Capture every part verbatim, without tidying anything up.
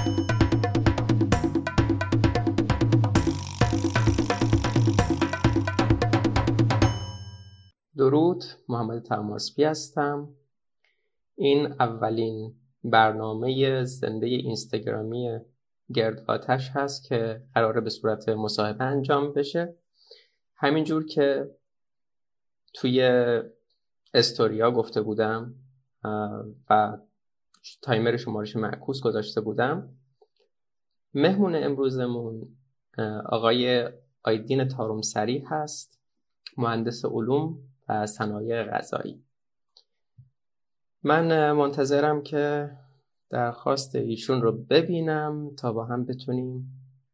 درود، محمد طهماسبی هستم. این اولین برنامه زنده اینستاگرامی گرد آتش هست که قراره به صورت مصاحبه انجام بشه. همینجور که توی استوریا گفته بودم و تایمر شمارش معکوس گذاشته بودم، مهمون امروزمون آقای آیدین طارمسری هست، مهندس علوم و صنایع غذایی. من منتظرم که درخواست ایشون رو ببینم تا با هم بتونیم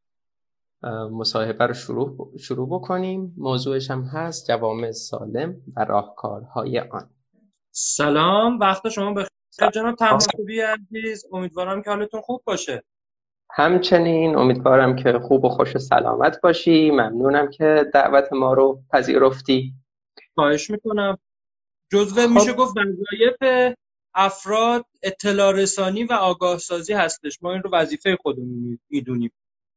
مصاحبه رو شروع شروع بکنیم. موضوعش هم هست جوامع سالم و راهکارهای آن. سلام، وقت شما بخیر جناب طهماسبی عزیز. امیدوارم که حالتون خوب باشه. همچنین امیدوارم که خوب و خوش و سلامت باشی. ممنونم که دعوت ما رو پذیرفتی. خواهش میکنم. جزو خب. میشه گفت وظایف افراد اطلاع رسانی و آگاه سازی هستش. ما این رو وظیفه خودمون میدونیم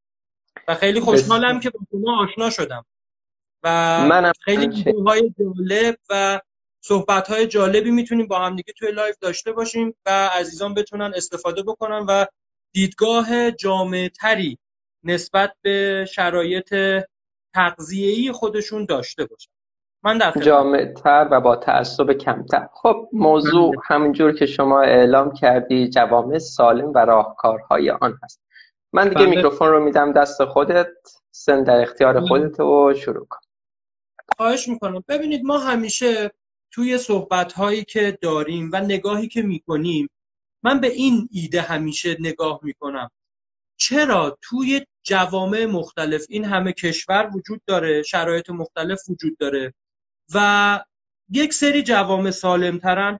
و خیلی خوشحالم که با شما آشنا شدم و منم خیلی ایده‌های جالب و صحبت‌های جالبی میتونیم با هم دیگه توی لایو داشته باشیم و عزیزان بتونن استفاده بکنن و دیدگاه جامع‌تری نسبت به شرایط تغذیه‌ای خودشون داشته باشن. من در خدمت. جامع‌تر و با تعصب کمتر. خب موضوع همونجور که شما اعلام کردی جوامع سالم و راهکارهای آن هست. من دیگه بله. میکروفون رو میدم دست خودت، سن در اختیار خودت و شروع کن. خواهش میکنم. ببینید، ما همیشه توی صحبت‌هایی که داریم و نگاهی که میکنیم، من به این ایده همیشه نگاه میکنم: چرا توی جوامع مختلف این همه کشور وجود داره، شرایط مختلف وجود داره و یک سری جوامع سالمترن،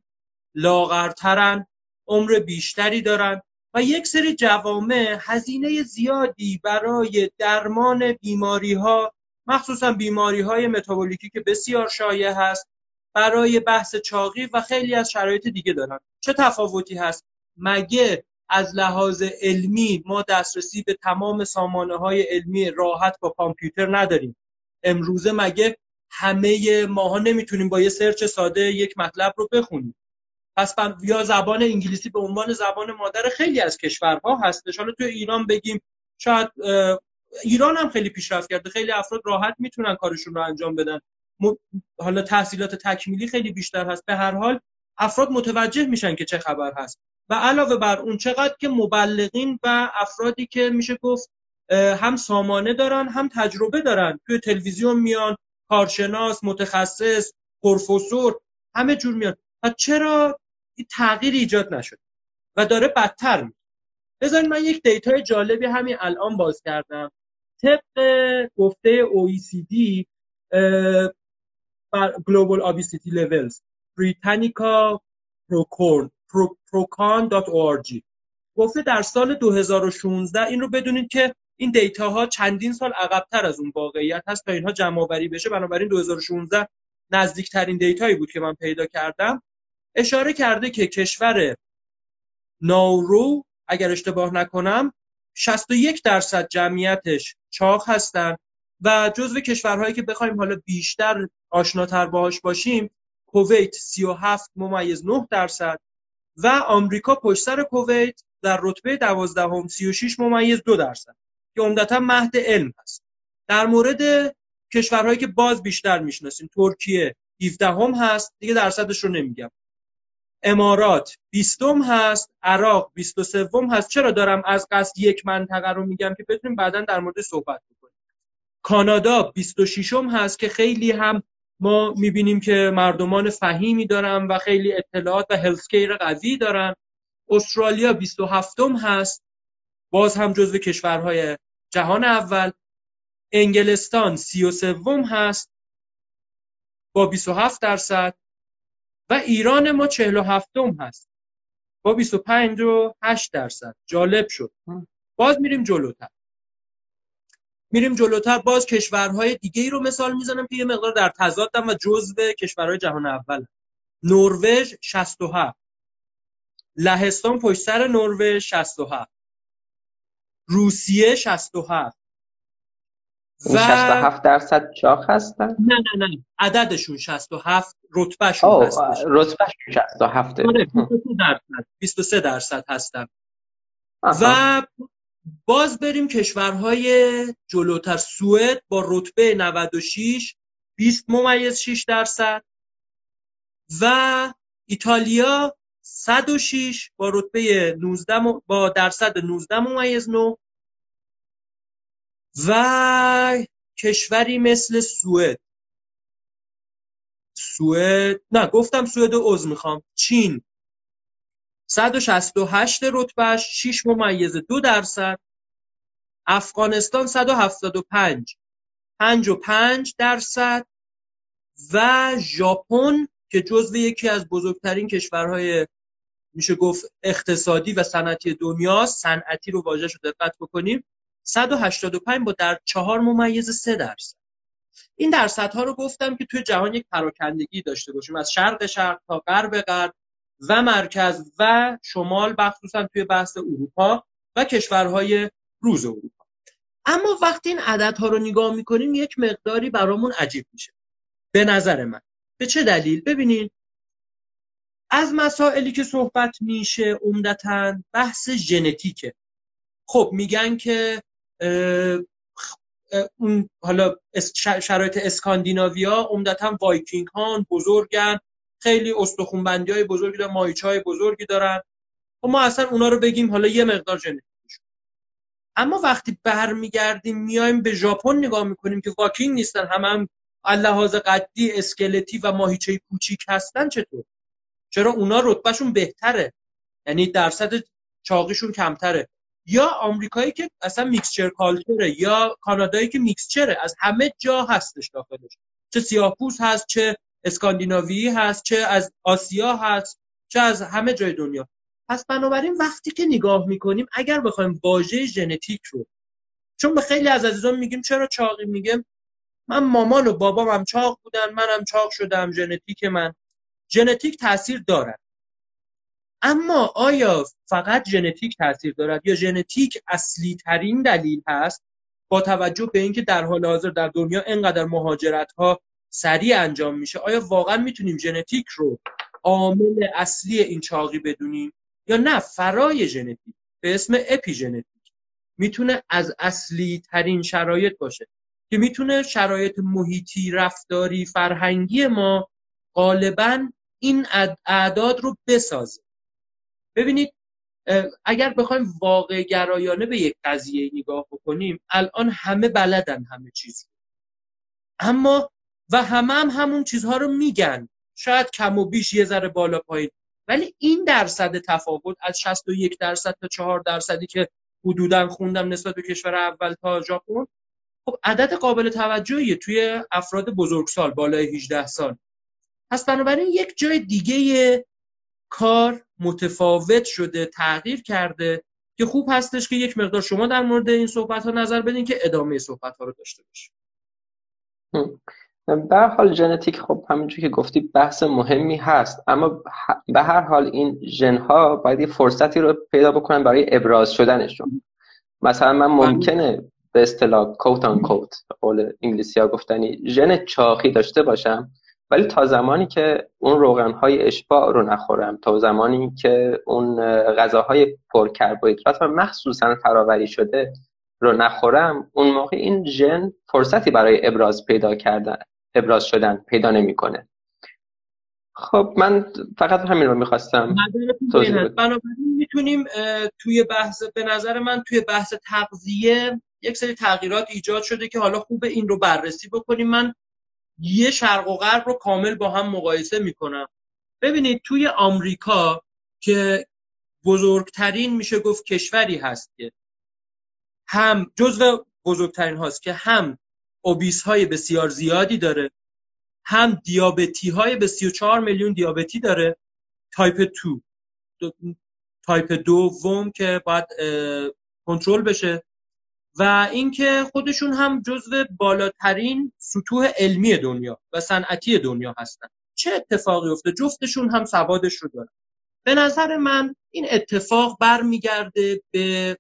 لاغرترن، عمر بیشتری دارن و یک سری جوامع هزینه زیادی برای درمان بیماری ها، مخصوصا بیماری های متابولیکی که بسیار شایع هست، برای بحث چاقی و خیلی از شرایط دیگه دارن. چه تفاوتی هست؟ مگه از لحاظ علمی ما دسترسی به تمام سامانه های علمی راحت با کامپیوتر نداریم؟ امروزه مگه همه ماها نمیتونیم با یه سرچ ساده یک مطلب رو بخونیم؟ پس یا زبان انگلیسی به عنوان زبان مادر خیلی از کشورها هستش. حالا تو ایران بگیم، شاید ایران هم خیلی پیشرفت کرده، خیلی افراد راحت میتونن کارشون رو انجام بدن، حالا تحصیلات تکمیلی خیلی بیشتر هست. به هر حال افراد متوجه میشن که چه خبر هست و علاوه بر اون چقدر که مبلغین و افرادی که میشه گفت هم سامانه دارن هم تجربه دارن، توی تلویزیون میان، کارشناس، متخصص، پروفسور، همه جور میان. و چرا این تغییر ایجاد نشد و داره بدتر میشه؟ بذارید من یک دیتای جالبی همین الان باز کردم. طبق گفته او ای سی دی Global Obesity Levels Britannica Procon دات او آر جی گفته در سال دو هزار و شانزده، این رو بدونید که این دیتاها چندین سال عقب‌تر از اون واقعیت هست تا اینها جمع آوری بشه، بنابراین دو هزار و شانزده نزدیکترین دیتایی بود که من پیدا کردم. اشاره کرده که کشور نارو اگر اشتباه نکنم شصت و یک درصد جمعیتش چاق هستن و جزو کشورهایی که بخوایم حالا بیشتر آشناتر باهاش باشیم، کویت سی و هفت ممیز نه درصد و آمریکا پشت سر کویت در رتبه دوازدهم سی و شش ممیز دو درصد که عمدتا مهد علم هست. در مورد کشورهایی که باز بیشتر میشناسیم، ترکیه هفدهم هست، دیگه درصدش رو نمیگم. امارات بیستم هست، عراق بیست و سه هست. چرا دارم از قصد یک منطقه رو میگم؟ که بتونیم بعداً در مورد صحبت بکنیم. کانادا بیست و شش هست که خیلی هم ما میبینیم که مردمان فهیمی دارن و خیلی اطلاعات و هلثکیر قوی دارن. استرالیا بیست و هفت هست، باز هم جزو کشورهای جهان اول. انگلستان سی و سه هست با بیست و هفت درصد و ایران ما چهل و هفت هست با بیست و پنج و هشت درصد. جالب شد. باز میریم جلوتر میریم جلوتر باز کشورهای دیگه ای رو مثال میزنم که یه مقدار در تضادن و جزو کشورهای جهان اول. نروژ شصت و هفت، لهستان پشت سر نروژ شصت و هفت، روسیه شصت و هفت. این شصت و هفت درصد چاق هستن؟ نه نه نه عددشون شصت و هفت، رتبهشون او هستش. رتبهشون شصت و هفت. آره بیست و سه درصد بیست و سه درصد هستن. آها. و باز بریم کشورهای جلوتر. سوئد با رتبه نود و شش، بیست ممیز شش درصد. و ایتالیا صد و شش با رتبه نوزده م... با درصد نوزده ممیز نه. و کشوری مثل سوئد سوئد نه گفتم سوئد و عذر میخوام چین صد و شصت و هشت رتبهش شش ممیز دو درصد. افغانستان صد و هفتاد و پنج، پنج و پنج درصد. و ژاپن که جزو یکی از بزرگترین کشورهای میشه گفت اقتصادی و صنعتی دنیاست، صنعتی رو واژه‌شو دقت بکنیم، صد و هشتاد و پنج با در چهار ممیز سه درصد. این درصدها رو گفتم که توی جهان یک پراکندگی داشته باشیم، از شرق شرق تا غرب غرب و مرکز و شمال، مخصوصا توی بحث اروپا و کشورهای روز اروپا. اما وقتی این عددها رو نگاه میکنیم یک مقداری برامون عجیب میشه به نظر من. به چه دلیل؟ ببینین، از مسائلی که صحبت میشه عمدتاً بحث ژنتیکه. خب میگن که اه اه اون حالا شرایط اسکاندیناویا عمدتاً وایکینگ ها بزرگن، خیلی استخوان‌بندی های بزرگی دارن، ماهیچه های بزرگی دارن و ما اصلا اونا رو بگیم حالا یه مقدار ژنتیکش. اما وقتی برمیگردیم میایم به ژاپن نگاه میکنیم که وایکینگ نیستن، هم هم لحاظ قدی اسکلتی و ماهیچه کوچیک هستن، چطور؟ چرا اونا رتبهشون بهتره، یعنی درصد چاقیشون کمتره؟ یا آمریکایی که اصلا میکسچر کالچره، یا کانادایی که میکسچره، از همه جا هستش داخلش، چه سیاه‌پوست هست، چه اسکاندیناویی هست، چه از آسیا هست، چه از همه جای دنیا. پس بنابراین وقتی که نگاه میکنیم اگر بخوایم واژه ژنتیک رو، چون به خیلی از عزیزان میگیم چرا چاقی، میگم من مامان و بابام هم چاق بودن، منم چاق شدم، ژنتیک من. ژنتیک تاثیر دارد، اما آیا فقط ژنتیک تاثیر دارد یا ژنتیک اصلی ترین دلیل هست؟ با توجه به اینکه در حال حاضر در دنیا اینقدر مهاجرت ها سریع انجام میشه، آیا واقعا میتونیم ژنتیک رو عامل اصلی این چاقی بدونیم یا نه فرای ژنتیک به اسم اپیژنتیک میتونه از اصلی ترین شرایط باشه که میتونه شرایط محیطی، رفتاری، فرهنگی ما غالباً این اعداد رو بسازه. ببینید، اگر بخوایم واقع گرایانه به یک قضیه نگاه بکنیم، الان همه بلدن همه چیز رو، اما و همه هم همون چیزها رو میگن، شاید کم و بیش یه ذره بالا پایین، ولی این درصد تفاوت از شصت و یک درصد تا چهار درصدی که حدوداً خوندم نسبت به کشور اول تا ژاپن، خب عدد قابل توجهیه توی افراد بزرگسال بالای هجده سال. پس بنابراین یک جای دیگه کار متفاوت شده، تغییر کرده که خوب هستش که یک مقدار شما در مورد این صحبت ها نظر بدین که ادامه صحبت ها رو داشته باشیم. به هر حال ژنتیک خب همونجوری که گفتی بحث مهمی هست، اما به هر حال این ژن ها باید یه فرصتی رو پیدا بکنن برای ابراز شدنشون. مثلا من ممکنه به اصطلاح کوت آن کوت به قول انگلیسی ها گفتنی ژن چاقی داشته باشم، ولی تا زمانی که اون روغن‌های اشباع رو نخورم، تا زمانی که اون غذاهای پر کربوهیدرات و مخصوصا فراوری شده رو نخورم، اون موقع این ژن فرصتی برای ابراز پیدا کردن ابراز شدن پیدا نمی‌کنه. خب من فقط همین رو می‌خواستم توضیح بدم. بنابراین میتونیم توی بحث، به نظر من توی بحث تغذیه یک سری تغییرات ایجاد شده که حالا خوبه این رو بررسی بکنیم. من یه شرق و غرب رو کامل با هم مقایسه میکنم. ببینید توی آمریکا که بزرگترین میشه گفت کشوری هست که هم جزو بزرگترین هاست که هم اوبیس های بسیار زیادی داره، هم دیابتی های به سی و چهار میلیون دیابتی داره، تایپ دو تایپ دوم که باید کنترل بشه، و اینکه خودشون هم جزو بالاترین سطوح علمی دنیا و صنعتی دنیا هستن. چه اتفاقی افته؟ جفتشون هم سوادش رو دارن. به نظر من این اتفاق برمیگرده به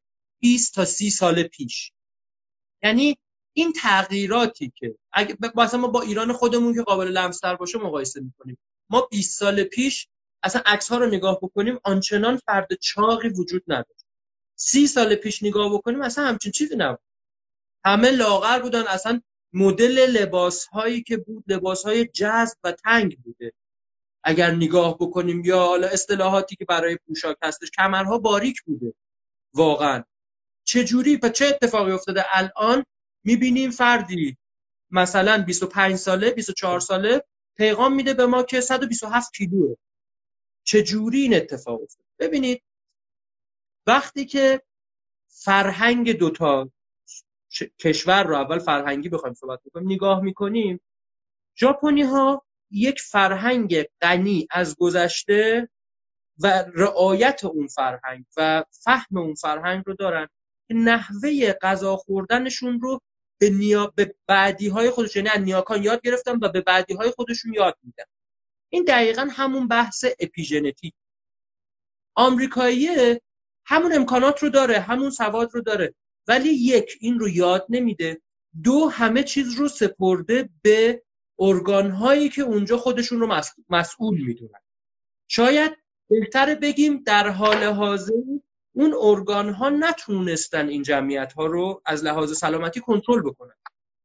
بیست تا سی سال پیش. یعنی این تغییراتی که اگه مثلا ما با ایران خودمون که قابل لمس‌تر باشه مقایسه می‌کنیم، ما بیست سال پیش اصلا عکس‌ها رو نگاه بکنیم آنچنان فرد چاقی وجود نداشت. سی سال پیش نگاه بکنیم اصلا همچین چیزی نبود. همه لاغر بودن، اصلا مدل لباس‌هایی که بود لباس‌های جذب و تنگ بوده. اگر نگاه بکنیم یا حالا اصطلاحاتی که برای پوشاک هستش، کمرها باریک بوده. واقعا چه جوری و چه اتفاقی افتاده الان می‌بینیم فردی مثلا بیست و پنج ساله بیست و چهار ساله پیغام میده به ما که صد و بیست و هفت کیلوه. چه جوری این اتفاق افتاده؟ ببینید وقتی که فرهنگ دوتا کشور رو اول فرهنگی بخوایم صحبت بکنیم نگاه میکنیم، ژاپنی ها یک فرهنگ غنی از گذشته و رعایت اون فرهنگ و فهم اون فرهنگ رو دارن که نحوه غذا خوردنشون رو به, نیا... به بعدی های خودشون، یعنی از نیاکان یاد گرفتن و به بعدی های خودشون یاد میدن. این دقیقاً همون بحث اپیژنتیک. آمریکایی همون امکانات رو داره، همون سواد رو داره، ولی یک این رو یاد نمیده، دو همه چیز رو سپرده به ارگان‌هایی که اونجا خودشون رو مسئول میدونن. شاید بهتره بگیم در حال حاضر اون ارگان‌ها نتونستن این جمعیت‌ها رو از لحاظ سلامتی کنترل بکنن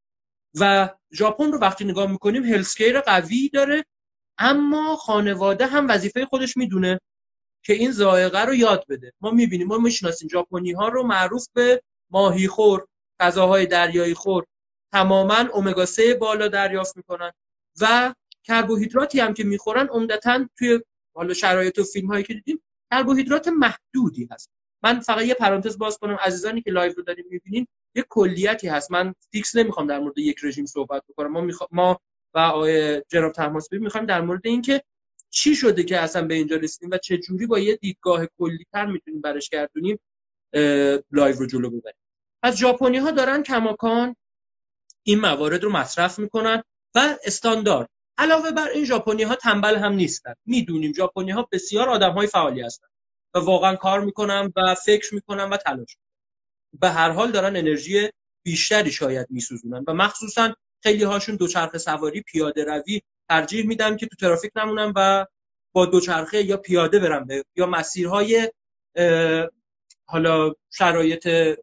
و ژاپن رو وقتی نگاه میکنیم هلسکیر قوی داره، اما خانواده هم وظیفه خودش میدونه که این ذائقه رو یاد بده. ما میبینیم، ما میشناسیم ژاپنی ها رو معروف به ماهی خور، غذاهای دریایی خور، تماما امگا سه بالا دریافت میکنن و کربوهیدراتی هم که میخورن عمدتاً توی حالا شرایط و فیلم هایی که دیدیم کربوهیدرات محدودی هست. من فقط یه پرانتز باز کنم، عزیزانی که لایو رو داریم میبینین یه کلیتی هست، من فیکس نمیخوام در مورد یک رژیم صحبت بکنم. ما میخوا... ما و آقای جناب طهماسبی میخوایم در مورد این که چی شده که اصلا به اینجا رسیدیم و چه جوری با یه دیدگاه کلی‌تر میتونیم برش گردونیم لایو رو جلو ببریم. پس ژاپنی ها دارن کماکان این موارد رو مصرف میکنن و استاندارد. علاوه بر این ژاپنی ها تنبل هم نیستن. میدونیم ژاپنی ها بسیار آدم های فعالی هستن و واقعا کار میکنن و فکر میکنن و تلاش میکنن. به هر حال دارن انرژی بیشتری شاید میسوزونن و مخصوصا خیلی هاشون دوچرخه سواری، پیاده روی ترجیح میدن که تو ترافیک نمونن و با دوچرخه یا پیاده برن به یا مسیرهای حالا شرایط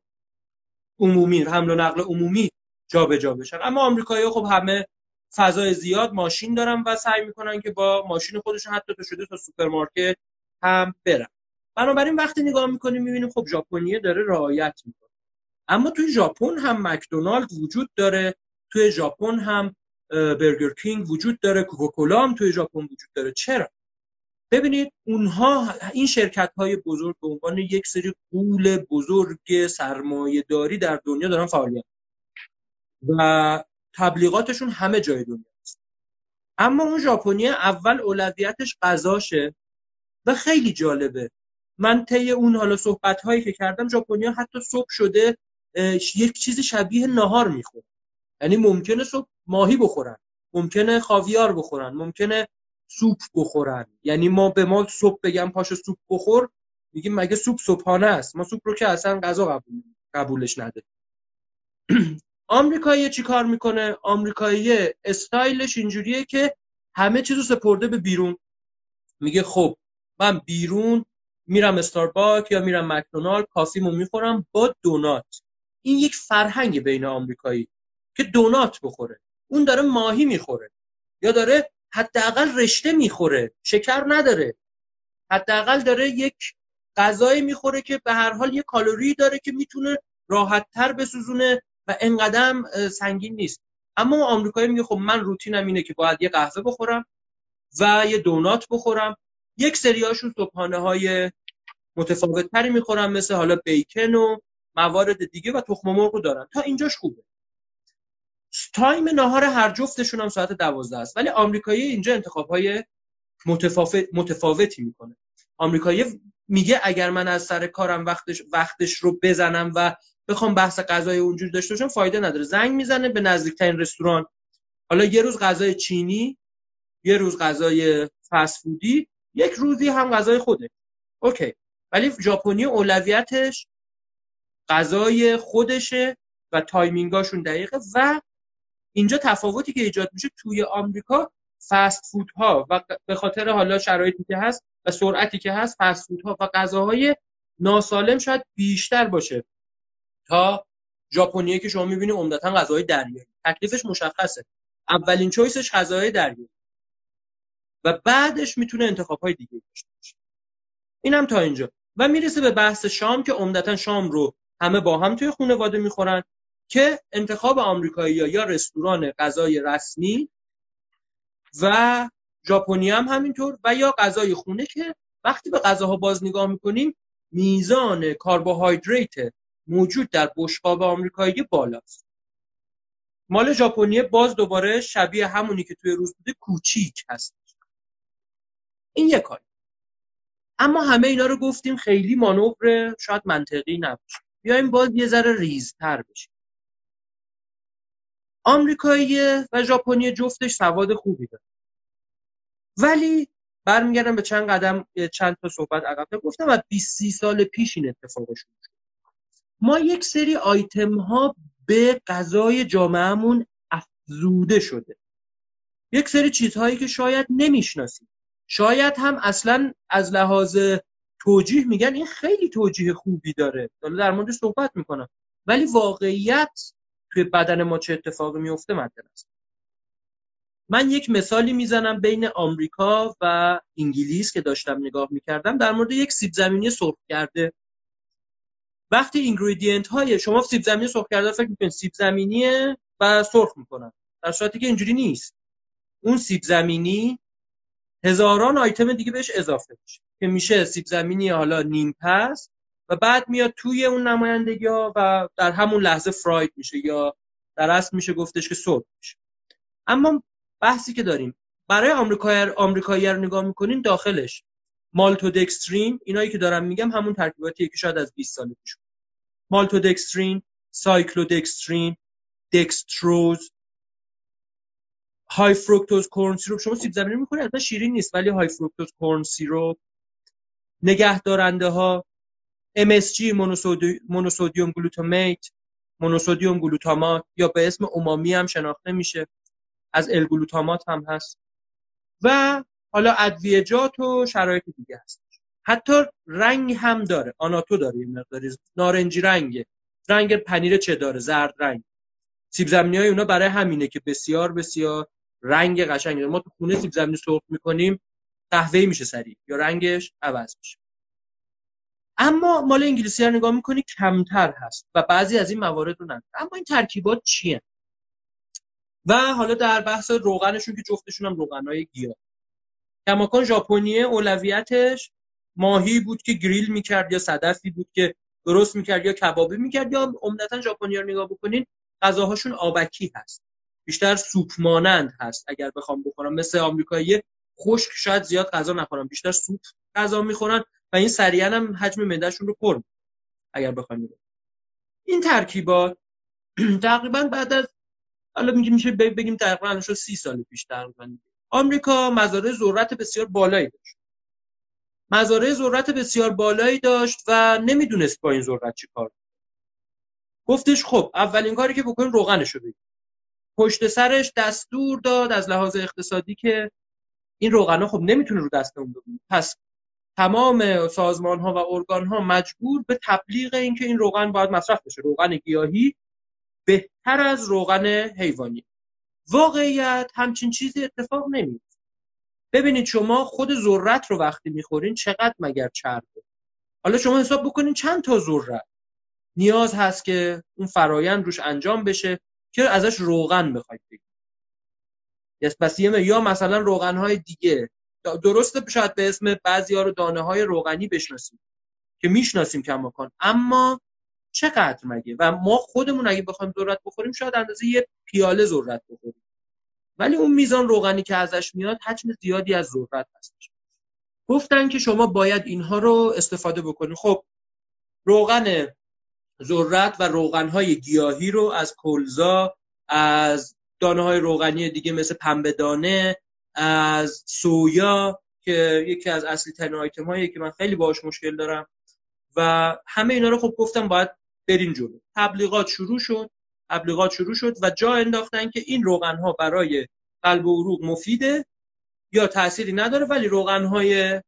عمومی، حمل و نقل عمومی جابجا بشن. اما آمریکایی‌ها خب همه فضای زیاد ماشین دارن و سعی میکنن که با ماشین خودشون حتی تا شده تا سوپرمارکت هم برن. بنابراین وقتی نگاه میکنیم میبینیم خب ژاپنیه داره رعایت میکنه. اما توی ژاپن هم مکدونالد وجود داره، توی ژاپن هم برگر کینگ وجود داره، کوکاکولا هم توی ژاپن وجود داره. چرا؟ ببینید اونها این شرکت‌های بزرگ به عنوان یک سری غول بزرگ سرمایه‌داری در دنیا دارن فعالیت و تبلیغاتشون همه جای دنیا است. اما اون ژاپنی اول اولویتش غذاشه و خیلی جالبه. من طی اون حالا صحبت‌هایی که کردم ژاپنی‌ها حتی صبح شده یک چیز شبیه ناهار میخورن. یعنی ممکنه صبح ماهی بخورن، ممکنه خاویار بخورن، ممکنه سوپ بخورن. یعنی ما به ما صبح بگم پاشو سوپ بخور، میگیم مگه سوپ صبحانه است؟ ما سوپ رو که اصلا غذا قبول قبولش نده. آمریکایی چی کار میکنه؟ آمریکایی استایلش اینجوریه که همه چیزو سپرده به بیرون. میگه خب من بیرون میرم استارباک یا میرم مکدونالد، کافیمو میخورم با دونات. این یک فرهنگ بین آمریکایی که دونات بخوره. اون داره ماهی میخوره یا داره حداقل رشته میخوره، شکر نداره، حداقل داره یک غذایی میخوره که به هر حال یه کالری داره که میتونه راحت‌تر بسوزونه و انقدر سنگین نیست. اما آمریکایی میگه خب من روتینم اینه که باید یه قهوه بخورم و یه دونات بخورم. یک سریاشون صبحانه‌های متفاوت‌تری میخورن مثل حالا بیکن و موارد دیگه و تخم مرغ رو دارن. تا اینجاش خوبه. تایم ناهار هر جفتشون هم ساعت دوازده است، ولی آمریکایی اینجا انتخاب‌های متفاوت متفاوتی میکنه. آمریکایی میگه اگر من از سر کارم وقتش وقتش رو بزنم و بخوام بحث غذای اونجوری داشته باشم فایده نداره. زنگ میزنه به نزدیکترین رستوران، حالا یه روز غذای چینی، یه روز غذای فست فودی، یک روزی هم غذای خوده. اوکی. ولی ژاپنی اولویتش غذای خودشه و تایمینگاشون دقیقه. و اینجا تفاوتی که ایجاد میشه توی آمریکا، فست فودها و به خاطر حالا شرایطی که هست و سرعتی که هست، فست فودها و غذاهای ناسالم شاید بیشتر باشه تا ژاپنیایی که شما می‌بینید عمدتاً غذاهای دریایی. تکلیفش مشخصه، اولین چویسش غذاهای دریایی و بعدش میتونه انتخاب‌های دیگه داشته باشه. اینم تا اینجا. و میرسه به بحث شام که عمدتاً شام رو همه با هم توی خانواده میخورن که انتخاب آمریکایی‌ها یا رستوران غذای رسمی و ژاپنی هم همینطور، و یا غذای خونه که وقتی به غذاها باز نگاه میکنیم میزان کربوهیدرات موجود در بشقاب آمریکایی بالاست. مال ژاپنی باز دوباره شبیه همونی که توی روز بوده، کوچیک هست. این یک کار. اما همه اینا رو گفتیم خیلی مانور شاید منطقی نباشه. بیایم باز یه ذره ریزتر بشیم. آمریکایی و ژاپنی جفتش سواد خوبی داره، ولی برمیگردم به چند قدم چند تا صحبت عقب گفتم و بیست سی سال پیش این اتفاق شد. ما یک سری آیتم ها به غذای جامعهمون افزوده شده، یک سری چیزهایی که شاید نمیشناسیم، شاید هم اصلا از لحاظ توجیه میگن این خیلی توجیه خوبی داره، حالا در موردش صحبت میکنم، ولی واقعیت توی بدن ما چه اتفاقی میفته مدن است. من یک مثالی میزنم بین آمریکا و انگلیس که داشتم نگاه میکردم در مورد یک سیب زمینی سرخ کرده. وقتی اینگریدینت های شما سیب زمینی سرخ کرده فکر میکنید سیب زمینیه و سرخ میکنن، در صورتی که اینجوری نیست. اون سیب زمینی هزاران آیتم دیگه بهش اضافه میشه که میشه سیب زمینی حالا نیم پز و بعد میاد توی اون نمایندگی ها و در همون لحظه فراید میشه یا در اصل میشه گفتش که سرخ میشه. اما بحثی که داریم برای آمریکایی آمریکایی رو نگاه میکنین داخلش مالتودکسترین، اینایی که دارم میگم همون ترکیباتیه که شاید از بیست سال پیش بود. مالتودکسترین، سایکلودکسترین، دکستروز، های فرکتوز کورن سیروپ. شما سیب زمینی میخورید اصلا شیرین نیست ولی های فرکتوز کورن سیروپ، نگهدارنده ها، ام اس جی مونوسودیوم گلوتامات، مونوسودیوم گلوتامات یا به اسم اومامی هم شناخته میشه، از الگلوتامات هم هست و حالا ادویه‌جات و شرایط دیگه هست. حتی رنگ هم داره، آناتو داره، یه مقداری نارنجی رنگه، رنگ پنیر چه داره، زرد رنگ. سیب زمینی‌های اونا برای همینه که بسیار بسیار رنگ قشنگی داره. ما تو خونه سیب زمینی سرخ می‌کنیم قهوه‌ای میشه سریع یا رنگش عوض میشه. اما مال انگلیسی‌ها نگاه می‌کنی کمتر هست و بعضی از این موارد رو نداره. اما این ترکیبات چیه؟ و حالا در بحث روغنشون که جفتشون هم روغنای گیاه. کماکان ژاپنی اولویتش ماهی بود که گریل میکرد یا صدفی بود که درست میکرد یا کبابی میکرد، یا عمدتاً ژاپنی‌ها رو نگاه بکنین غذاهاشون آبکی هست، بیشتر سوپ مانند هست. اگر بخوام بخورم مثل آمریکایی خشک شاید زیاد غذا نخورن، بیشتر سوپ غذا میخورن و این سریعا هم حجم معدهشون رو پر می‌کنه. اگر بخوایم این ترکیبات تقریبا بعد از حالا میگیم میشه بگیم تقریبا الان شد سی سال پیش تقریبا آمریکا مزارع ذرت بسیار بالایی داشت. مزارع ذرت بسیار بالایی داشت و نمیدونست با این ذرت چی کار کنه. گفتش خب اولین کاری که بکنیم روغنشو بگیریم. پشت سرش دستور داد از لحاظ اقتصادی که این روغنا خب نمیتونه رو دستمون بمونه، پس تمام سازمان‌ها و ارگان‌ها مجبور به تبلیغ این که این روغن باید مصرف بشه، روغن گیاهی بهتر از روغن حیوانی. واقعیت همچین چیزی اتفاق نمیفته. ببینید شما خود ذرت رو وقتی میخورین چقدر مگر چربه، حالا شما حساب بکنین چند تا ذرت نیاز هست که اون فرایند روش انجام بشه که ازش روغن بخواید بگیرید. پس یا مثلا روغن‌های دیگه درسته شاید به اسم بعضی‌ها رو دانه‌های روغنی بشناسیم که میشناسیم کماکان، اما چقدر مگه؟ و ما خودمون اگه بخوایم ذرت بخوریم شاید اندازه یه پیاله ذرت بخوریم، ولی اون میزان روغنی که ازش میاد حجم زیادی از ذرت هستش. گفتن که شما باید اینها رو استفاده بکنید. خب روغن ذرت و روغن‌های گیاهی رو از کلزا، از دانه‌های روغنی دیگه مثل پنبه دانه، از سویا که یکی از اصلی ترین آیتم‌هایی که من خیلی باهاش مشکل دارم و همه اینا رو خب گفتم باید برین جلو. تبلیغات شروع شد تبلیغات شروع شد و جا انداختن که این روغن‌ها برای قلب و عروق مفیده یا تأثیری نداره، ولی روغن‌های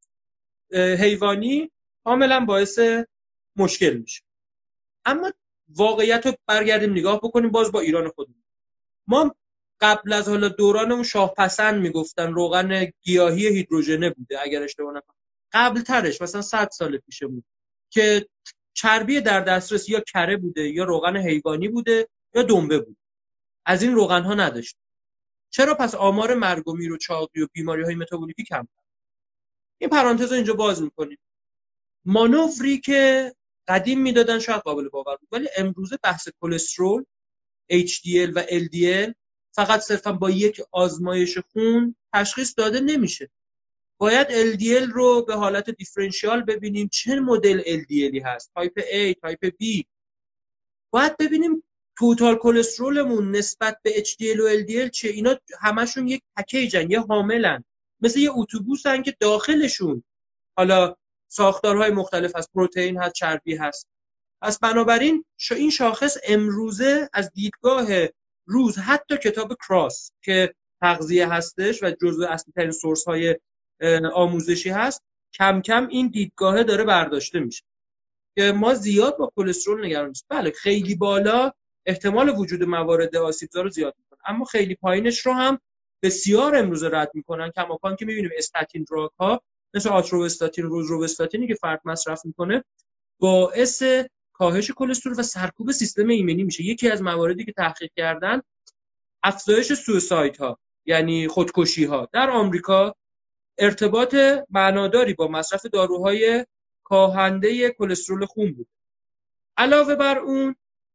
حیوانی کاملا باعث مشکل میشه. اما واقعیت رو برگردیم نگاه بکنیم باز با ایران خودمون. ما قبل از حالا دورانمون شاه پسند میگفتن روغن گیاهی هیدروژنه بوده اگر اشتباه نکنم، قبل ترش مثلا صد سال پیشمون که چربی در دسترس یا کره بوده یا روغن حیوانی بوده یا دنبه بوده. از این روغن ها نداشت. چرا پس آمار مرگ و میر و چاقی و بیماری های متابولیکی کم؟ این پرانتز رو اینجا باز میکنیم. مانوری که قدیم میدادن شاید قابل باور بود، ولی امروزه بحث کلسترول اچ دی ال و ال دی ال فقط صرفا با یک آزمایش خون تشخیص داده نمیشه. باید ال دی ال رو به حالت دیفرنشیال ببینیم چه مدل ال دی الی هست، تایپ A، تایپ B. باید ببینیم توتال کلسترولمون نسبت به اچ دی ال و ال دی ال چه. اینا همشون یک پکیجن، یه حاملن، مثل یه اتوبوسن که داخلشون حالا ساختارهای مختلف هست، پروتئین هست، چربی هست. پس بنابراین این شاخص امروزه از دیدگاه روز حتی کتاب کراس که تغذیه هستش و جزو اصلی ترین سورس های آموزشی هست، کم کم این دیدگاه داره برداشته میشه که ما زیاد با کلسترول نگران نیستیم. بله خیلی بالا احتمال وجود موارد آسیبزا رو زیاد میکنه، اما خیلی پایینش رو هم بسیار امروزه رد میکنن. کماکان که میبینیم استاتین دراگ ها مثل آتروستاتین، روزروستاتینی که فرد مصرف میکنه باعث کاهش کلسترول و سرکوب سیستم ایمنی میشه. یکی از مواردی که تحقیق کردن افزایش سویساید ها، یعنی خودکشی ها در آمریکا ارتباط معناداری با مصرف داروهای کاهنده کلسترول خون بود. علاوه بر اون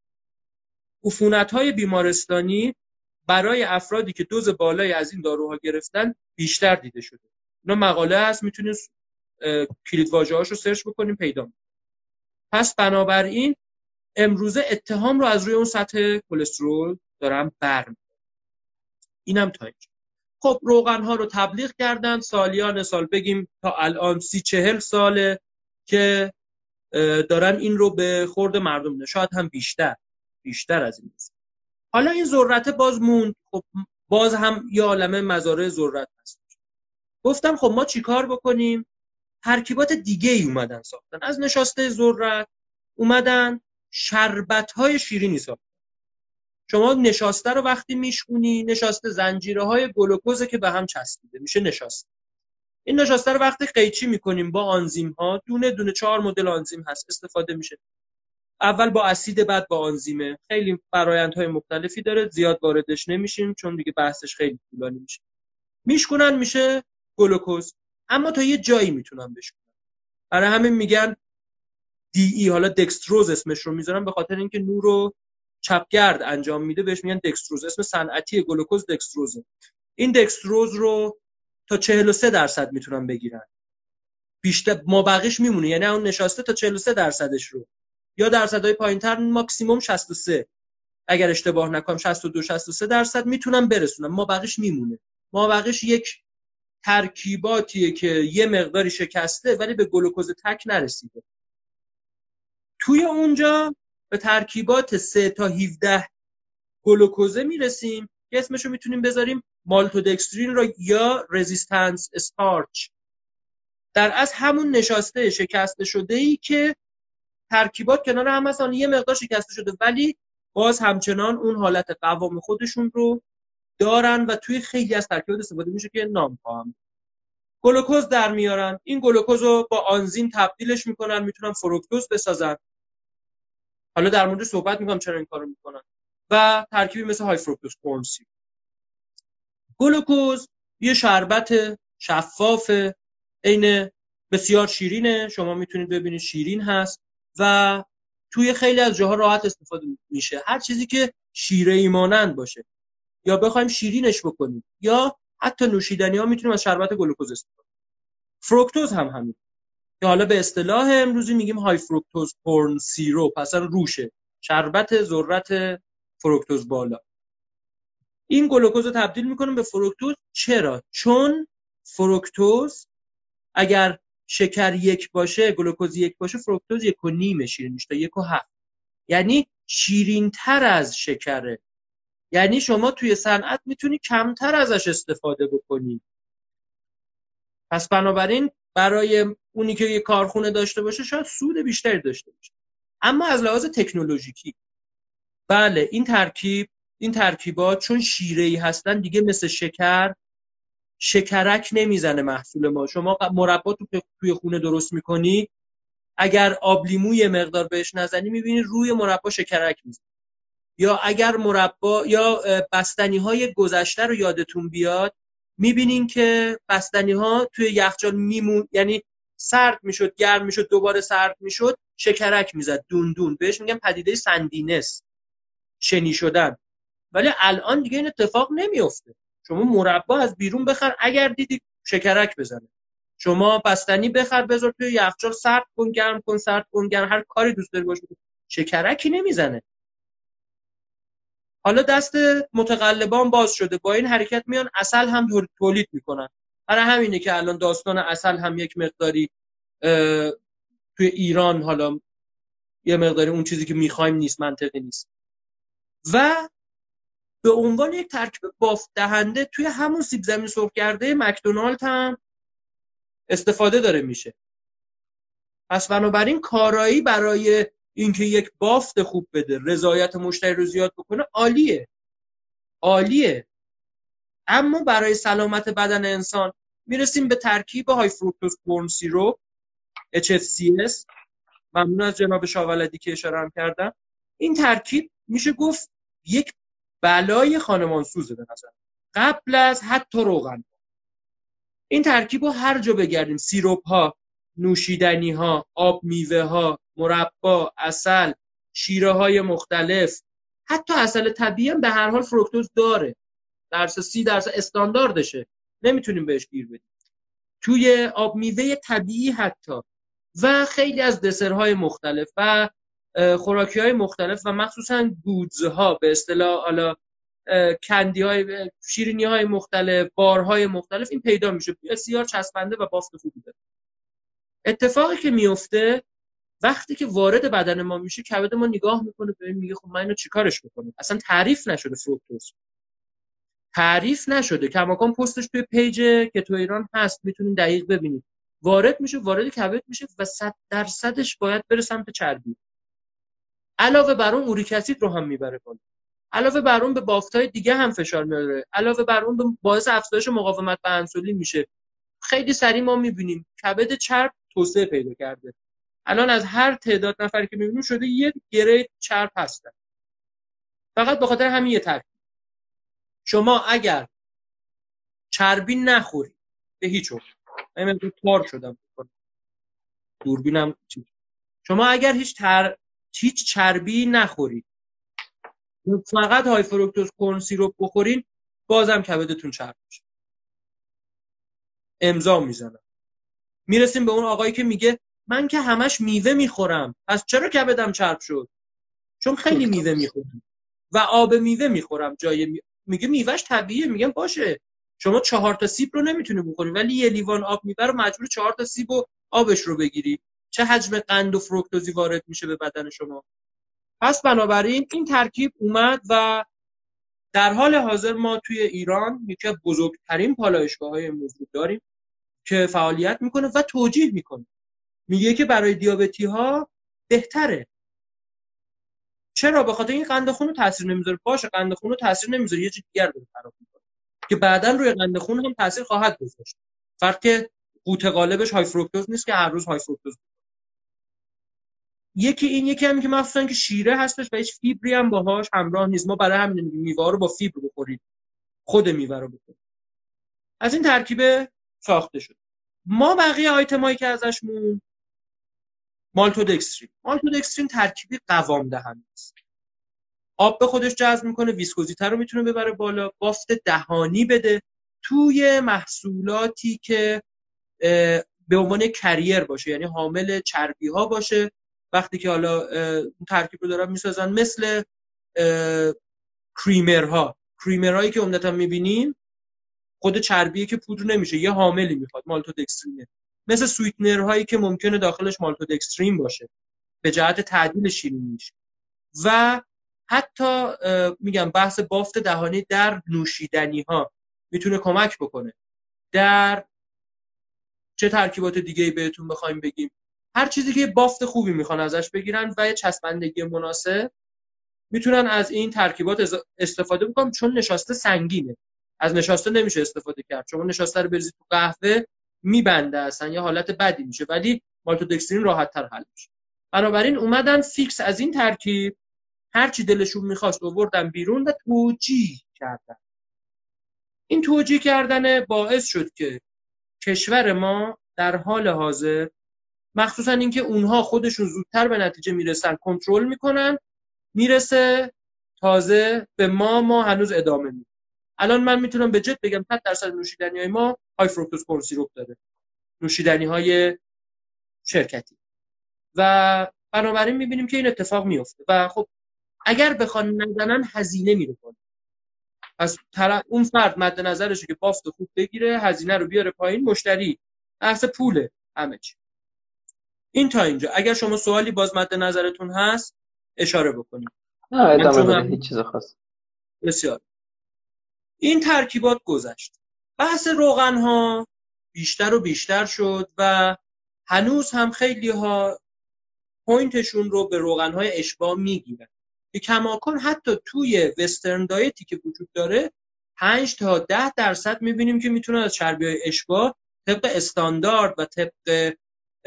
عفونت‌های بیمارستانی برای افرادی که دوز بالایی از این داروها گرفتن بیشتر دیده شده. اینا مقاله هست، میتونید کلید واژه‌هاشو سرچ بکنیم پیدا می‌کنید. پس بنابراین امروزه اتهام رو از روی اون سطح کلسترول دارن برمی‌دارن. اینم تا اینجا. خب روغن‌ها رو تبلیغ کردن سالیان سال، بگیم تا الان سی چهل ساله که دارن این رو به خورد مردم میدن، شاید هم بیشتر بیشتر از این است. حالا این ذرت باز موند. خب باز هم یه عالمه مزارع ذرت هست. گفتم خب ما چیکار بکنیم؟ ترکیبات دیگه ای اومدن ساختن. از نشاسته ذرت اومدن شربت‌های شیرینی ساختن. شما نشاسته رو وقتی میشکونی، نشاسته زنجیره‌های گلوکوز که به هم چسبیده میشه نشاسته. این نشاسته رو وقتی قیچی میکنیم با آنزیم‌ها، دونه دونه چهار مدل آنزیم هست استفاده میشه. اول با اسید، بعد با آنزیمه. خیلی فرآیندهای مختلفی داره، زیاد واردش نمیشیم چون دیگه بحثش خیلی طولانی میشه. میشکنن میشه گلوکوز، اما تا یه جایی میتونن بشکنن. برای همین میگن دی ای، حالا دکستروز اسمش رو میذارن به خاطر اینکه نور رو چپگرد انجام میده، بهش میگن دکستروز. اسم صنعتی گلوکوز دکستروزه. این دکستروز رو تا چهل و سه درصد میتونن بگیرن. بیشتر ما بقیش میمونه، یعنی اون نشاسته تا چهل و سه درصدش رو، یا درصدهای پایینتر ماکسیمم شصت و سه، اگر اشتباه نکنم شصت و دو شصت و سه درصد میتونن برسونن. ما بقیش میمونه. ما بقیش یک ترکیباتیه که یه مقداری شکسته ولی به گلوکوز تک نرسیده. توی اونجا به ترکیبات سه تا هفده گلوکوزه میرسیم که اسمشو میتونیم بذاریم مالتودکسترین را یا رزिस्टنس استارچ. در اصل همون نشاسته شکسته شده ای که ترکیبات کنار هم هستن، یه مقدار شکسته شده ولی باز همچنان اون حالت قوام خودشون رو دارن و توی خیلی از ترکیبات استفاده میشه که نام خواهم. گلوکوز در میارن. این گلوکوز رو با آنزیم تبدیلش میکنن، میتونن فروکتوز بسازن. حالا در موردش صحبت میکنم چرا این کارو میکنن. و ترکیبی مثل های فروکتوز کورن سیرپ. گلوکوز یه شربت شفاف، عین بسیار شیرینه. شما میتونید ببینید شیرین هست و توی خیلی از جاها راحت استفاده میشه. هر چیزی که شیره‌ای مانند باشه یا بخوایم شیرینش بکنیم یا حتی نوشیدنی ها میتونیم از شربت گلوکوز استفاده کنیم. فروکتوز هم همین که حالا به اصطلاح امروزی میگیم های فروکتوز کورن سیروپ، اصلا روشه، شربت ذرت فروکتوز بالا. این گلوکوز رو تبدیل میکنیم به فروکتوز. چرا؟ چون فروکتوز اگر شکر یک باشه، گلوکوز یک باشه، فروکتوز یک و نیم شیرین میشه تا یک و هفت. یعنی شیرین‌تر از شکره. یعنی شما توی صنعت میتونی کمتر ازش استفاده بکنی. پس بنابراین برای اونی که یه کارخونه داشته باشه شاید سود بیشتری داشته باشه. اما از لحاظ تکنولوژیکی بله این ترکیب این ترکیبات چون شیره‌ای هستن دیگه مثل شکر شکرک نمیزنه محصول ما. شما مربا تو توی خونه درست میکنی، اگر آب لیمو یه مقدار بهش نزنی میبینی روی مربا شکرک میزنه. یا اگر مربا یا بستنی های گذشته رو یادتون بیاد میبینین که بستنی ها توی یخچال میمون، یعنی سرد میشد گرم میشد دوباره سرد میشد شکرک میزد دون دون. بهش میگن پدیده سندینس، شنی شدن. ولی الان دیگه این اتفاق نمیفته. شما مربا از بیرون بخر اگر دیدی شکرک بزنه، شما بستنی بخر بذار توی یخچال سرد کن گرم کن سرد کن گرم هر کاری دوست داری باشه شکرکی نمیزنه. حالا دست متقلبان باز شده، با این حرکت میان عسل هم تولید میکنن. برای همینه که الان داستان عسل هم یک مقداری توی ایران حالا یه مقداری اون چیزی که میخوایم نیست، منطقی نیست. و به عنوان یک ترکیب بافت دهنده توی همون سیب زمینی سرخ کرده مکدونالد هم استفاده داره میشه. پس بنابراین کارایی برای اینکه یک بافت خوب بده، رضایت مشتری رو زیاد بکنه، عالیه عالیه. اما برای سلامت بدن انسان میرسیم به ترکیب های فروکتوز کورن سیروپ اچ اف سی اس. ممنون از جناب شاولدی که اشاره هم کردن. این ترکیب میشه گفت یک بلای خانمانسوزه به نظر، قبل از حتی روغن. این ترکیب رو هر جا بگردیم، سیروپ ها، نوشیدنی ها، آب میوه ها، مربا، عسل، شیره های مختلف، حتی عسل طبیعی هم به هر حال فروکتوز داره. درصد سی درصد استانداردشه، نمیتونیم بهش گیر بدیم. توی آب میوه طبیعی حتی و خیلی از دسرهای مختلف و خوراکی های مختلف و مخصوصا گودزها به اصطلاح حالا کندی های شیرینی های مختلف، بارهای مختلف، این پیدا میشه، بسیار چسبنده و بافت خوبی داره. اتفاقی که میفته وقتی که وارد بدن ما میشه، کبد ما نگاه میکنه به این میگه خب من اینو چیکارش بکنم؟ اصلا تعریف نشده فروکتوز، تعریف نشده. کماکان پستش توی پیج که تو ایران هست میتونین دقیق ببینید. وارد میشه، وارد کبد میشه و صد درصدش باید بره سمت چربی. علاوه بر اون اوریک اسید رو هم میبره بالا. علاوه بر اون به بافت‌های دیگه هم فشار میاره. علاوه بر اون باعث افزایش مقاومت به انسولین میشه. خیلی سریع ما میبینیم کبد چرب توسعه پیدا کرده. الان از هر تعداد نفری که میبینیم شده یک گرید چرب هستن. فقط به خاطر همین یه ترکیب. شما اگر چربی نخوری به هیچ وجه، من تو تار شدم دوربینم چی. شما اگر هیچ تر... هیچ چربی نخورید، فقط های فروکتوز کورن سیروپ بخورین، بازم کبدتون چرب میشه. امضا میزنم. میرسیم به اون آقایی که میگه من که همش میوه میخورم، پس چرا کبدم چرب شد؟ چون خیلی میوه میخورم و آب میوه میخورم. جای می... میگه میوهش طبیعیه. میگم باشه، شما چهار تا سیب رو نمیتونی بخوری ولی یه لیوان آب میوه رو مجبور چهار تا سیب و آبش رو بگیری. چه حجم قند و فروکتوزی وارد میشه به بدن شما؟ پس بنابراین این ترکیب اومد و در حال حاضر ما توی ایران یکی از بزرگترین پالایشگاه‌های موجود داریم که فعالیت میکنه و توجیه میکنه. میگه که برای دیابتی‌ها بهتره. چرا؟ به خاطر این قند خون رو تاثیر نمیذاره. باشه قند خون رو تاثیر نمیذاره، یه چیز دیگر رو خراب میکنه که بعداً روی قند خون هم تاثیر خواهد گذاشت. فرق که قوت غالبش های فروکتوز نیست که هر روز های فروکتوز. یکی این، یکی هم که مخصوصا که شیره هستش و هیچ فیبری هم باهاش همراه نیست. ما برای همین میگیم میوه رو با فیبر بخورید، خود میوه رو بخورید. از این ترکیب ساخته شد. ما بقیه آیتمایی که ازش مون، مالتودکسترین. مالتودکسترین ترکیبی قوام دهنده است. آب به خودش جذب میکنه، ویسکوزیته رو میتونه ببره بالا، بافت دهانی بده توی محصولاتی که به عنوان کریر باشه، یعنی حامل چربی ها باشه. وقتی که حالا اون ترکیب رو دارن میسازن مثل کریمرها، کریمرهایی که عمدتا میبینیم خود چربیه که پودر نمیشه، یه حاملی میخواد، مالتودکسترینه. مثل سویتنرهایی که ممکنه داخلش مالتودکسترین باشه به جهت تعدیل شیرینیش. و حتی میگم بحث بافت دهانی در نوشیدنی ها میتونه کمک بکنه. در چه ترکیبات دیگه ای بهتون بخوایم بگیم، هر چیزی که بافت خوبی میخوان ازش بگیرن و یه چسبندگی مناسب، میتونن از این ترکیبات استفاده بکنن، چون نشاسته سنگینه. از نشاسته نمیشه استفاده کرد. شما نشاسته رو بریزید تو قهوه میبنده، اصلا یه حالت بدی میشه، ولی مالتودکسترین راحت تر حل میشه. بنابراین اومدن فیکس از این ترکیب هر چی دلشون میخواست آوردن بیرون و توجیه کردن. این توجیه کردن باعث شد که کشور ما در حال حاضر، مخصوصا اینکه اونها خودشون زودتر به نتیجه میرسن، کنترل میکنن، میرسه تازه به ما ما هنوز ادامه میدیم. الان من میتونم به جد بگم صد درصد نوشیدنی‌های ما های فرکتوز کورن سیروپ داره، نوشیدنی‌های شرکتی، و بنابراین میبینیم که این اتفاق میفته و خب اگر بخوان نزنن هزینه میره بالا. پس اون فرد مد نظرشه که بافت خوب بگیره، هزینه رو بیاره پایین، مشتری بحث پوله همه چی. این تا اینجا. اگر شما سوالی باز مد نظرتون هست اشاره بکنید. نه ادامه بده، هیچ چیز خاص. بسیار. این ترکیبات گذشت. بحث روغن ها بیشتر و بیشتر شد و هنوز هم خیلی ها پوینتشون رو به روغن های اشباع میگیرن که کماکان حتی توی وسترن دایتی که وجود داره پنج تا ده درصد میبینیم که میتونن از چربی های اشباع طبق استاندارد و طبق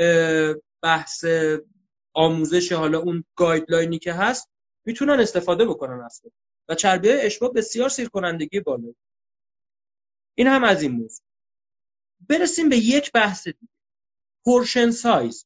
بحث آموزش حالا اون گایدلاینی که هست میتونن استفاده بکنن اصلا، و چربی های اشباع بسیار سیرکنندگی بالا. این هم از این موضوع. برسیم به یک بحث دیگه، پورشن سایز.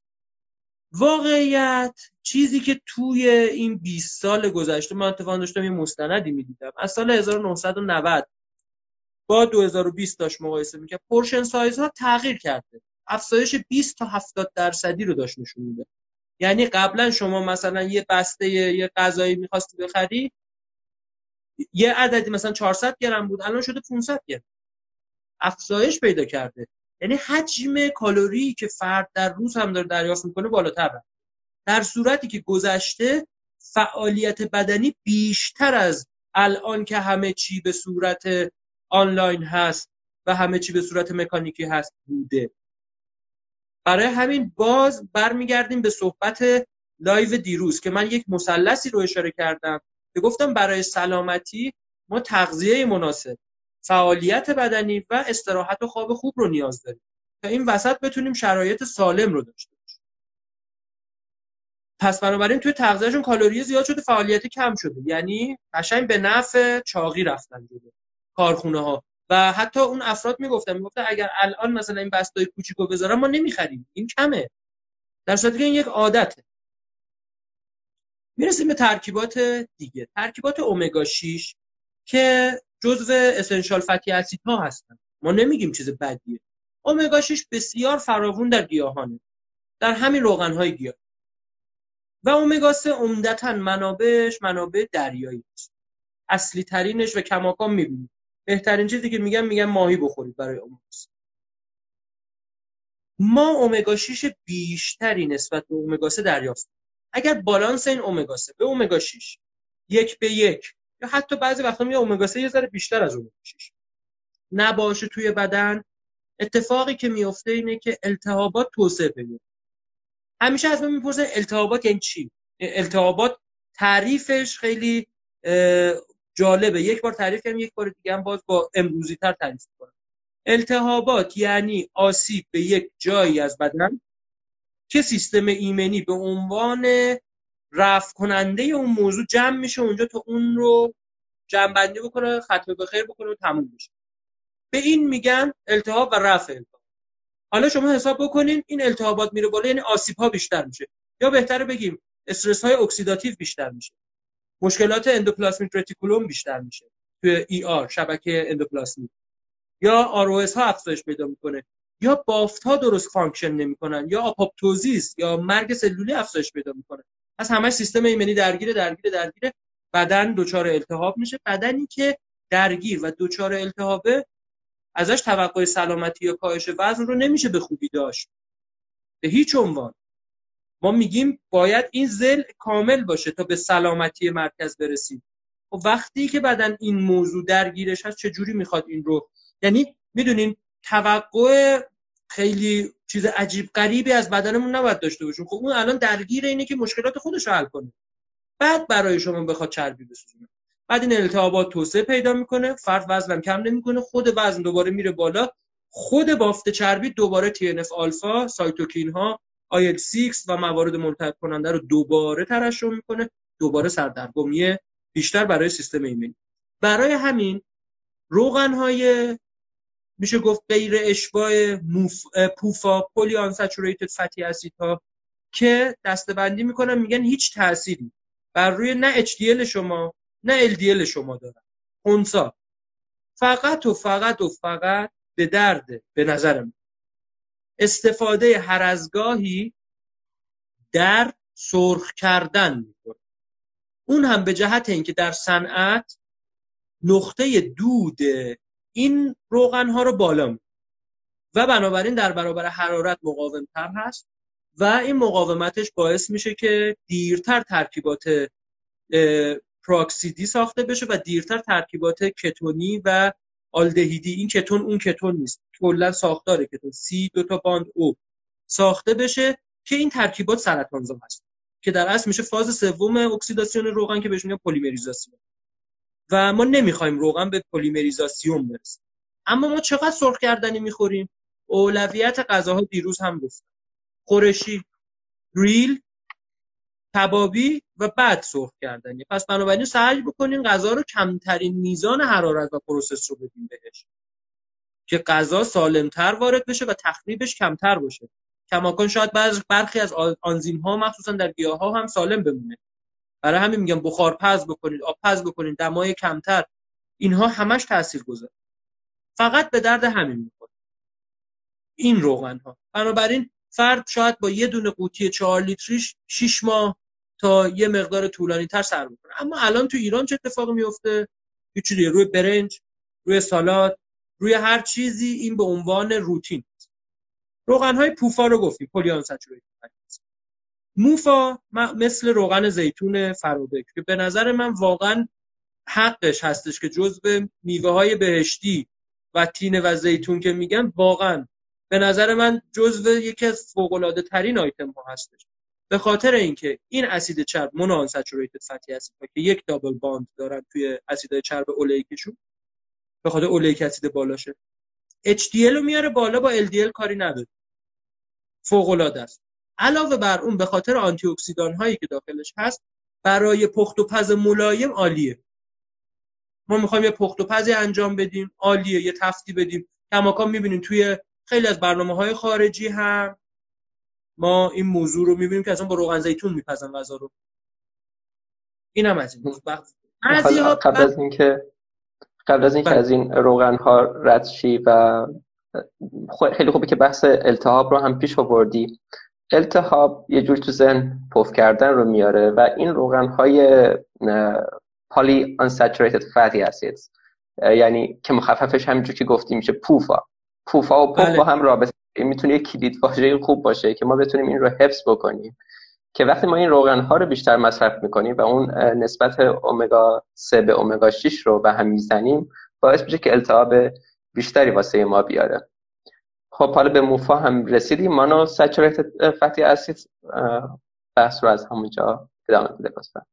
واقعیت چیزی که توی این بیست سال گذشته، من اتفاقا داشتم یه مستندی میدیدم از سال هزار و نهصد و نود با دو هزار و بیست داشت مقایسه میکرد، پورشن سایز ها تغییر کرده، افزایش بیست تا هفتاد درصدی رو داشت نشون میده. یعنی قبلا شما مثلا یه بسته یه غذایی می‌خواستی بخری، یه عددی مثلا چهارصد گرم بود، الان شده پانصد گرم، افزایش پیدا کرده. یعنی حجم کالری که فرد در روز هم داره دریافت میکنه بالاتر رفته، در صورتی که گذشته فعالیت بدنی بیشتر از الان که همه چی به صورت آنلاین هست و همه چی به صورت مکانیکی هست بوده. برای همین باز برمیگردیم به صحبت لایو دیروز که من یک مثلثی رو اشاره کردم که گفتم برای سلامتی ما تغذیه مناسب، فعالیت بدنی و استراحت و خواب خوب رو نیاز داریم تا این وسط بتونیم شرایط سالم رو داشته باشیم. پس بنابراین توی تغذیهشون کالری زیاد شده، فعالیت کم شده، یعنی قشنگ به نفع چاقی رفتن جلو کارخونه ها. و حتی اون افراد میگفتن میگفتن اگر الان مثلا این بستای کوچیکو بذارم ما نمیخریم، این کمه، در صورتی که این یک عادته. میرسیم به ترکیبات دیگه، ترکیبات امگا شش که جزو اسنشال فتی اسید ها هستن. ما نمیگیم چیز بدیه. امگا شش بسیار فراوون در گیاهانه، در همین روغن های گیاه. و امگا سه عمدتاً منابعش منابع دریایی است. اصلی ترینش و کماکان میبینید. بهترین چیزی که میگم میگم ماهی بخورید برای امگا سه. ما امگا شش بیشتری نسبت به امگا سه دریافت کنیم. اگر بالانس این امگا سه به امگا شش یک به یک یا حتی بعضی وقتا میگه امگا سه یه ذره بیشتر از امگا شش نباشه توی بدن، اتفاقی که میفته اینه که التهابات توسعه پیدا کنه. همیشه از من میپرسن التهابات یعنی چی؟ التهابات تعریفش خیلی جالبه، یک بار تعریف کردم یک بار دیگه هم باز با امروزی تر تعریف کنم. التهابات یعنی آسیب به یک جایی از بدن که سیستم ایمنی به عنوان رفع کننده اون موضوع جمع میشه اونجا تا اون رو جمع بندی بکنه، ختم به خیر بکنه و تموم بشه. به این میگن التهاب و رفع التهاب. حالا شما حساب بکنین این التهابات میره بالا، یعنی آسیب ها بیشتر میشه، یا بهتره بگیم استرس های اکسیداتیو بیشتر میشه، مشکلات اندوپلاسمیک رتیکولوم بیشتر میشه توی ای آر شبکه اندوپلاسمیک، یا آر او اس ها افزایش پیدا میکنه، یا بافت ها درست فانکشن نمیکنن، یا آپوپتوزیس یا مرگ سلولی افزایش پیدا میکنه. پس همه سیستم ایمنی درگیر درگیر درگیر بدن دچار التهاب میشه. بدنی که درگیر و دچار التهابه ازش توقع سلامتی یا کاهش وزن رو نمیشه به خوبی داشت به هیچ عنوان. ما میگیم باید این ضلع کامل باشه تا به سلامتی مرکز برسیم. و وقتی که بدن این موضوع درگیرش هست چجوری میخواد این رو، یعنی میدونین توقع خیلی چیز عجیب غریبی از بدنمون نباید داشته باشیم. خب اون الان درگیر اینه که مشکلات خودش رو حل کنه، بعد برای شما بخواد چربی بسوزونه. بعد این التهابات توسعه پیدا میکنه، فرد وزنم کم نمیکنه، خود وزن دوباره میره بالا، خود بافت چربی دوباره تی ان اف آلفا، سایتوکین ها، آی ال شش و موارد ملتهب کننده رو دوباره ترشح میکنه، دوباره سردرگمی بیشتر برای سیستم ایمنی. برای همین روغن های میشه گفت غیر اشباع پوفا، پلی آنسچوریتد فتی اسید ها که دسته‌بندی میکنن میگن هیچ تأثیری بر روی نه اچ دی ال شما نه ال دی ال شما دارن. خنثی فقط و فقط و فقط به درد به نظر من استفاده هر از گاهی در سرخ کردن میکنه. اون هم به جهت اینکه در صنعت نقطه دود این روغن ها رو بالا میبره و بنابراین در برابر حرارت مقاومتر هست و این مقاومتش باعث میشه که دیرتر ترکیبات پراکسیدی ساخته بشه و دیرتر ترکیبات کتونی و آلدهیدی، این کتون اون کتون نیست، کلا ساختار کتون سی دو تا باند او ساخته بشه که این ترکیبات سرطانزا هست که در اصل میشه فاز سوم اکسیداسیون روغن که بهش میگن پلیمریزاسیون و ما نمیخوایم روغن به پلیمریزاسیون برسه. اما ما چقدر سرخ کردنی میخوریم؟ اولویت غذاها دیروز هم گفتم، خورشی، گریل، کبابی و بعد سرخ کردنی. پس بنابراین سعی بکنین غذا رو کمترین میزان حرارت و پروسس رو بدین بهش که غذا سالمتر وارد بشه و تخریبش کمتر باشه. کماکان شاید بعض برخی از آنزیم ها مخصوصا در گیاه ها هم سالم بمونه. برای همین میگم بخار پز بکنید، آب پز بکنید، دمای کمتر، اینها همش تاثیرگذاره. فقط به درد همین میخوره این روغن ها. بنابراین فرد شاید با یه دونه قوطی چهار لیتریش شش ماه تا یه مقدار طولانی تر سر بکنه. اما الان تو ایران چه اتفاقی میفته؟ یه چیزی روی برنج، روی سالاد، روی هر چیزی این به عنوان روتین. روغن های پوفا رو گفتیم، پلی آنسچوریتد فتی اسید. موفا مثل روغن زیتون فرابک که به نظر من واقعا حقش هستش که جزو میوه های بهشتی و تینه و زیتون که میگن، واقعا به نظر من جزو یکی از فوق العاده ترین آیتم ها هستش، به خاطر اینکه این اسید چرب مونو آنسچوریتد فتی اسید که یک دابل باند دارن توی اسیدهای چرب اولئیکشون، به خاطر اولئیک اسید بالاشه، اچ دی ال رو میاره بالا، با ال دی ال کاری نداره، فوق العاده است. علاوه بر اون به خاطر آنتی اکسیدان هایی که داخلش هست برای پخت و پز ملایم عالیه. ما میخوایم یه پخت و پزی انجام بدیم، عالیه، یه تفتی بدیم. کماکان میبینیم توی خیلی از برنامه‌های خارجی هم ما این موضوع رو میبینیم که اصلا با روغن زیتون میپزن غذا رو. اینم از این موضوع. بعضی‌ها قبل از اینکه قبل از اینکه از این روغن ها رد شی و خیلی خوبه که بحث التهاب رو هم پیش آوردی. التهاب یه جور تو ذهن پف کردن رو میاره و این روغن های پالی آنسچوریتد فتی اسیدز، یعنی که مخففش همینجور که گفتیم میشه پوفا. پوفا و پف با هم رابطه میتونه یک کلید واژه خوب باشه که ما بتونیم این رو حفظ بکنیم، که وقتی ما این روغن ها رو بیشتر مصرف میکنیم و اون نسبت امگا سه به امگا شش رو به هم میزنیم، باعث میشه که التهاب بیشتری واسه ما بیاره. خب حالا به موفا هم رسیدیم. مانو سچوریتد فتی اسید بحث رو از همونجا ادامه بده.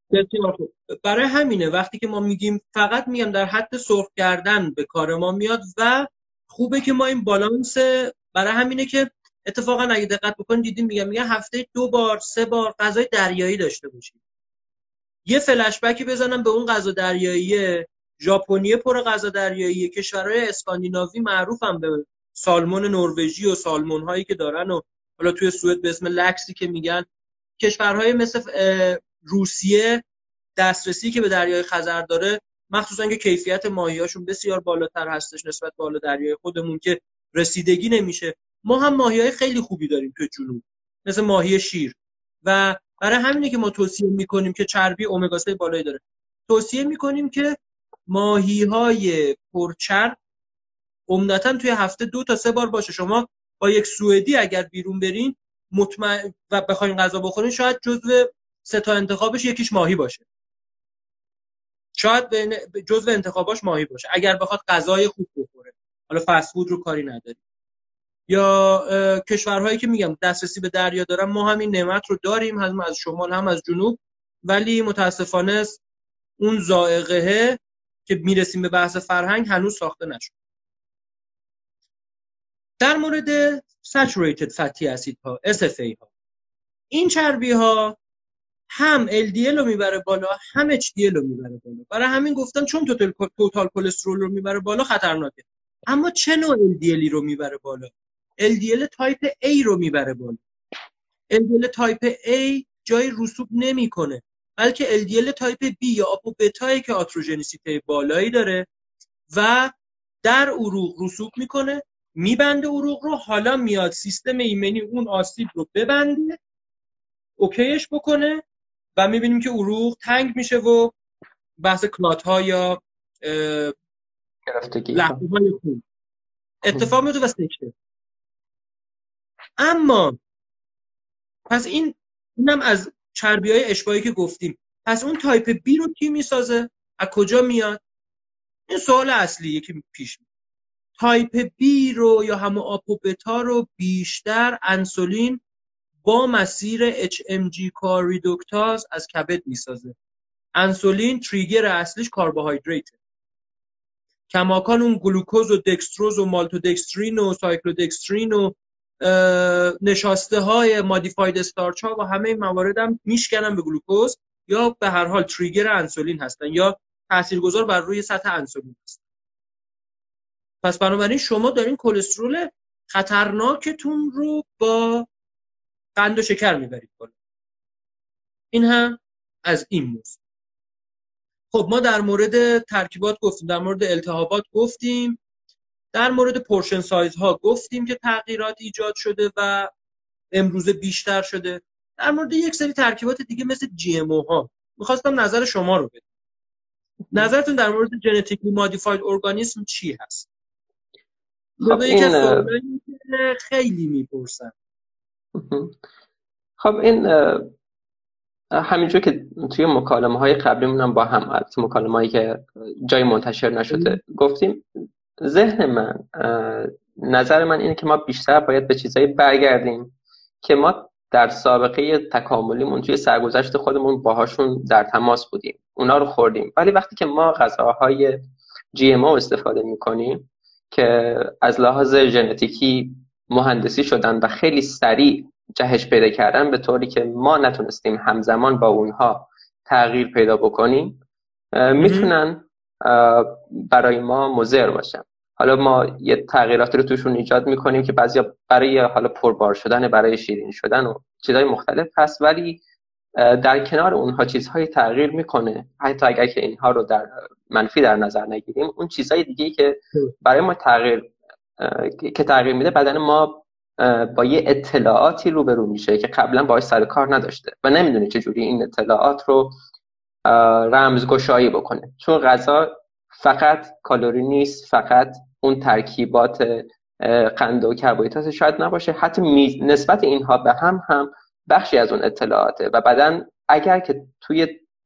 برای همینه وقتی که ما میگیم، فقط میگم در حد سرخ کردن به کار ما میاد و خوبه که ما این بالانس، برای همینه که اتفاقا اگه دقت بکنید دیدیم میگم میگن هفته دو بار سه بار غذای دریایی داشته باشید. یه فلش بکی بزنم به اون غذا دریایی ژاپنی پر غذا دریایی، کشورهای اسکاندیناوی معروفن به سالمون نروژی و سالمون هایی که دارن و حالا توی سوئد به اسم لکسی که میگن. کشورهای مثل روسیه دسترسی که به دریای خزر داره، مخصوصا که کیفیت ماهیاشون بسیار بالاتر هستش نسبت به بالا دریای خودمون که رسیدگی نمیشه. ما هم ماهیای خیلی خوبی داریم توی جنوب مثل ماهی شیر و برای همینه که ما توصیه میکنیم که چربی امگا سه بالایی داره. توصیه میکنیم که ماهی‌های پرچرب عمدتاً توی هفته دو تا سه بار باشه. شما با یک سوئدی اگر بیرون برین مطمئن و بخوایم غذا بخوریم شاید جزو سه تا انتخابش یکیش ماهی باشه، شاید بین جزو انتخاباش ماهی باشه اگر بخواد غذای خوب بخوره. حالا فست فود رو کاری نداریم. یا کشورهایی که میگم دسترسی به دریا دارن، ما همین نعمت رو داریم، هم از شمال هم از جنوب، ولی متاسفانه اون ذائقه که میرسیم به بحث فرهنگ هنوز ساخته نشد. در مورد saturated fatty acid ها اس اف ای ها، این چربی ها هم ال دی ال رو میبره بالا هم اچ دی ال رو میبره بالا. برای همین گفتم چون توتال توتال کلسترول رو میبره بالا خطرناکه. اما چه نوع ال دی ال رو میبره بالا؟ ال دی ال تایپ A رو میبره بالا. ال دی ال تایپ A جای رسوب نمیکنه، بلکه ال دی ال تایپ B یا آپو بتایی که آتروژنیسیته بالایی داره و در عروق رسوب میکنه، میبنده عروق رو، حالا میاد سیستم ایمنی اون آسیب رو ببنده، اوکیش بکنه و میبینیم که عروق تنگ میشه و بحث کلات ها یا لحظه های خون اتفاق میفته و سکته. اما پس این اینم از چربی های اشباعی که گفتیم. پس اون تایپ بی رو کی میسازه؟ از کجا میاد؟ این سوال اصلیه که پیش میاد. تایپ بی رو یا همون آپو بتا رو بیشتر انسولین با مسیر اچ ام جی کار ریدوکتاز از کبد میسازه. انسولین تریگر اصلیش کربوهیدراته. کماکان اون گلوکوز و دکستروز و مالتودکسترین و سایکلودکسترین و نشاسته های مادیفاید استارچ ها و همه این موارد هم میشکنن به گلوکوز یا به هر حال تریگر انسولین هستن یا تاثیرگذار بر روی سطح انسولین هستن. پس بنابراین شما دارین کلسترول خطرناکتون رو با قند و شکر میبرید بالا. این هم از این موضوع. خب ما در مورد ترکیبات گفتیم، در مورد التهابات گفتیم، در مورد پورشن سایز ها گفتیم که تغییرات ایجاد شده و امروزه بیشتر شده. در مورد یک سری ترکیبات دیگه مثل جی ام او ها میخواستم نظر شما رو بدم. نظرتون در مورد ژنتیکلی مودیفاید ارگانیسم چی هست؟ خب این خیلی میپرسن. خب این همینجور که توی مکالمه های قبلیمون هم با هم البته مکالمه هایی که جای منتشر نشده گفتیم، ذهن من نظر من اینه که ما بیشتر باید به چیزایی برگردیم که ما در سابقه تکاملیمون توی سرگذشت خودمون باهاشون در تماس بودیم، اونا رو خوردیم. ولی وقتی که ما غذاهای جی ام او استفاده میکنیم که از لحاظ ژنتیکی مهندسی شدن و خیلی سریع جهش پیدا کردن به طوری که ما نتونستیم همزمان با اونها تغییر پیدا بکنیم، میتونن برای ما مضر باشن. حالا ما یه تغییراتی رو توشون ایجاد میکنیم که بعضیا برای حالا پربار شدن، برای شیرین شدن و چیزهای مختلف هست، ولی در کنار اونها چیزهای تغییر میکنه. حتی اگر که اینها رو در منفی در نظر نگیریم، اون چیزهای دیگه‌ای که برای ما تغییر که تغییر میده بدن ما با یه اطلاعاتی روبرو میشه که قبلا باهاش سر کار نداشته و نمیدونه چجوری این اطلاعات رو رمزگشایی بکنه. چون غذا فقط کالری نیست، فقط اون ترکیبات قند و کربوهیدرات شاید نباشه، حتی نسبت اینها به هم هم بخشی از اون اطلاعاته و بدن اگر که توی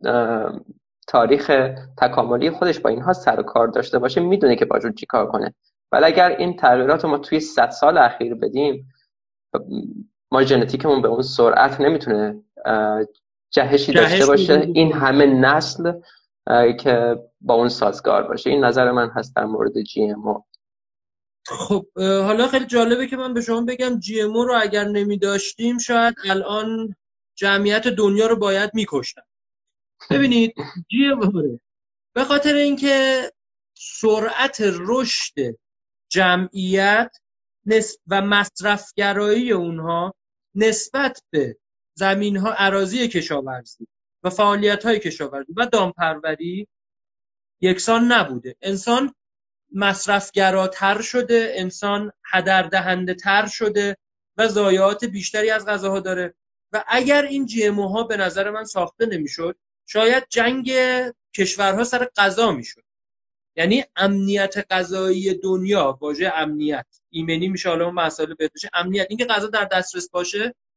تاریخ تکاملی خودش با اینها سر و کار داشته باشه میدونه که باید چی کار کنه. ولی اگر این تغییرات رو ما توی صد سال اخیر بدیم، ما ژنتیکمون به اون سرعت نمیتونه جهشی داشته باشه این همه نسل که با اون سازگار باشه. این نظر من هست در مورد جی ام او. خب حالا خیلی جالبه که من به شما بگم جی ام او رو اگر نمی داشتیم شاید الان جمعیت دنیا رو باید میکشتن. ببینید جی ام او به خاطر اینکه سرعت رشد جمعیت و مصرفگرایی اونها نسبت به زمین‌ها، اراضی کشاورزی و فعالیت‌های کشاورزی و دامپروری یکسان نبوده. انسان مصرفگراتر شده، انسان هدر دهنده تر شده و ضایعات بیشتری از غذاها داره و اگر این جی ام او ها به نظر من ساخته نمی‌شد شاید جنگ کشورها سر غذا می‌شد. یعنی امنیت غذایی دنیا، واژه امنیت ایمنی میشه، حالا اون مسائل بهت بشه، امنیت، اینکه غذا در دسترس باشه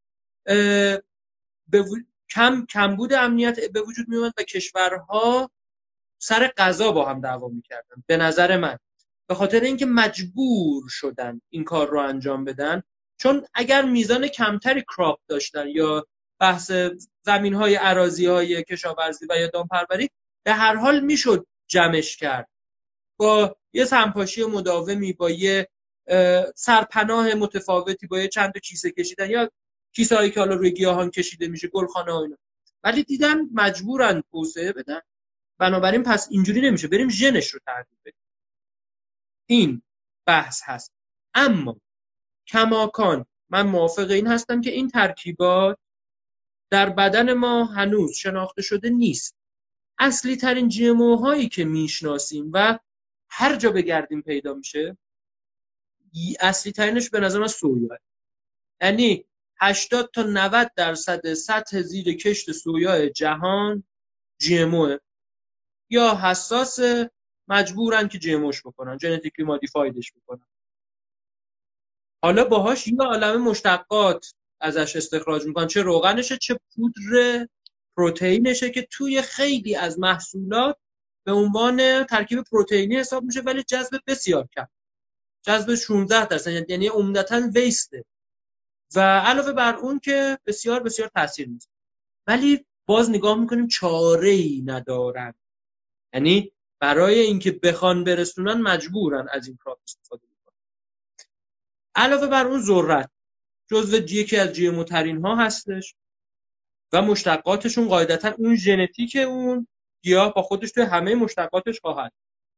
به و... کم کمبود امنیت به وجود می اومد و کشورها سر غذا با هم دعوا میکردن. به نظر من به خاطر اینکه مجبور شدن این کار رو انجام بدن، چون اگر میزان کمتری کراپ داشتن یا بحث زمین‌های اراضی‌های کشاورزی و یا دامپروری، به هر حال میشد جمعش کرد با یه سمپاشی مداومی، با یه سرپناه متفاوتی، با یه چند تا کیسه کشیدن یا کیسه هایی که حالا روی گیاهان کشیده میشه، گلخانه ها اینا. ولی دیدن مجبورن توسعه بدن، بنابراین پس اینجوری نمیشه، بریم ژنش رو تغییر بدیم. این بحث هست. اما کماکان من موافق این هستم که این ترکیبات در بدن ما هنوز شناخته شده نیست. اصلی ترین جی ام او هایی که میشناسیم و هر جا بگردیم پیدا میشه، اصلی ترینش به نظر من سویا. یعنی هشتاد تا نود درصد سطح زیر کشت سویا جهان جی ام او یا حساس، مجبورن که جی ام اوش بکنن، ژنتیکلی مودیفایدش بکنن. حالا باهاش یه عالمه مشتقات ازش استخراج میکنن، چه روغنشه چه پودر پروتئینشه که توی خیلی از محصولات به عنوان ترکیب پروتئینی حساب میشه، ولی جذب بسیار کم، جذب شانزده درصد، یعنی عمدتاً ویسته و علاوه بر اون که بسیار بسیار تاثیر میذاره. ولی باز نگاه میکنیم چاره‌ای ندارن، یعنی برای اینکه بخوان برسونن مجبورن از این کار استفاده کنن. علاوه بر اون ذرت جزو یکی از جی ام او ترین ها هستش و مشتقاتشون قاعدتا اون ژنتیک اون گیاه با خودش توی همه مشتقاتش خواهد.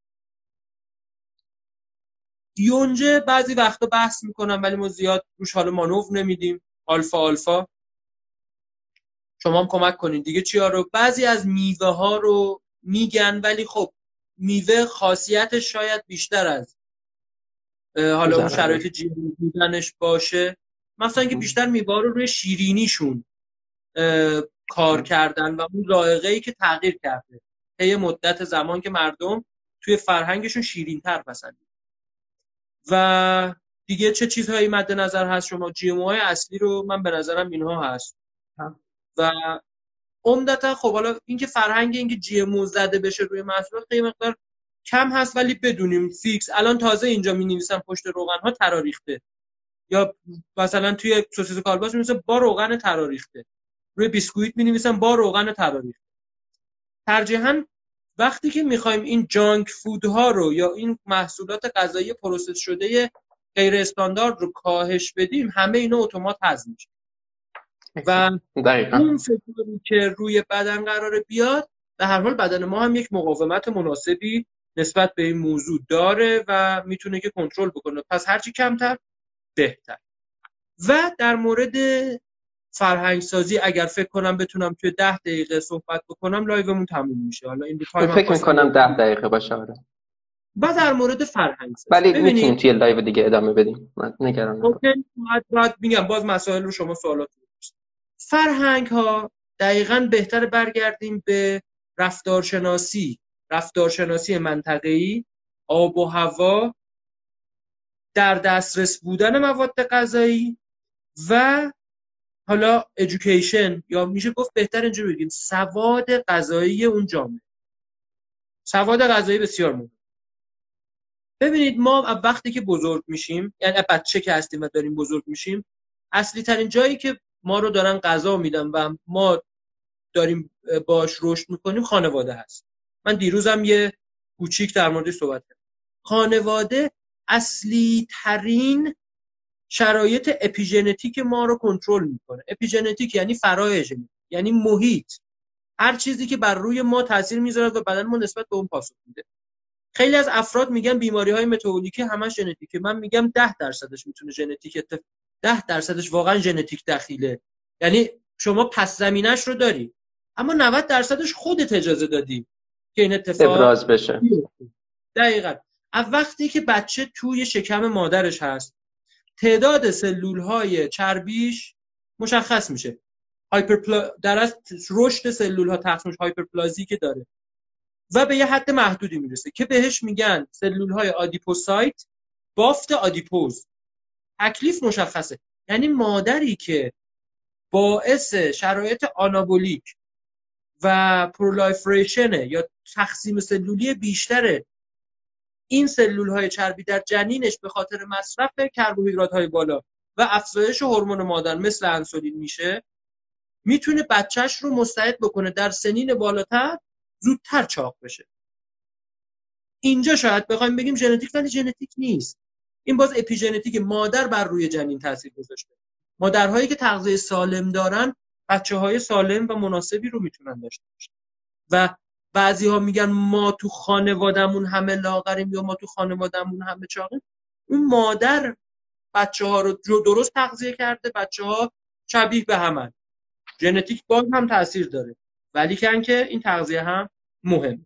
یونجه بعضی وقتا بحث میکنم ولی ما زیاد روش حالا مانور نمیدیم. آلفا آلفا شما هم کمک کنین دیگه چیا رو. بعضی از میوه ها رو میگن ولی خب میوه خاصیتش شاید بیشتر از حالا اون شرایط جیمی بودنش باشه، مثلا که بیشتر میوه رو روی شیرینیشون کار کردن و اون ذائقه‌ای که تغییر کرده طی مدت زمان که مردم توی فرهنگشون شیرین‌تر پسندید. و دیگه چه چیزهایی مد نظر هست شما؟ جی ام او های اصلی رو من به نظرم اینها هست و عمدتا خب حالا اینکه فرهنگ اینکه جی ام او زده بشه روی محصولات خیلی مقدار کم هست، ولی بدونیم فیکس الان تازه اینجا می‌نویسن پشت روغن ها تراریخته، یا مثلا توی سوسیس کالباس می‌نویسن با روغن تراریخته، روی بیسکویت می‌نویسن با روغن تراریخته. ترجیحاً وقتی که می‌خوایم این جانک فودها رو یا این محصولات غذایی پروسس شده غیر استاندارد رو کاهش بدیم، همه اینا اتومات هضم میشه و دقیقاً اون فکری که روی بدن قراره بیاد، به هر حال بدن ما هم یک مقاومت مناسبی نسبت به این موضوع داره و میتونه که کنترل بکنه. پس هرچی کمتر بهتر. و در مورد فرهنگ سازی اگر فکر کنم بتونم توی ده دقیقه صحبت بکنم لایومون تموم میشه. حالا این تایم فکر میکنم ده دقیقه باشه. آره. و در مورد فرهنگ سازی ولی میتونیم توی لایو دیگه ادامه بدیم. من نگران نباش. اوکی. بعد میگم باز مسائل رو شما سوالات بپرسید. فرهنگ ها دقیقاً بهتر برگردیم به رفتارشناسی، رفتارشناسی منطقه‌ای، آب و هوا، در دسترس بودن مواد غذایی و حالا education، یا میشه گفت بهتر اینجوری بگیم سواد غذایی اون جامعه. سواد غذایی بسیار مهمه. ببینید ما وقتی که بزرگ میشیم، یعنی بچه که هستیم و داریم بزرگ میشیم، اصلی ترین جایی که ما رو دارن غذا میدن و ما داریم باش رشد میکنیم خانواده هست. من دیروزم یه کوچیک در موردش صحبت کردم. خانواده اصلی ترین شرایط اپیژنتیک ما رو کنترل میکنه. اپیژنتیک یعنی فرای ژنتیک، یعنی محیط، هر چیزی که بر روی ما تاثیر میذاره و بدن ما نسبت به اون پاسخ میده. خیلی از افراد میگن بیماری‌های متابولیک همش ژنتیکه. من میگم ده درصدش میتونه ژنتیک، ده درصدش واقعا ژنتیک دخیله. یعنی شما پس زمینش رو داری، اما نود درصدش خودت اجازه دادی که این اتفاق ابراز بشه. دقیقاً. از وقتی که بچه توی شکم مادرش هست، تعداد سلول‌های چربیش مشخص میشه. هایپرپلا در از رشد سلول‌ها تقسیمش هایپرپلازی که داره و به یه حد محدودی میرسه که بهش میگن سلول‌های آدیپوسایت، بافت آدیپوز. تکلیف مشخصه. یعنی مادری که باعث شرایط آنابولیک و پرولایفریشن یا تقسیم سلولی بیشتر این سلول های چربی در جنینش به خاطر مصرف کربوهیدرات های بالا و افزایش هورمون مادر مثل انسولین میشه، میتونه بچهش رو مستعد بکنه در سنین بالاتر زودتر چاق بشه. اینجا شاید بخوایم بگیم ژنتیک، ولی ژنتیک نیست. این باز اپیژنتیک مادر بر روی جنین تاثیر گذاشته. مادرهایی که تغذیه سالم دارن بچه‌های سالم و مناسبی رو میتونن داشته باشن. و بعضی‌ها میگن ما تو خانوادهمون همه لاغریم یا ما تو خانوادهمون همه چاقیم. اون مادر بچه‌ها رو درست تغذیه کرده، بچه‌ها شبیه به همن. ژنتیک باز هم تاثیر داره، ولی کن که این تغذیه هم مهمه.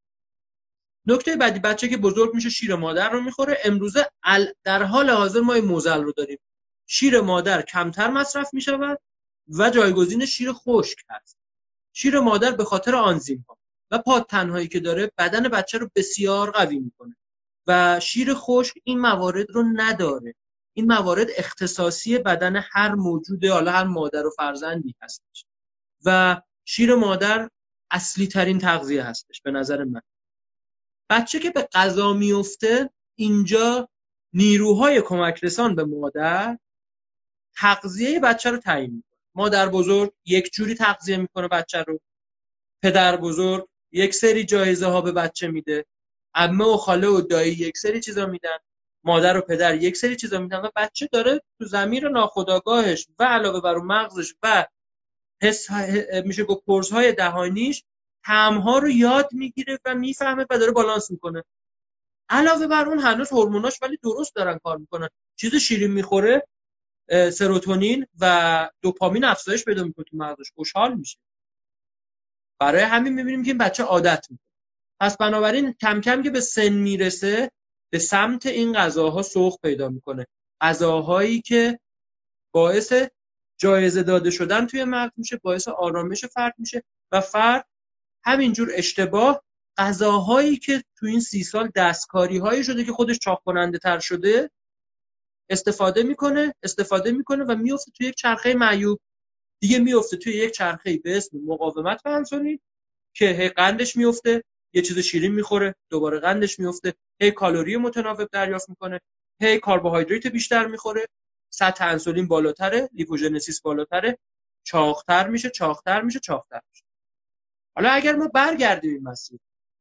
نکته بعدی، بچه که بزرگ میشه شیر مادر رو میخوره. امروزه در حال حاضر ما این معضل رو داریم، شیر مادر کمتر مصرف میشود و جایگزین شیر خشک هست. شیر مادر به خاطر آنزیم ها و پادتنهایی که داره بدن بچه رو بسیار قوی میکنه و شیر خشک این موارد رو نداره. این موارد اختصاصی بدن هر موجوده، حالا هر مادر و فرزندی هستش و شیر مادر اصلی ترین تغذیه هستش به نظر من. بچه که به غذا میفته، اینجا نیروهای کمک رسان به مادر تغذیه بچه رو تعیین میکنه. مادر بزرگ یک جوری تغذیه میکنه بچه رو، پدر بزرگ یک سری جایزه ها به بچه میده، عمه و خاله و دایی یک سری چیزا میدن، مادر و پدر یک سری چیزا میدن و بچه داره تو ضمیر ناخودآگاهش و علاوه بر اون مغزش و حس میشه گفت پرس‌های دهانیش طعم‌ها رو یاد میگیره و میفهمه و داره بالانس میکنه. علاوه بر اون هنوز هورموناش ولی درست دارن کار میکنن. چیز شیرین میخوره، سروتونین و دوپامین افزایش پیدا میکنه تو مغزش، خوشحال میشه. برای همین میبینیم که این بچه عادت میکنه. پس بنابراین کم کم که به سن میرسه به سمت این غذاها سوق پیدا میکنه، غذاهایی که باعث جایزه داده شدن توی مغز میشه، باعث آرامش فرد میشه و فرد همینجور اشتباه غذاهایی که تو این سی سال دستکاری هایی شده که خودش چاق کننده تر شده استفاده میکنه استفاده میکنه و میفته توی یک چرخه معیوب دیگه، میفته توی یک چرخه به اسم مقاومت به انسولین که هی قندش میفته، یه چیز شیرین میخوره، دوباره قندش میفته، هی کالری متناوب دریافت میکنه، هی کربوهیدرات بیشتر میخوره، سطح انسولین بالاتره، لیپوژنسیس بالاتره، چاقتر میشه چاقتر میشه چاقتر میشه. حالا اگر ما برگردیم این مسیر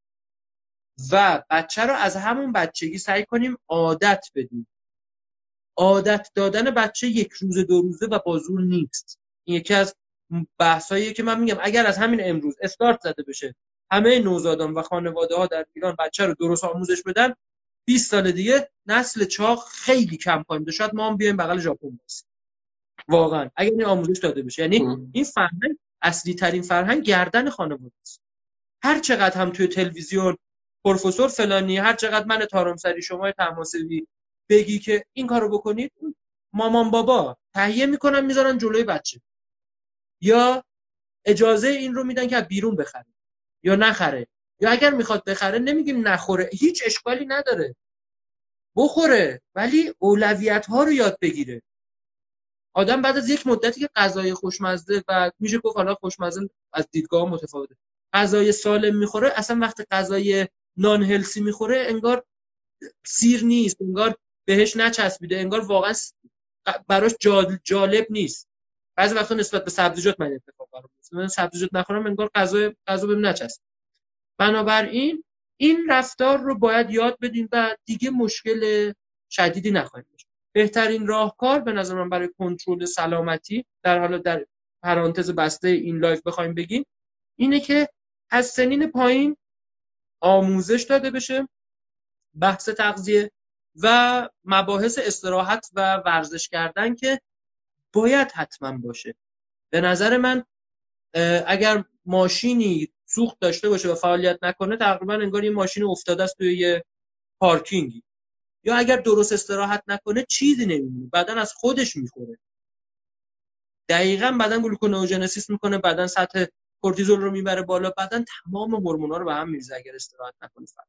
و بچه رو از همون بچگی سعی کنیم عادت بدیم، عادت دادن بچه یک روزه دو روزه و با زور نیست. این یکی از بحثاییه که من میگم اگر از همین امروز استارت زده بشه، همه نوزادان و خانواده ها در ایران بچه رو درست آموزش بدن، بیست سال دیگه نسل چاق خیلی کم خواهیم داشت. شاید ما هم بیایم بغل ژاپن باشیم واقعا اگر این آموزش داده بشه. یعنی این فرهنگ اصلی ترین فرهنگ گردن خانواده است. هر چقدر هم توی تلویزیون پروفسور فلانی، هر چقدر من تارمسری شما تماسبی بگی که این کارو بکنید، مامان بابا تهیه میکنن میذارن جلوی بچه، یا اجازه این رو میدن که بیرون بخره یا نخره، یا اگر میخواد بخره نمیگیم نخوره، هیچ اشکالی نداره بخوره، ولی اولویت ها رو یاد بگیره. آدم بعد از یک مدتی که غذای خوشمزه و میشه گفت حالا خوشمزه از دیدگاه متفاوته، غذای سالم میخوره، اصلا وقتی غذای نان هلسی میخوره انگار سیر نیست، انگار بهش نچسبیده، انگار واقعا براش جالب نیست. بعضی وقتا نسبت به سبزیجات من اتفاق میفته، من سبزیجات نخورم انگار غذا غذا بهم نچسبه. بنابراین این رفتار رو باید یاد بدیم و دیگه مشکل شدیدی نخواهیم داشت. بهترین راهکار به نظر من برای کنترل سلامتی در حالا در پرانتز بسته این لایف بخوایم بگیم اینه که از سنین پایین آموزش داده بشه بحث تغذیه و مباحث استراحت و ورزش کردن که باید حتما باشه. به نظر من اگر ماشینی سوخت داشته باشه و فعالیت نکنه تقریبا انگار یه ماشین افتاده است توی یه پارکینگی، یا اگر درست استراحت نکنه چیزی نمیمونه، بدن از خودش میخوره. دقیقاً بدن گلوکونئوژنسیس میکنه، بدن سطح کورتیزول رو میبره بالا، بدن تمام هورمونا رو به هم میریزه اگر استراحت نکنه. فرد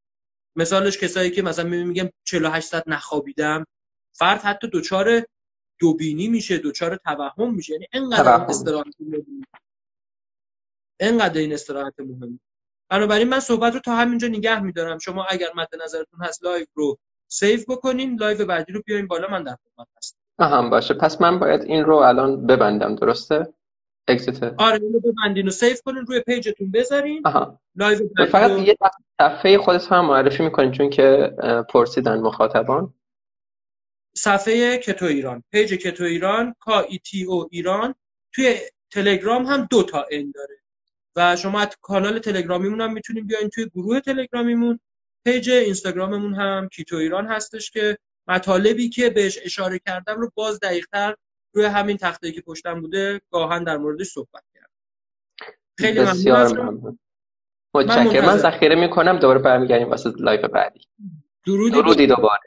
مثالش کسایی که مثلا میگم چهل و هشت ساعت نخوابیدم، فرد حتی دچار دوبینی میشه، دچار توهم میشه. یعنی انقدر این توهم. استراحت مهمه، انقدر این استراحت مهمه. بنابراین من صحبت رو تا همینجا نگه میدارم. شما اگر مد نظرتون هست لایو رو سیو بکنین، لایو بعدی رو بیارین بالا، من در خدمت هستم. هم باشه. پس من باید این رو الان ببندم، درسته؟ اگزیت. آره اینو ببندین و سیو کنین، روی پیجتون بذارین، آها. لایو بعدی فقط رو. یه صفحه خودت هم معرفی میکنین چون که پرسیدن مخاطبان. صفحه کتو ایران، پیج کتو ایران، کا ای تی او ایران. توی تلگرام هم دو تا ان داره و شما از کانال تلگرامیمون هم میتونین بیاین توی گروه تلگرامیمون. پیج اینستاگراممون هم کیتو ایران هستش که مطالبی که بهش اشاره کردم رو باز دقیق‌تر روی همین تخته‌ای که پشتم بوده گاهن در موردش صحبت کردم. خیلی ممنون بسیار از شما. ممنون. من متشکرم. من منتظرم. ذخیره میکنم، دوباره برمیگردیم واسه لایو بعدی. درودی. درودی دوباره.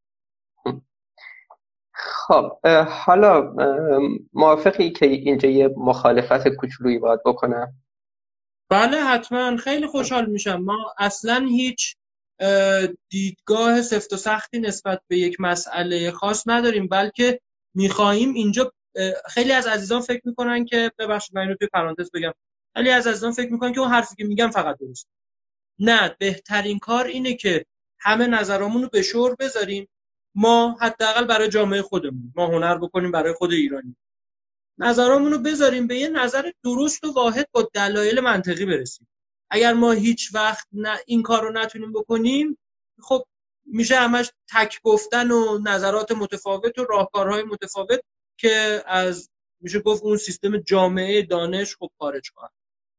خب حالا موافقی که اینجا یه مخالفت کوچولویی باید بکنم؟ بله حتما، خیلی خوشحال میشم. ما اصلا هیچ دیدگاه سفت و سختی نسبت به یک مسئله خاص نداریم، بلکه میخواهیم اینجا. خیلی از عزیزان فکر میکنن که، ببخشید من اینو توی پرانتز بگم، خیلی از عزیزان فکر میکنن که اون حرفی که میگم فقط درست. نه، بهترین کار اینه که همه نظرامون رو به شور بذاریم. ما حداقل برای جامعه خودمون، ما هنر بکنیم برای خود ایرانی، نظرامون رو بذاریم، به یه نظر درست و واحد با دلایل منطقی برسیم. اگر ما هیچ وقت نه این کار رو نتونیم بکنیم، خب میشه همش تک گفتن و نظرات متفاوت و راهکارهای متفاوت که از میشه گفت اون سیستم جامعه دانش خب خارج خواهد.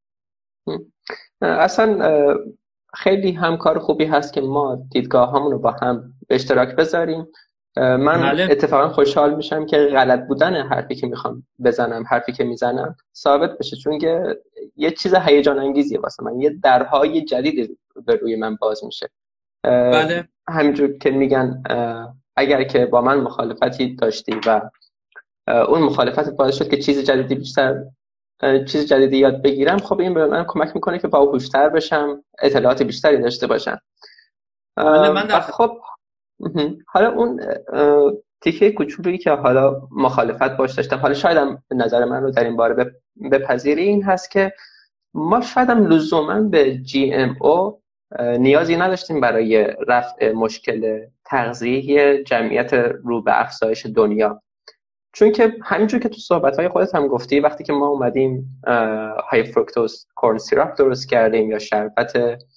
اصلا خیلی همکار خوبی هست که ما دیدگاه هامون رو با هم به اشتراک بذاریم. من بله. اتفاقا خوشحال میشم که غلط بودن حرفی که میخوام بزنم، حرفی که میزنم ثابت بشه، چون که یه چیز هیجان انگیزیه واسه من، یه درهای جدید به روی من باز میشه. بله. همینجور که میگن اگر که با من مخالفتی داشتی و اون مخالفت باعث شد که چیز جدیدی بیشتر چیز جدیدی یاد بگیرم، خب این به من کمک میکنه که باهوشتر بشم، اطلاعات بیشتری داشته باشم. بله من در خب حالا اون تیکه کوچولویی که حالا مخالفت باش داشتم، حالا شاید هم نظر من رو در این باره بپذیری، این هست که ما شاید هم لزوما به جی ام او نیازی نداشتیم برای رفع مشکل تغذیه جمعیت رو به افزایش دنیا. چون که همینجور که تو صحبت‌های خودت هم گفتی، وقتی که ما اومدیم های فرکتوز کورن سیراپ درست کردیم یا شربت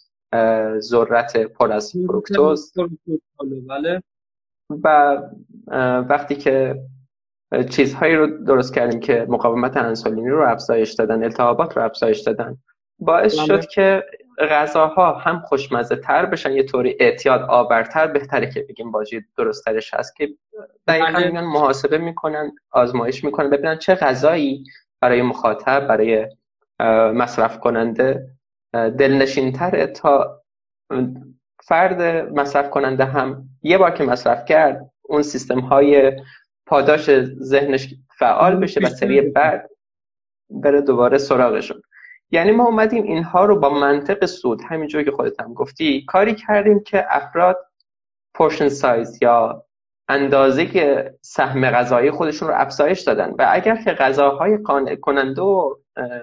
ذرت پر از فرکتوز، بله، و وقتی که چیزهایی رو درست کردیم که مقاومت انسولینی رو افزایش دادن، التهابات رو افزایش دادن، باعث بله. شد که غذاها هم خوشمزه تر بشن، یه طوری اعتیاد آورتر، بهتره که بگیم واژه درست‌ترش هست، که دقیقاً بله. میان محاسبه میکنن، آزمایش میکنن، ببینن چه غذایی برای مخاطب، برای مصرف کننده دلنشین‌تره تا فرد مصرف کننده هم یه بار که مصرف کرد اون سیستم های پاداش ذهنش فعال بشه و سری بعد بره دوباره سراغشون. یعنی ما اومدیم اینها رو با منطق سود، همینجور که خودت هم گفتی، کاری کردیم که افراد پورشن سایز یا اندازه سهم غذایی خودشون رو افزایش دادن، و اگر که غذاهای قانع کننده و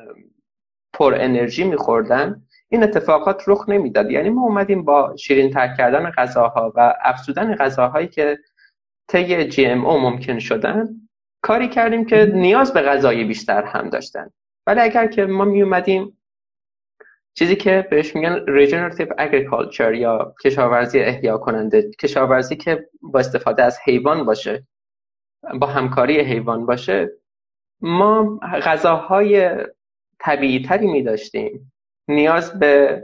پر انرژی میخوردن این اتفاقات رخ نمیداد. یعنی ما اومدیم با شیرین تر کردن غذاها و افزودن غذاهایی که طی جی ام او ممکن شدن کاری کردیم که نیاز به غذای بیشتر هم داشتن. ولی اگر که ما می اومدیم چیزی که بهش میگن regenerative agriculture یا کشاورزی احیا کننده، کشاورزی که با استفاده از حیوان باشه، با همکاری حیوان باشه، ما غذاهای طبیعی تری می داشتیم، نیاز به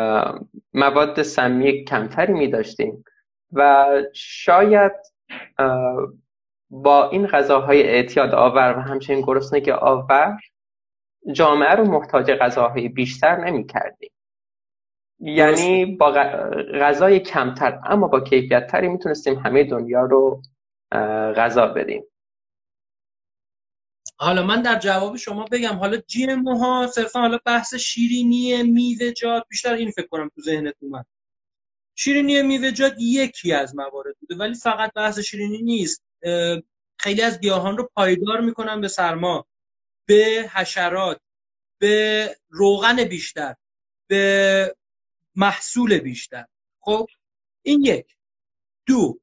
مواد سمی کمتری می داشتیم و شاید با این غذاهای اعتیاد آور و همچنین گرسنگی آور جامعه رو محتاج غذاهای بیشتر نمی کردیم. یعنی با غذای کمتر اما با کیفیت تری می تونستیم همه دنیا رو غذا بدیم. حالا من در جواب شما بگم، حالا جی ام او ها صرفا حالا بحث شیرینی میوه‌جات، بیشتر این فکر کنم تو ذهنت اومد. شیرینی میوه‌جات یکی از موارد بوده، ولی فقط بحث شیرینی نیست. خیلی از گیاهان رو پایدار میکنن به سرما، به حشرات، به روغن بیشتر، به محصول بیشتر. خب این یک. دو،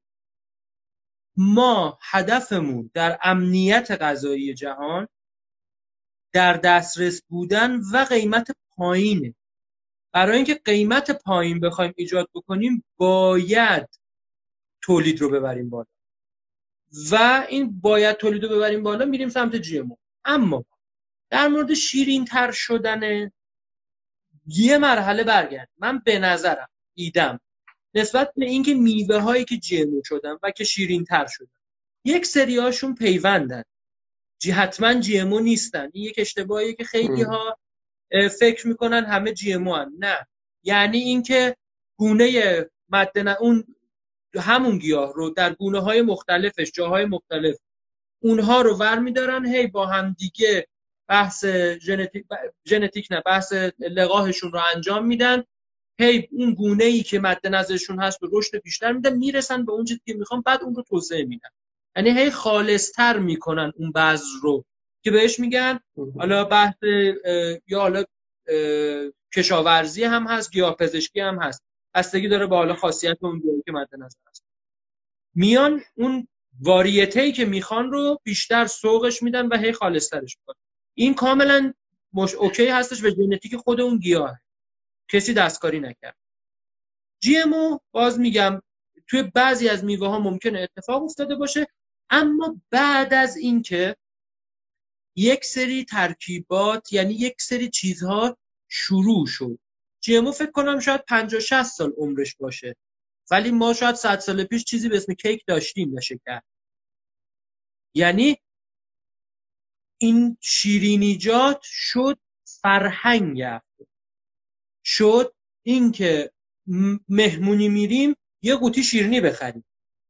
ما هدفمون در امنیت غذایی جهان در دسترس بودن و قیمت پایینه. برای اینکه قیمت پایین بخوایم ایجاد بکنیم باید تولید رو ببریم بالا و این باید تولید رو ببریم بالا میریم سمت جی ام او. اما در مورد شیرین تر شدن یه مرحله برگرد. من به نظرم ایدم نسبت به اینکه میوه هایی که جی ام او شدن و که شیرین تر شدن یک سری هاشون پیوندن، جی حتما جی ام او نیستن. این یک اشتباهیه که خیلی ها فکر میکنن همه جی ام او هن. نه، یعنی اینکه گونه مدن اون همون گیاه رو در گونه های مختلفش جاهای مختلف اونها رو ور میدارن، هی با هم دیگه بحث ژنتیک ژنتیک نه بحث لقاحشون رو انجام میدن، هی اون گونه ای که مد نظرشون هست رو رشد بیشتر میدن، میرسن به اون چیزی که میخوان، بعد اون رو توسعه میدن. یعنی هی خالص‌تر میکنن اون بذر رو که بهش میگن حالا بحث یا حالا کشاورزی هم هست، گیاهپزشکی هم هست، بستگی داره با حالا خاصیت اون گیاهی که مد نظر هست. میان اون واریته‌ای که میخوان رو بیشتر سوقش میدن و هی خالص‌ترش میکنن. این کاملا مش اوکی هستش و ژنتیک خود اون گیاه، کسی دستکاری نکرد. جی ام او باز میگم توی بعضی از میوه ها ممکنه اتفاق افتاده باشه، اما بعد از اینکه یک سری ترکیبات یعنی یک سری چیزها شروع شد. جی ام او فکر کنم شاید پنجاه شصت سال عمرش باشه، ولی ما شاید صد سال پیش چیزی به اسم کیک داشتیم و شکر. یعنی این شیرینیجات شد فرهنگ افراد، شد اینکه مهمونی میریم یه قوطی شیرینی بخریم.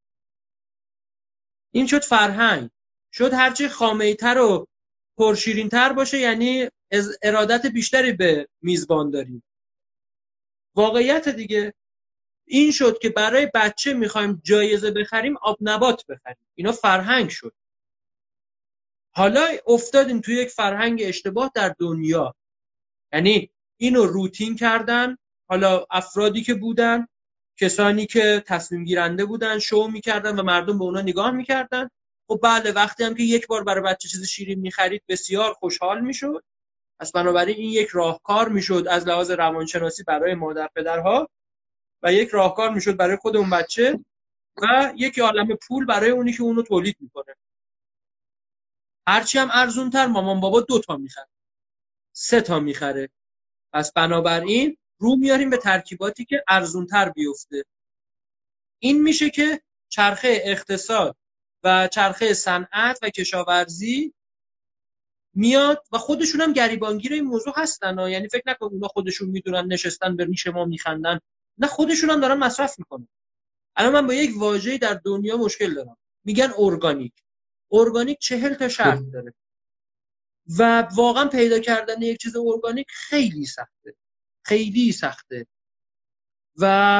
این شد فرهنگ، شد هرچی خامه‌ای‌تر و پرشیرین‌تر باشه یعنی از ارادت بیشتری به میزبان داریم. واقعیت دیگه این شد که برای بچه میخوایم جایزه بخریم آب نبات بخریم. اینا فرهنگ شد. حالا افتادیم توی یک فرهنگ اشتباه در دنیا، یعنی اینو روتین کردن. حالا افرادی که بودن، کسانی که تصمیم گیرنده بودن، شو میکردن و مردم به اونا نگاه میکردن. خب بله، وقتی هم که یک بار برای بچه چیز شیرین میخرید بسیار خوشحال میشد. پس بنابراین این یک راهکار میشد از لحاظ روانشناسی برای مادر پدرها و یک راهکار میشد برای خود اون بچه و یک عالمه پول برای اونی که اونو تولید میکنه. هرچی هم ارزونتر مامان بابا دو تا میخره، سه تا میخره. پس بنابراین رو میاریم به ترکیباتی که ارزونتر بیفته. این میشه که چرخه اقتصاد و چرخه صنعت و کشاورزی میاد و خودشون هم گریبانگیر این موضوع هستن ها. یعنی فکر نکن اونا خودشون میدونن نشستن به ریش ما میخندن، نه، خودشون هم دارن مصرف میکنن. الان من با یک واژه‌ای در دنیا مشکل دارم، میگن ارگانیک. ارگانیک چهل تا شرط داره و واقعا پیدا کردن یک چیز ارگانیک خیلی سخته، خیلی سخته و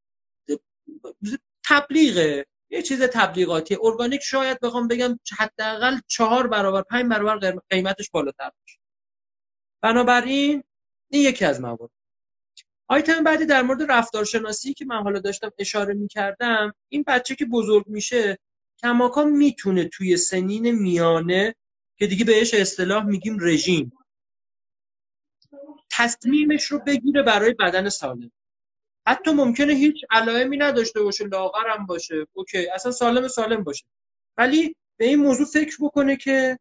تبلیغه، یه چیز تبلیغاتی. ارگانیک شاید بخوام بگم حداقل چهار برابر پنج برابر قیمتش بالاتر باشه. بنابراین این یکی از موارد. آیتم بعدی در مورد رفتارشناسی که من حالا داشتم اشاره می‌کردم، این بچه که بزرگ میشه کماکان میتونه توی سنین میانه که دیگه بهش اصطلاح میگیم رژیم، تصمیمش رو بگیره برای بدن سالم. حتی ممکنه هیچ علائمی نداشته باشه، لاغرم باشه، اوکی، اصلا سالم سالم باشه، ولی به این موضوع فکر بکنه که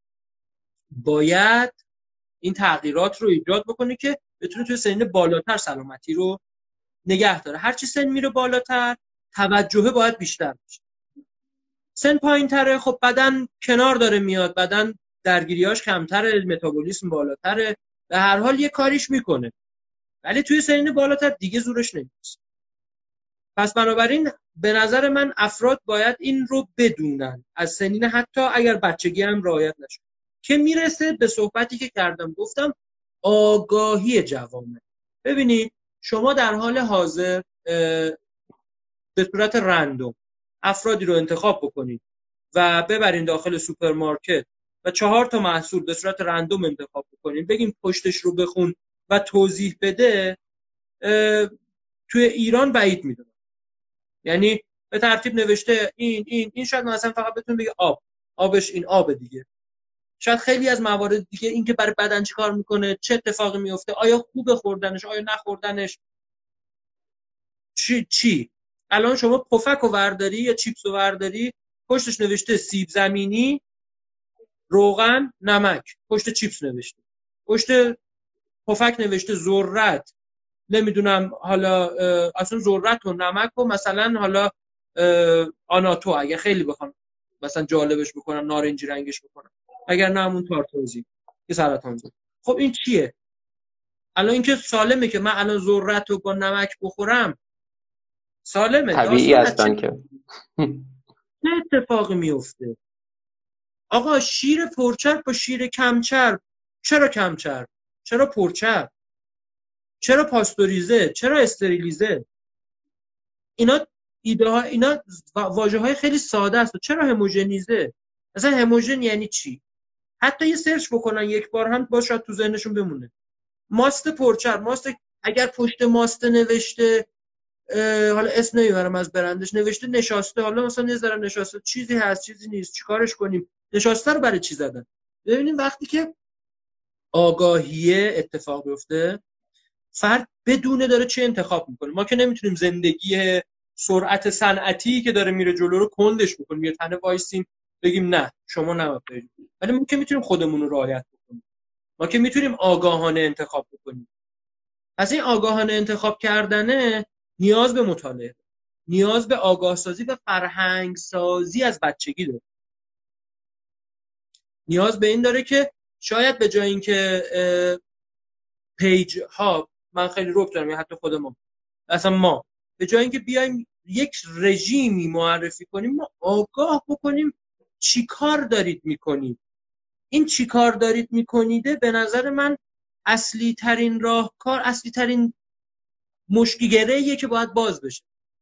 باید این تغییرات رو ایجاد بکنه که بتونه توی سن بالاتر سلامتی رو نگه داره. هرچی سن میره بالاتر توجه باید بیشتر بشه. سن پایین‌تره، خب بدن کنار داره میاد، بدن درگیریاش کمتره، متابولیسم بالاتره، به هر حال یه کاریش میکنه، ولی توی سنین بالاتر دیگه زورش نمیرسه. پس بنابراین به نظر من افراد باید این رو بدونن از سنین حتی اگر بچگی هم رعایت نشه، که میرسه به صحبتی که کردم، گفتم آگاهی جوامع. ببینید شما در حال حاضر به صورت رندوم افرادی رو انتخاب بکنید و ببرین داخل سوپرمارکت و چهار تا محصول به صورت رندوم انتخاب بکنین، بگیم پشتش رو بخون و توضیح بده، توی ایران بعید میدونم. یعنی به ترتیب نوشته این این این شاید مثلا فقط بتون بگه آب، آبش این آب دیگه. شاید خیلی از موارد دیگه، این که برای بدن چی کار میکنه، چه اتفاقی میفته، آیا خوبه خوردنش، آیا نخوردنش، چی چی الان شما پفک و ورداری یا چیپس و ورداری، پشتش نوشته سیب زمینی، روغن، نمک، پشت چیپس نوشته، پشت پفک نوشته ذرت، نمیدونم حالا اصلا ذرت و نمک و مثلا حالا آناتو اگه خیلی بخوام مثلا جالبش بکنم نارنجی رنگش بکنم، اگر نه همون تارتوزی که سرطان زد. خب این چیه؟ الان اینکه سالمه که من الان ذرت رو با نمک بخورم، سالمه، طبیعی داستان هستن که چه اتفاقی میفته؟ آقا شیر پرچرب با شیر کمچرب، چرا کمچرب؟ چرا پرچرب؟ چرا پاستوریزه؟ چرا استریلیزه؟ اینا ایده ها، اینا واژه های خیلی ساده است. چرا هموژنیزه؟ مثلا هموژن یعنی چی؟ حتی یه سرچ بکنن یک بار هم باز شاید تو ذهنشون بمونه. ماست پرچرب، ماست اگر پشت ماست نوشته حالا اسم نمیبرم از برندش، نوشته نشاسته، حالا مثلا یه ذره نشاسته، چیزی هست چیزی نیست، چیکارش کنیم؟ نشاسته رو برای چی زدن؟ ببینیم وقتی که آگاهیه اتفاق بیفته، فرد بدونه داره چه انتخاب میکنه. ما که نمیتونیم زندگی سرعت صنعتی که داره میره جلو رو کندش بکنیم، یه تنه وایسیم بگیم نه شما نباید برید، ولی ما که میتونیم خودمون رو رعایت بکنیم، ما که میتونیم آگاهانه انتخاب بکنیم. پس این آگاهانه انتخاب کردنه نیاز به مطالعه، نیاز به آگاه سازی و فرهنگ سازی از بچگی داره. نیاز به این داره که شاید به جای اینکه پیج ها، من خیلی رب دارم، یا حتی خود ما، اصلا ما به جای اینکه بیایم یک رژیمی معرفی کنیم، ما آگاه بکنیم چی کار دارید میکنید. این چی کار دارید میکنیده به نظر من اصلی ترین راهکار، اصلی ترین مشکیگره‌ایه که باید باز بشه.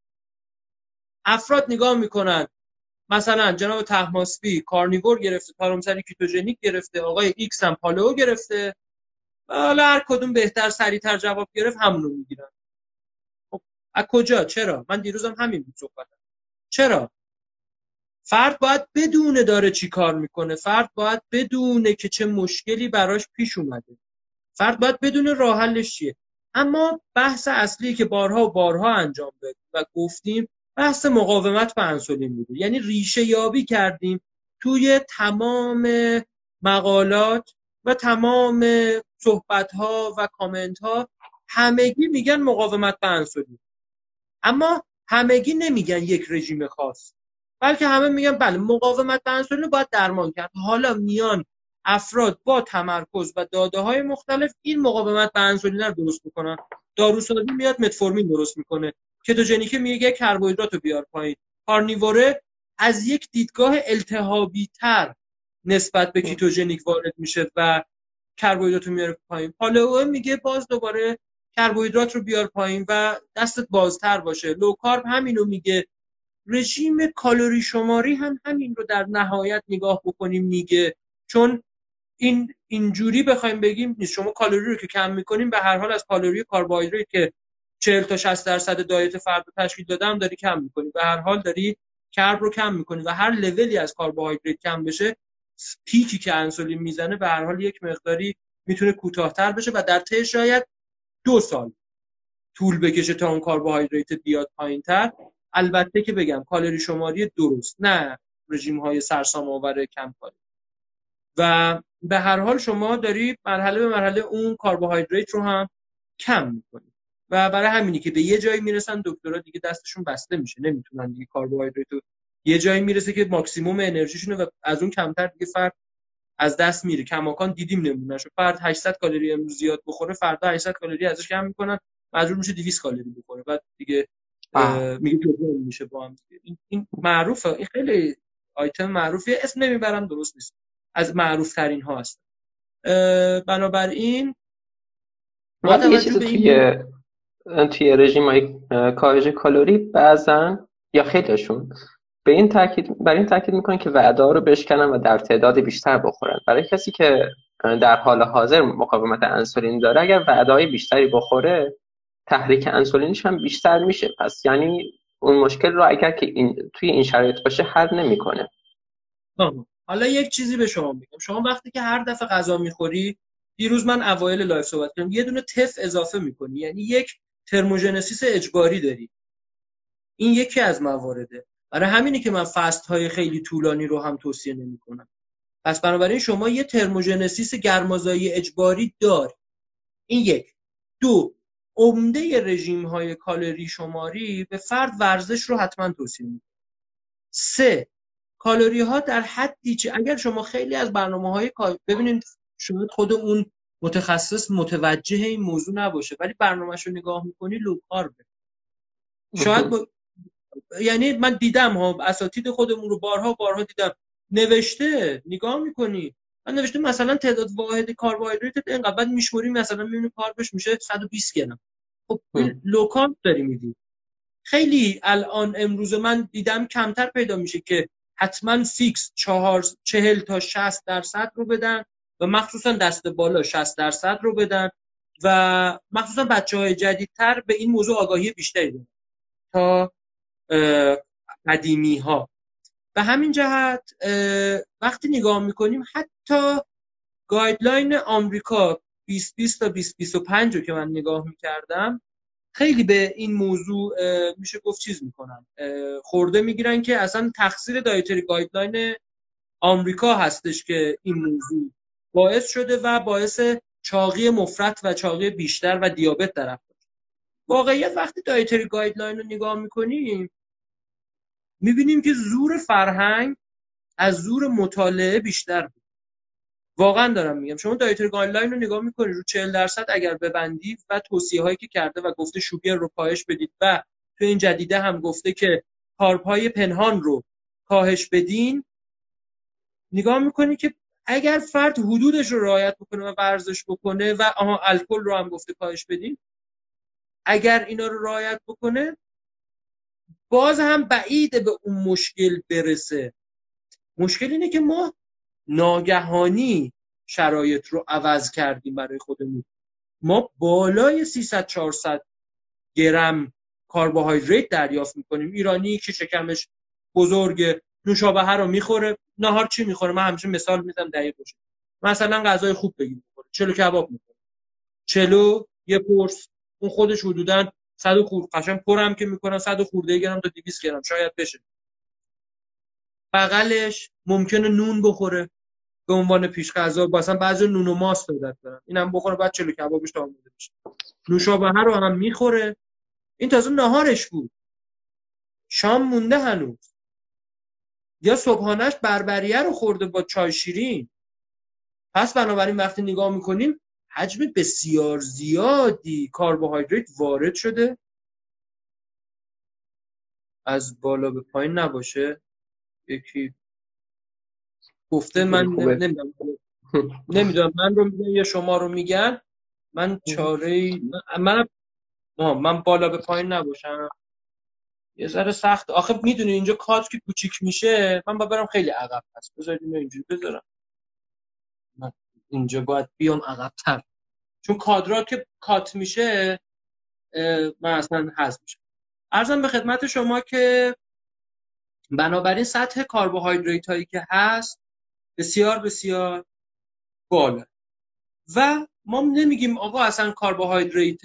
افراد نگاه میکنن مثلا جناب طهماسبی کارنیور گرفته، تارمسری کیتوژنیک گرفته، آقای ایکس هم پالئو گرفته، حالا هر کدوم بهتر سریعتر جواب گرفت همونو میگیرن. خب از کجا؟ چرا؟ من دیروزم همین بود صحبتم. چرا؟ فرد باید بدونه داره چی کار میکنه، فرد باید بدونه که چه مشکلی براش پیش اومده، فرد باید بدونه راه حلش چیه. اما بحث اصلی که بارها و بارها انجام دادیم و گفتیم بحث مقاومت به انسولین بوده. یعنی ریشه یابی کردیم توی تمام مقالات و تمام صحبت‌ها و کامنت‌ها، همگی میگن مقاومت به انسولین، اما همگی نمیگن یک رژیم خاص، بلکه همه میگن بله مقاومت به انسولین باید درمان کرد. حالا میان افراد با تمرکز و داده‌های مختلف این مقاومت به انسولین رو درست میکنن. داروسازی میاد متفورمین درست میکنه، کتوژنیک میگه کربوهیدرات رو بیار پایین، کارنیوره از یک دیدگاه التهابی تر نسبت به کیتوژنیک وارد میشه و کربوهیدرات رو میاره پایین، پالئو میگه باز دوباره کربوهیدرات رو بیار پایین و دستت بازتر باشه، لو کارب همینو میگه، رژیم کالری شماری هم همین رو در نهایت نگاه بکنیم میگه. چون این اینجوری بخوایم بگیم نیست، شما کالری رو که کم میکنیم به هر حال از کالری کربوهیدرات که چهل تا شصت درصد دایت فرد رو تشکیل دادم داری کم میکنی، به هر حال داری کرب رو کم میکنی و هر لولی از کربوهیدرات کم بشه، پیکی که انسولین میزنه به هر حال یک مقداری میتونه کوتاه‌تر بشه و در طی شاید دو سال طول بکشه تا اون کربوهیدرات بیاد پایین‌تر. البته که بگم کالری شماری درست، نه رژیم های سرسام آور کم کالری. و به هر حال شما داری مرحله به مرحله اون کربوهیدرات رو هم کم میکنی و برای همینی که به یه جایی میرسن دکترها دیگه دستشون بسته میشه، نمیتونن دیگه کربوهیدرات رو، یه جایی میرسه که ماکسیمم انرژیشونه و از اون کمتر دیگه فرد از دست میره. کماکان دیدیم نمونهشو، فرد هشتصد کالری امروز زیاد بخوره فردا هشتصد کالری ازش کم میکنن، مجبور میشه دویست کالری بخوره، بعد دیگه میگه جبران میشه با هم دیگه. این, این معروفه، این خیلی آیتم معروفیه، اسم نمیبرم درست نیست، از معروف ترین ها هست. بنابراین ولی یه چیز توی توی رژیم های کاهش کالری بعضن یا خیلیشون به این تاکید بر این تاکید میکنن که وعده رو بشکنن و در تعداد بیشتر بخورن. برای کسی که در حال حاضر مقاومت انسولین داره، اگر وعده‌های بیشتری بخوره تحریک انسولینش هم بیشتر میشه. پس یعنی اون مشکل رو اگر که این توی این شرایط باشه حل نمیکنه. حالا یک چیزی به شما میگم. شما وقتی که هر دفعه غذا میخوری، دیروز من اوایل لایف صحبت کردم، یه دونه تف اضافه میکنی، یعنی یک ترموژنسیس اجباری داری. این یکی از موارده. برای همینه که من فست های خیلی طولانی رو هم توصیه نمیکنم. پس بنابراین شما یه ترموژنسیس گرمازایی اجباری داری. این یک. دو، عمده رژیم های کالری شماری به فرد ورزش رو حتما توصیه میکنم. سه، کالری ها در حدی چه اگر شما خیلی از برنامه های ببینید، شما خود اون متخصص متوجه این موضوع نباشه ولی برنامه‌شو نگاه میکنی لو کاربه. شاید با... یعنی من دیدم ها، اساتید خودمون رو بارها بارها دیدم نوشته، نگاه میکنی من نوشته مثلا تعداد واحد کربوهیدرات اینقدر، بعد میشموری مثلا میبینی کاربش میشه صد و بیست گرم. خب لو کارب داری میدی. خیلی الان امروز من دیدم کمتر پیدا میشه که حتما فیکس چهار چهل تا شصت درصد رو بدن و مخصوصا دست بالا شصت درصد رو بدن و مخصوصا بچه‌های جدیدتر به این موضوع آگاهی بیشتری دارن تا قدیمی ها. به همین جهت وقتی نگاه میکنیم حتی گایدلاین آمریکا بیست بیست تا بیست بیست و پنج رو که من نگاه میکردم خیلی به این موضوع میشه گفت چیز میکنن، خورده میگیرن که اصلا تقصیر دایتری گایدلاین آمریکا هستش که این موضوع باعث شده و باعث چاقی مفرط و چاقی بیشتر و دیابت در افراد. واقعیت وقتی دایتری گایدلاین رو نگاه میکنیم میبینیم که زور فرهنگ از زور مطالعه بیشتر بود. واقعا دارم میگم، شما دایتری گایدلاین رو نگاه میکنید رو چهل درصد اگر ببندید و توصیه هایی که کرده و گفته شوگر رو کاهش بدید و تو این جدیده هم گفته که کارب های پنهان رو کاهش بدین، نگاه میکنید که اگر فرد حدودش رو رعایت بکنه و ورزش بکنه و آها الکل رو هم گفته کاهش بدین، اگر اینا رو رعایت بکنه باز هم بعیده به اون مشکل برسه. مشکل اینه که ما ناگهانی شرایط رو عوض کردیم برای خودمون. ما بالای سیصد چهارصد گرم کربوهیدرات دریافت میکنیم. ایرانی که شکمش بزرگه نوشابه رو میخوره، نهار چی میخوره؟ من همیشه مثال میزنم دقیق باشه. مثلا غذای خوب بگیم بخوره، چلو کباب میخوره، چلو یه پرس، اون خودش حدوداً صد خورده قشنگ پرم که میکنن صد خورده گرم تا دویست گرم شاید بشه. بغلش ممکنه نون بخوره به عنوان پیش غذا، مثلا بعضی نون و ماست عادت دارن اینم بخوره بعد چلو کبابش تموم بشه. نوشابه رو هم میخوره. این تازه نهارش بود، شام مونده هنوز، یا صبحانهش بربریه رو خورده با چای شیرین. پس بنابراین وقتی نگاه میکنیم حجم بسیار زیادی کربوهیدرات وارد شده، از بالا به پایین نباشه. یکی گفته من نمیدونم نمیدونم من رو میگن یا شما رو میگن، من چاره من من بالا به پایین نباشم یه ذره سخت. آخه میدونی اینجا کات که کوچیک میشه من با برم خیلی عقب. هست بذارید اینو اینجوری بذارم، من اینجا باید بیام عقب‌تر چون کادرا که کات میشه من اصلا حذف میشم. عرضم به خدمت شما که بنابراین سطح کربوهیدرات هایی که هست بسیار بسیار بالا و ما نمیگیم آقا اصلا کربوهیدرات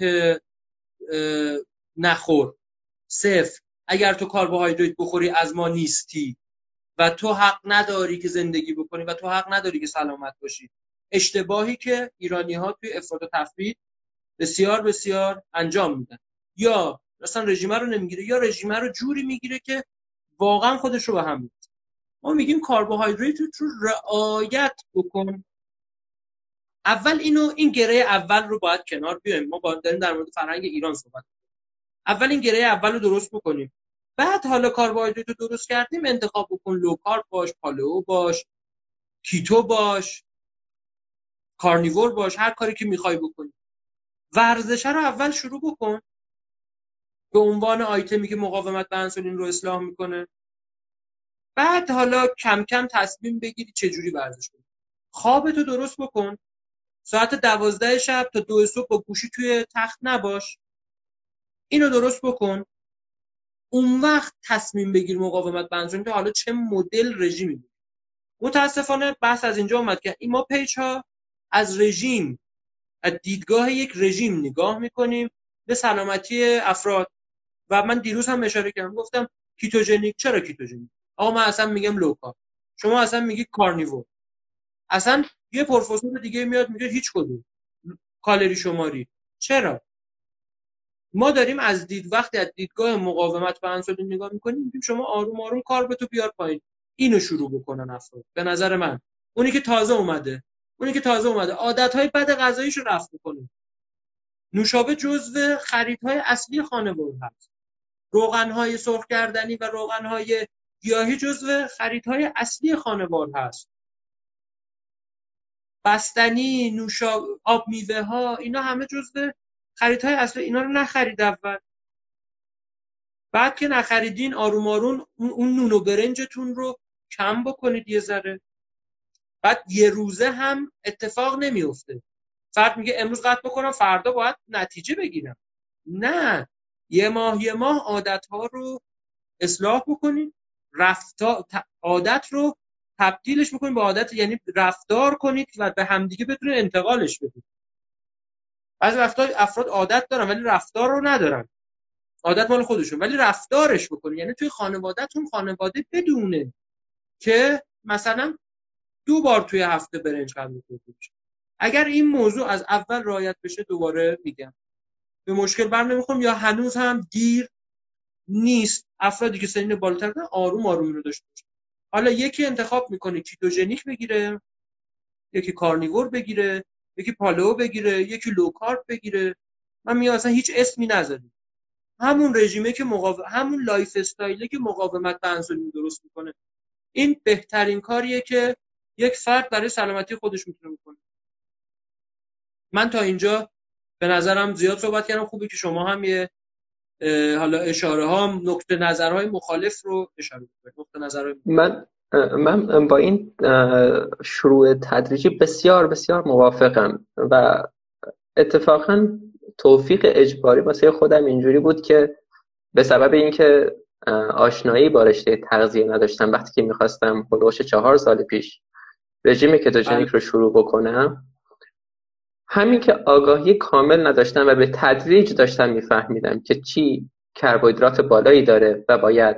نخور، صفر، اگر تو کربوهیدرات بخوری از ما نیستی و تو حق نداری که زندگی بکنی و تو حق نداری که سلامت باشی. اشتباهی که ایرانی ها توی افراط و تفرید بسیار بسیار انجام میدن، یا مثلا رژیم رو نمیگیره یا رژیم رو جوری میگیره که واقعا خودش رو به هم می‌ریزه. ما میگیم کربوهیدرات رو رعایت بکن. اول اینو این گره اول رو باید کنار بیایم. ما باید داریم در مورد فرهنگ ایران صحبت کنیم. اول این گره اول رو درست بکنیم، بعد حالا کربوهیدرات رو درست کردیم انتخاب بکن. لو کارب باش، پالئو باش، کیتو باش، کارنیور باش، هر کاری که میخوای بکنی. ورزش رو اول شروع بکن به عنوان آیتمی که مقاومت به انسولین رو اصلاح میکنه. بعد حالا کم کم تصمیم بگیری چجوری ورزش کنی. خوابتو درست بکن، ساعت دوازده شب تا دو صبح با گوشی توی تخت نباش، اینو درست بکن. اون وقت تصمیم بگیر مقاومت به انسولین که حالا چه مدل رژیمی بود. متاسفانه بحث از اینجا اومد که ما پیج ها از رژیم، از دیدگاه یک رژیم نگاه میکنیم به سلامتی افراد. و من دیروز هم اشاره کردم، گفتم کیتوژنیک. چرا کیتوژنیک؟ آقا من اصلا میگم لوکارب، شما اصلا میگی کارنیور، اصلا یه پروفسور دیگه میاد میگه هیچ کدوم، کالری شماری. چرا؟ ما داریم از دید وقتی از دیدگاه مقاومت به انسولین نگاه میکنیم، میگیم شما آروم آروم کاربتو بیار پایین، اینو شروع بکنن افراد. به نظر من اونی که تازه اومده اونی که تازه اومده عادتهای بد غذاییشو رفع کنه. نوشابه جزو خریدهای اصلی خانوار هست. روغن‌های سرخ کردنی و روغن‌های گیاهی جزو خریدهای اصلی خانوار هست. بستنی، نوشابه، آب میوه ها، اینا همه جزو خریدهای اصلی. اینا رو نخرید اول. بعد که نخریدین آروم آروم اون نون و برنجتون رو کم بکنید یه ذره. بعد یه روزه هم اتفاق نمیفته. فرد میگه امروز قطع بکنم فردا باید نتیجه بگیرم. نه، یه ماه یه ماه عادت‌ها رو اصلاح بکنید، رفتار عادت رو تبدیلش بکنید به عادت، یعنی رفتار کنید و به همدیگه بتونید انتقالش بدید. بعضی وقتا افراد عادت دارن ولی رفتار رو ندارن. عادت مال خودشون ولی رفتارش بکنید. یعنی توی خانواده‌تون خانواده بدونه که مثلا دو بار توی هفته برنج قبل خورده بشه. اگر این موضوع از اول رعایت بشه، دوباره میگم به مشکل بر نمیخورم، یا هنوز هم دیر نیست. افرادی که سنین بالاتر دارن آروم آروم اینو داشته باشه. حالا یکی انتخاب میکنه کیتوژنیک بگیره، یکی کارنیور بگیره، یکی پالئو بگیره، یکی لوکارب بگیره. من میگم اصلا هیچ اسمی نذاریم، همون رژیمه که مقاوم، همون لایف استایلی که مقاومت به انسولین درست میکنه. این بهترین کاریه که یک فرد برای سلامتی خودش میتونه بکنه. من تا اینجا به نظرم زیاد صحبت کردم. خوبه که شما هم یه حالا اشاره ها، نقطه نظرهای مخالف رو اشاره کنید. نقطه نظرهای من من با این شروع تدریجی بسیار بسیار موافقم و اتفاقا توفیق اجباری واسه خودم اینجوری بود که به سبب اینکه آشنایی با رشته تغذیه نداشتم، وقتی که میخواستم هلوش چهار سال پیش رژیم کتوژنیک رو شروع بکنم، همین که آگاهی کامل نداشتم و به تدریج داشتم میفهمیدم که چی کربوهیدرات بالایی داره و باید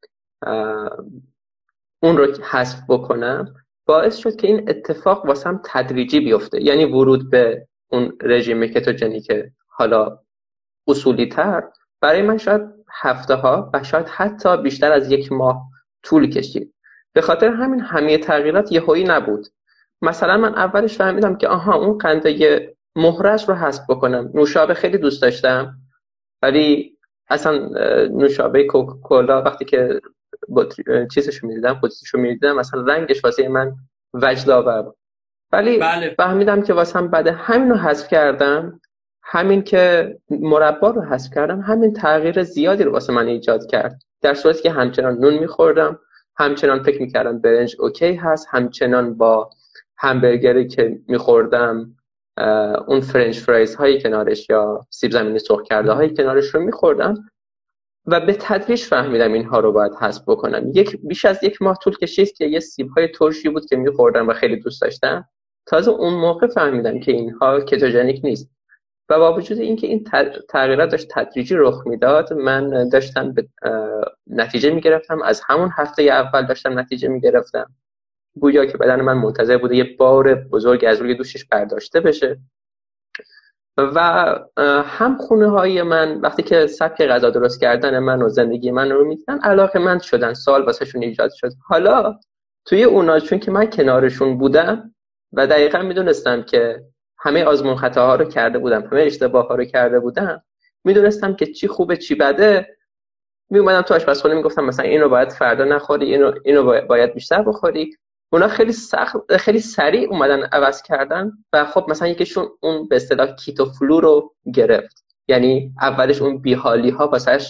اون رو حذف بکنم، باعث شد که این اتفاق واسم تدریجی بیفته. یعنی ورود به اون رژیم کتوژنیک حالا اصولی تر برای من شاید هفته ها و شاید حتی بیشتر از یک ماه طول کشید. به خاطر همین همه تغییرات یهویی نبود. مثلا من اولش فهمیدم که آها اون قنده مهرش رو حذف بکنم. نوشابه خیلی دوست داشتم ولی اصلا نوشابه کوکاکولا وقتی که چیزشو می‌دیدم، خودشو می‌دیدم، مثلا رنگش واسه من وجدآور بود. ولی بله. فهمیدم که واسم بعد همین رو حذف کردم، همین که مربا رو حذف کردم، همین تغییر زیادی رو واسه من ایجاد کرد. در صورتی که همچنان نون می‌خوردم، همچنان فکر می‌کردم برنج اوکی هست، همچنان با همبرگری که می‌خوردم اون فرنچ فرایز هایی کنارش یا سیب زمینی سرخ کرده هایی کنارش رو می‌خوردم و به تدریج فهمیدم اینها رو باید حذف بکنم. یک بیش از یک ماه طول کشید که یه سیب‌های ترشی بود که می‌خوردم و خیلی دوست داشتم. تازه اون موقع فهمیدم که اینها کتوژنیک نیست. و با وجود اینکه این تغییرات داشت تدریجی رخ میداد، من داشتم به نتیجه میگرفتم. از همون هفته اول داشتم نتیجه میگرفتم. گویا که بدن من منتظر بوده یه بار بزرگ از روی دوشش برداشته بشه. و هم خونه های من وقتی که سبک غذا درست کردن من و زندگی من رو میدیدن علاقه‌مند شدن، سوال واسهشون ایجاد شد. حالا توی اونا چون که من کنارشون بودم و دقیقاً میدونستم که همه آزمون خطاها رو کرده بودم، همه اشتباه ها رو کرده بودم، میدونستم که چی خوبه چی بده، می اومدم تو آشپزخونه میگفتم مثلا اینو باید فردا نخوری، اینو اینو باید بیشتر بخوری. اونا خیلی سخت خیلی سریع اومدن عوض کردن و خب مثلا یکیشون اون به اصطلاح کیتو فلو رو گرفت. یعنی اولش اون بیحالی ها واسش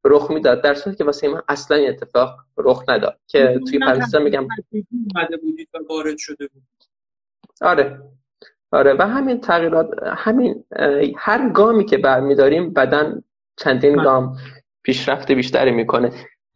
رخ میداد، در صورتی که واسه من اصلا این اتفاق رخ نداد. که توی اونم پرانتز میگم تحصیلی اومده بودید و وارد شده بود. آره آره و همین تغییرات، همین هر گامی که برمیداریم بدن چندین من گام پیشرفت بیشتری میکنه.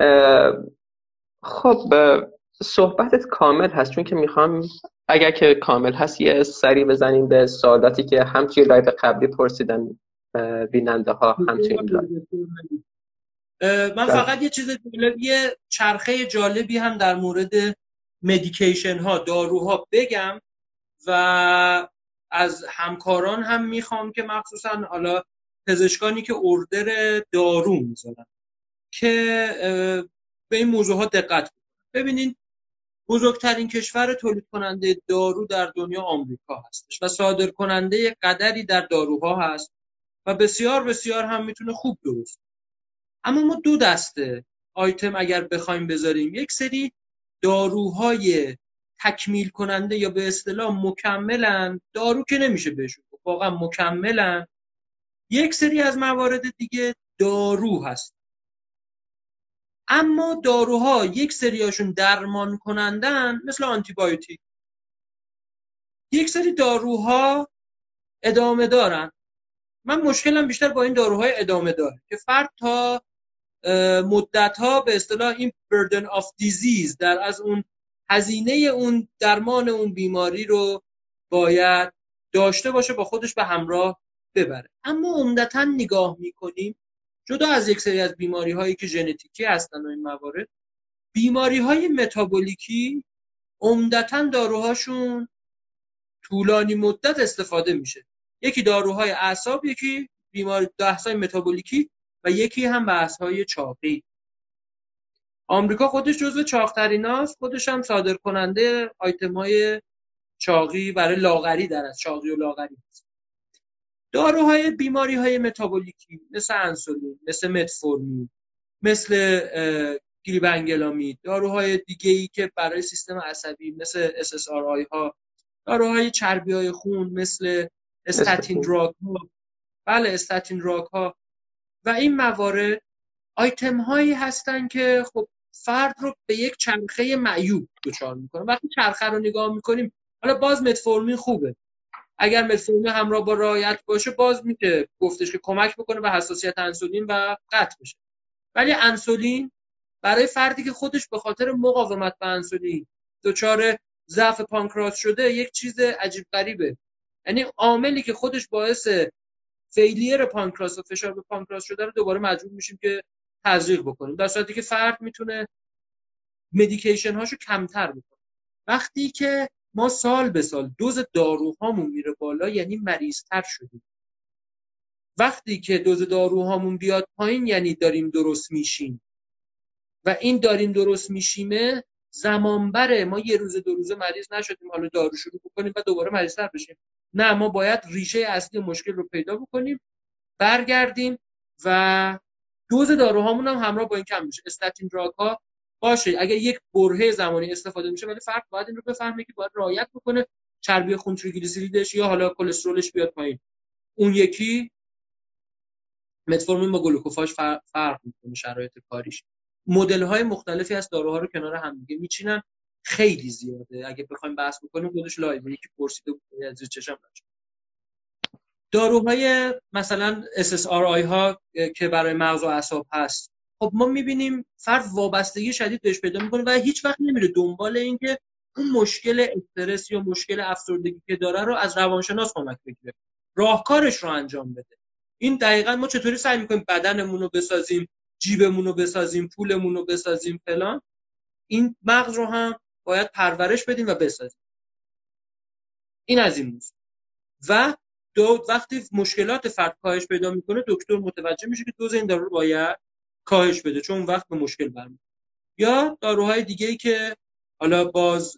خب صحبتت کامل هست، چون که میخوام اگر که کامل هست یه سری بزنیم به سوالاتی که هم توی لایو قبلی پرسیدن بیننده ها هم توی این لایو. من فقط یه چیز جالب، یه چرخه جالبی هم در مورد مدیکیشن ها، داروها بگم و از همکاران هم میخوام که مخصوصا حالا پزشکانی که اوردر دارو میذارن که به این موضوع ها دقت کنن. ببینین بزرگترین کشور تولید کننده دارو در دنیا آمریکا هستش و صادر کننده قدری در داروها هست و بسیار بسیار هم میتونه خوب درست. اما ما دو دسته آیتم اگر بخوایم بذاریم، یک سری داروهای تکمیل کننده یا به اصطلاح مکملن، دارو که نمیشه بهشون واقعا مکملن، یک سری از موارد دیگه دارو هست. اما داروها یک سریاشون درمان کنندن مثل آنتی بیوتیک، یک سری داروها ادامه دارن. من مشکلم بیشتر با این داروهای ادامه داره که فرد تا مدت‌ها به اصطلاح این burden of disease در از اون هزینه اون درمان اون بیماری رو باید داشته باشه، با خودش به همراه ببره. اما عمدتاً نگاه می‌کنیم جدا از یک سری از بیماری‌هایی که ژنتیکی هستن و این موارد، بیماری‌های متابولیکی عمدتاً داروهاشون طولانی مدت استفاده میشه. یکی داروهای اعصاب، یکی بیماری بحث‌های متابولیکی و یکی هم بحث‌های چاقی. آمریکا خودش جزو چاق‌تریناست، خودش هم صادر کننده آیتم‌های چاقی برای لاغری در از چاقی و لاغری هست. داروهای بیماری‌های متابولیکی مثل انسولین، مثل متفورمین، مثل گلیبنگلامید، داروهای دیگه‌ای که برای سیستم عصبی مثل اس اس آر آی ها، داروهای چربی‌های خون مثل استاتین دراگ ها، بله استاتین دراگ ها و این موارد آیتم هایی هستن که خب فرد رو به یک چرخه معیوب دچار میکنه. وقتی چرخه رو نگاه میکنیم، حالا باز متفورمین خوبه، اگر متفورمین همراه با رعایت باشه باز میشه گفتش که کمک بکنه به حساسیت انسولین و قطع بشه. ولی انسولین برای فردی که خودش به خاطر مقاومت به انسولین دچار ضعف پانکراس شده یک چیز عجیب غریبه. یعنی عاملی که خودش باعث فیلیر پانکراس و فشار به پانکراس شده رو دوباره مجبور میشیم که تزریق بکنیم، در صورتی که فرد میتونه مدیکیشن هاشو کمتر بکنه. وقتی که ما سال به سال دوز داروهامون میره بالا یعنی مریض‌تر شدیم. وقتی که دوز داروهامون بیاد پایین یعنی داریم درست میشیم و این داریم درست میشیمه زمان بره. ما یه روز دو روزه مریض نشدیم حالا دارو شروع بکنیم و دوباره مریض‌تر بشیم. نه، ما باید ریشه اصلی مشکل رو پیدا بکنیم، برگردیم و دوز داروهامون هم همراه با این کم میشه. استاتین دراگ ها باشه اگه یک برهه زمانی استفاده میشه، ولی فرد باید این رو بفهمه که باید رعایت بکنه چربی خون تریگلیسیریدش یا حالا کلسترولش بیاد پایین. اون یکی متفورمین با گلوکوفاژ فرق میکنه شرایط کاریش. مدل های مختلفی از داروها رو کنار هم دیگه میچینن، خیلی زیاده، اگه بخوایم بحث بکنیم خودش لایو یکی پرسیده بود از چشم نشه. داروهای مثلا اس اس آر آی ها که برای مغز و اعصاب هست، خب ما میبینیم فرد وابستگی شدید بهش پیدا میکنه و هیچ وقت نمیره دنبال این که اون مشکل استرس یا مشکل افسردگی که داره رو از روانشناس کمک بگیره، راهکارش رو انجام بده. این دقیقاً ما چطوری سعی میکنیم بدنمون رو بسازیم، جیبمون رو بسازیم، پولمون رو بسازیم فلان، این مغز رو هم باید پرورش بدیم و بسازیم. این از این موضوع. و دو وقتی مشکلات فرد کاهش پیدا میکنه دکتر متوجه میشه که دوز این دارو رو باید کاهش بده چون اون وقت به مشکل برمیخوره. یا داروهای دیگه‌ای که حالا باز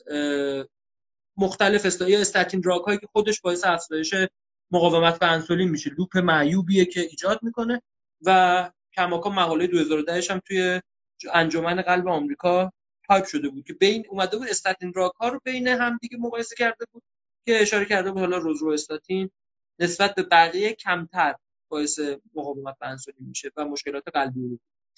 مختلف است، یا استاتین دراگ هایی که خودش باعث افزایش مقاومت به انسولین میشه، لوپ معیوبیه که ایجاد میکنه و کماکان مقاله دو هزار و ده هم توی انجمن قلب آمریکا تایپ شده بود که بین اومده بود استاتین دراگ ها رو بین هم دیگه مقایسه کرده بود که اشاره کرده بود حالا روزرو استاتین نسبت به بقیه کمتر باعث مقاومت به انسولین میشه و مشکلات قلبی رو.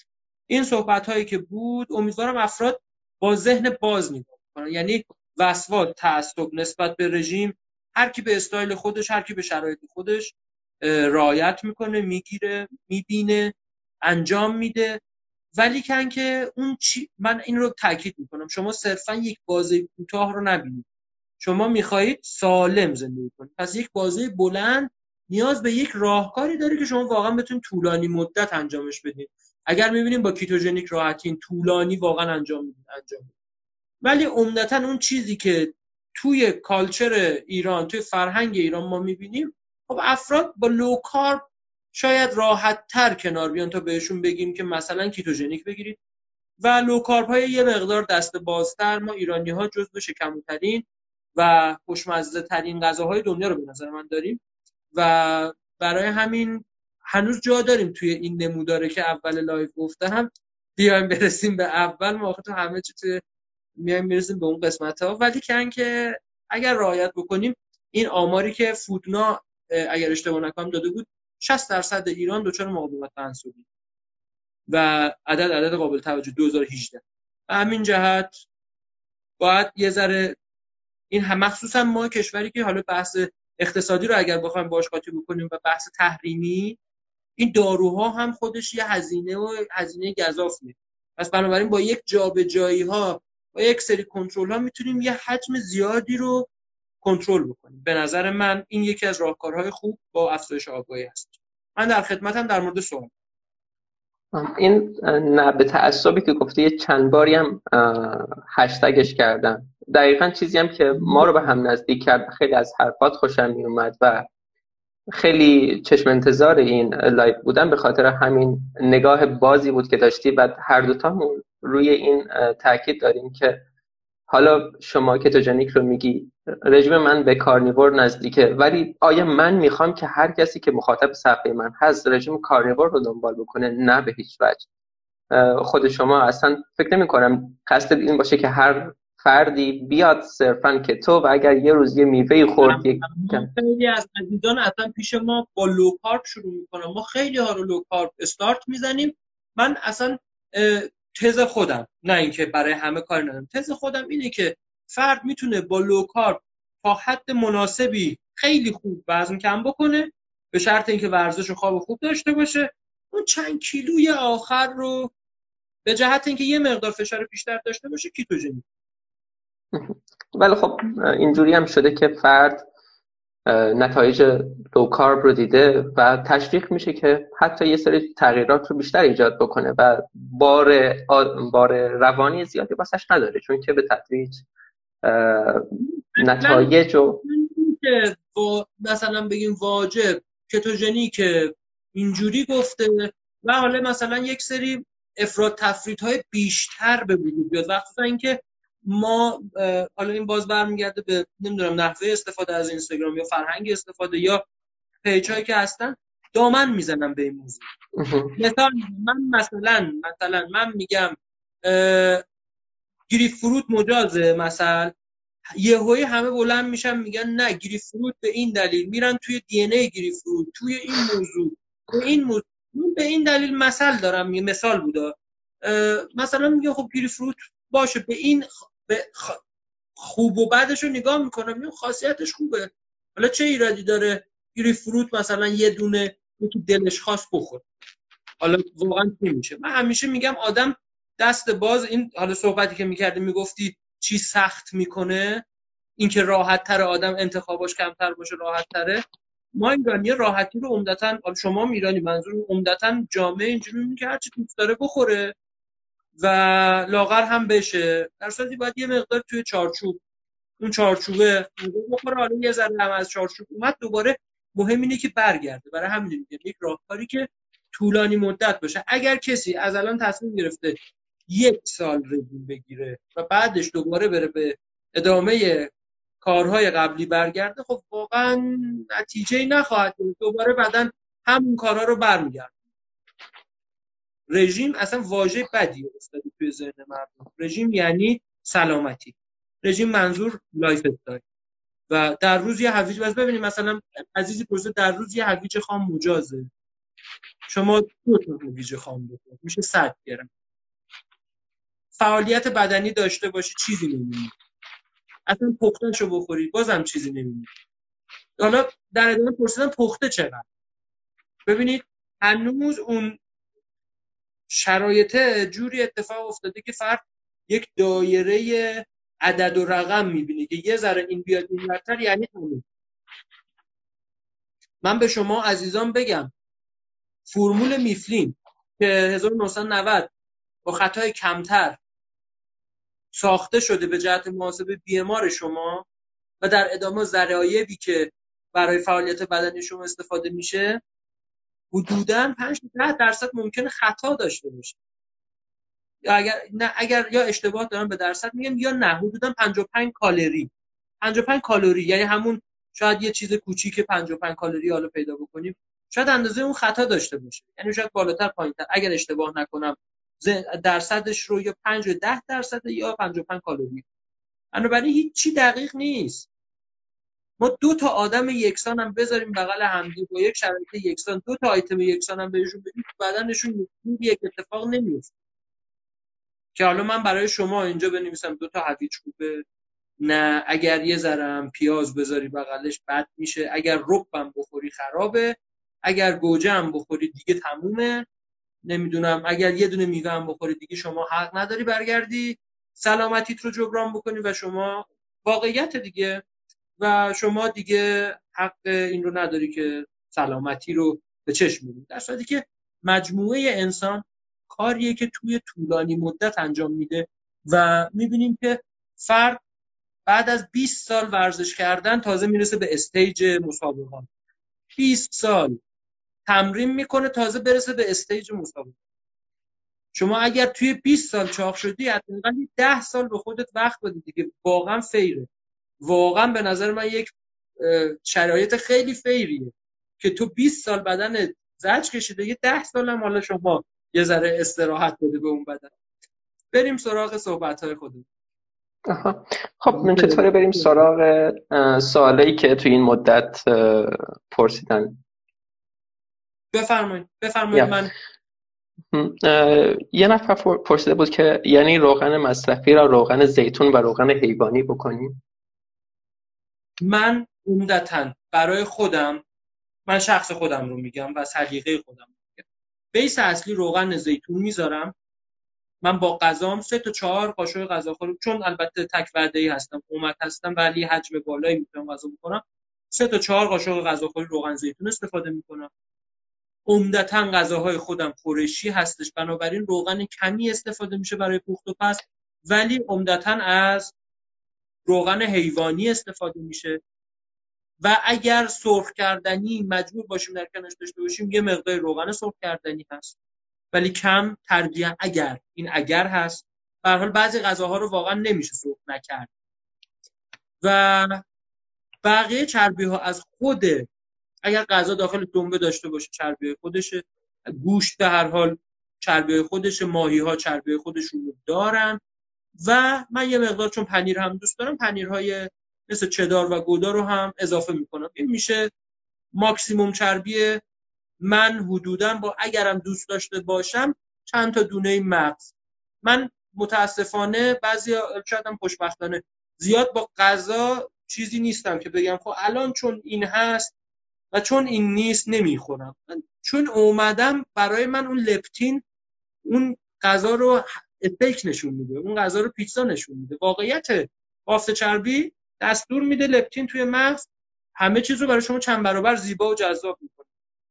این صحبت هایی که بود امیدوارم افراد با ذهن باز نگاه کنن، یعنی وسواس، تعصب نسبت به رژیم، هر کی به استایل خودش، هر کی به شرایط خودش رعایت میکنه، میگیره، میبینه، انجام میده. ولی کن که اون چی، من این رو تاکید میکنم، شما صرفا یک بازی کوتاه رو نبینید، شما میخواهید سالم زندگی کنید، پس یک بازی بلند نیاز به یک راهکاری داره که شما واقعا بتونید طولانی مدت انجامش بدید. اگر میبینیم با کیتوژنیک راحتین، طولانی واقعا انجام میدید انجام میدید. ولی عمدتا اون چیزی که توی کالچر ایران، توی فرهنگ ایران ما میبینیم، خب افراد با لو کارب شاید راحت تر کنار بیان تا بهشون بگیم که مثلا کیتوژنیک بگیرید. و لو کارب های یه مقدار دست بازتر، ما ایرانی ها جزو شکم‌ترین و خوشمزه ترین غذاهای دنیا رو به نظر من داریم و برای همین هنوز جا داریم توی این نموداره که اول لایو گفتم بیایم برسیم به اول. ما تو همه چی توی میایم میرسیم به اون قسمت ها. ولی کن که اگر رعایت بکنیم، این آماری که فودنا اگر اشتباه نکنم داده بود، شصت درصد ایران دچار مقاومت تناسلی و عدد عدد قابل توجه دو هزار و هجده. به همین جهت باید یه ذره این هم، مخصوصا ما کشوری که حالا بحث اقتصادی رو اگر بخوایم باهاش قاطی بکنیم و بحث تحریمی، این داروها هم خودش یه هزینه و هزینه گزافیه. پس بنابراین با یک جابجایی ها، با یک سری کنترل ها میتونیم یه حجم زیادی رو کنترل بکنیم. به نظر من این یکی از راهکارهای خوب با افزایش آگاهی هست. من در خدمتم در مورد سوال. این نه به تعصبی که گفته یه چند باری هم هشتگش کردم، دقیقا چیزی هم که ما رو به هم نزدیک کرد. خیلی از حرفات خوشم می اومد و خیلی چشم انتظار این لایو بودن، به خاطر همین نگاه بازی بود که داشتی و هر دوتامون روی این تاکید داریم که حالا شما کتوژنیک رو میگی، رژیم من به کارنیور نزدیکه، ولی آیا من میخوام که هر کسی که مخاطب صفحه من هست رژیم کارنیور رو دنبال بکنه؟ نه، به هیچ وجه. خود شما اصلا فکر نمی کنم قصد این باشه که هر فردی بیاد صرفا کتو و اگر یه روز یه میوه خورد یک خیلی از عزیزان اصلا پیش ما با لو کارب شروع میکنن، ما خیلی ها رو لو کارب استارت میزنیم. من اصلا تز خودم، نه اینکه برای همه کار ندارم، تز خودم اینه که فرد میتونه با لو کارب تا حد مناسبی خیلی خوب وزن کم بکنه، به شرط اینکه ورزش و خواب خوب داشته باشه. اون چند کیلوی آخر رو به جهت اینکه یه مقدار فشار بیشتر داشته باشه کیتوژنیک. ولی خب اینجوری هم شده که فرد نتایج لو کارب رو دیده و تشویق میشه که حتی یه سری تغییرات رو بیشتر ایجاد بکنه و بار بار روانی زیادی واسش نداره، چون که به تدریج نتایج و که مثلا بگیم واجب کتوژنیک اینجوری گفته و حالا مثلا یک سری افراط تفریط‌های بیشتر به وجود بیاد. وقتی اینکه ما حالا این باز برمیگرده به نمیدونم نحوه استفاده از اینستاگرام یا فرهنگ استفاده یا پیجایی که هستن، دامن میزنم به این موضوع. مثلا من مثلا مثلا من میگم گریپ فروت مجازه، مثلا یهویی همه بلند میشن میگن نه گریپ فروت به این دلیل، میرن توی دی ان ای گریپ فروت، توی این موضوع به این موضوع به این دلیل مثال دارم، یه مثال بوده. مثلا میگه خب گریپ فروت باشه، به این به خوب و بدش رو نگاه میکنم، میگم خاصیتش خوبه، حالا چه ایرادی داره گریپ فروت مثلا یه دونه تو دلش خواست بخور، حالا واقعا چی میشه؟ من همیشه میگم آدم دست باز، این حالا صحبتی که میکردی میگفتی چی سخت میکنه، این که راحت تر آدم انتخاباش کمتر باشه راحت تره. ما ایرانی راحتی رو عمدتاً، شما ایرانی منظور عمدتاً جامعه اینجوری میگه که هر چی دوست داره بخوره و لاغر هم بشه، در صورتی باید یه مقدار توی چارچوب اون چارچوبه بخوره. حالا یه ذره هم از چارچوب اومد دوباره، مهم اینه که برگرده. برای همین میگم یک راهکاری که طولانی مدت باشه. اگر کسی از الان تصمیم گرفته یک سال رژیم بگیره و بعدش دوباره بره به ادامه کارهای قبلی برگرده، خب واقعا نتیجه‌ای نخواهد گرفت، دوباره بعدن همون کارها رو برمیگرده. رژیم اصلا واژه بدیه افتاده توی ذهن مردم. رژیم یعنی سلامتی، رژیم منظور لایف استایل. و در روز یه هویج، بس ببینید مثلا عزیزی پرسه در روز یه هویج خام مجازه، شما دو تا هویج خام بخورید میشه صد گرم، فعالیت بدنی داشته باشی چیزی نمی‌بینی، اصلا پخته‌شو بخوری بازم چیزی نمی‌بینی. حالا در ادامه پرسیدن پخته چقدر. ببینید هنوز اون شرایط جوری اتفاق افتاده که فرد یک دایره عدد و رقم می‌بینه که یه ذره این بیاد این ورتر یعنی همین. من به شما عزیزان بگم فرمول میفلین که هزار و نهصد و نود با خطای کمتر ساخته شده به جهت محاسبه بی ام آر شما و در ادامه ذرایبی که برای فعالیت بدنی شما استفاده میشه حدوداً پنج تا ده درصد ممکنه خطا داشته باشه. یا اگر نه اگر یا اشتباه دارم به درصد میگم یا نه حدوداً پنجاه و پنج کالری پنجاه و پنج کالری یعنی همون شاید یه چیز کوچیک پنجاه و پنج کالری حالا پیدا بکنیم شاید اندازه اون خطا داشته باشه، یعنی شاید بالاتر پایینتر اگر اشتباه نکنم درصدش رو یا پنج و ده درصد یا پنجاه و پنج کالری. بنابراین هیچ چی دقیق نیست. ما دو تا آدم یکسان هم بذاریم بغل همدیگه با یک شرایط یکسان دو تا آیتم یکسان هم بهشون بدیم بدنشون یک اتفاق نمیفته. که حالا من برای شما اینجا بنویسم دو تا هویج خوبه، نه اگر یه ذره هم پیاز بذاری بغلش بد میشه، اگر ربم بخوری خرابه، اگر گوجه هم بخوری دیگه تمومه، نمیدونم اگر یه دونه میوه هم بخوری دیگه شما حق نداری برگردی سلامتیت رو جبران بکنی و شما واقعیت دیگه و شما دیگه حق این رو نداری که سلامتی رو به چشم ببینی. در صورتی که مجموعه انسان کاریه که توی طولانی مدت انجام میده و میبینیم که فرد بعد از بیست سال ورزش کردن تازه میرسه به استیج مسابقات، بیست سال تمرین میکنه تازه برسه به استیج مسابقات. شما اگر توی بیست سال چاق شدی حتما ده سال به خودت وقت بده دیگه، واقعا فیره. واقعا به نظر من یک شرایط خیلی فیریه که تو بیست سال بدن زج کشیده یه ده سال هم حالا شما یه ذره استراحت بده به اون بدن. بریم سراغ صحبت‌های خودمون. خب من چطوره بریم سراغ سوالایی که تو این مدت پرسیدن؟ بفرمایید بفرمایید من یه نفر پرسیده بود که یعنی روغن مصرفی را روغن زیتون و روغن حیوانی بکنیم. من عمدتاً برای خودم، من شخص خودم رو میگم و سلیقه خودم رو میگم، بیس اصلی روغن زیتون میذارم. من با غذام سه تا چهار قاشق غذاخوری، چون البته تک وعده‌ای هستم اومد هستم ولی حجم بالایی میتونم غذا بخورم، سه تا چهار قاشق غذاخوری روغن زیتون استفاده میکنم. عمدتاً غذاهای خودم خورشی هستش، بنابراین روغن کمی استفاده میشه برای پخت و پز، ولی عمدتاً از روغن حیوانی استفاده میشه و اگر سرخ کردنی مجبور باشیم در کنارش داشته باشیم یه مقدار روغن سرخ کردنی هست ولی کم ترجیح اگر این اگر هست. به هر حال بعضی غذاها رو واقعا نمیشه سرخ نکرد و بقیه چربی ها از خود، اگر غذا داخل دنبه داشته باشه چربی خودشه، گوشت به هر حال چربی خودشه، ماهی ها چربی خودشون رو دارن و من یه مقدار چون پنیر هم دوست دارم پنیرهای مثل چدار و گودا رو هم اضافه میکنم. این میشه ماکسیموم چربی من حدوداً با اگرم دوست داشته باشم چند تا دونه مغز. من متاسفانه بعضی شاید هم خوشبختانه زیاد با غذا چیزی نیستم که بگم خب الان چون این هست و چون این نیست نمیخورم. چون اومدم برای من اون لپتین اون غذا رو استیک نشون میده، اون غذا رو پیتزا نشون میده. واقعیت بافت چربی دستور میده لپتین توی مغز همه چیز رو برای شما چند برابر زیبا و جذاب میکنه.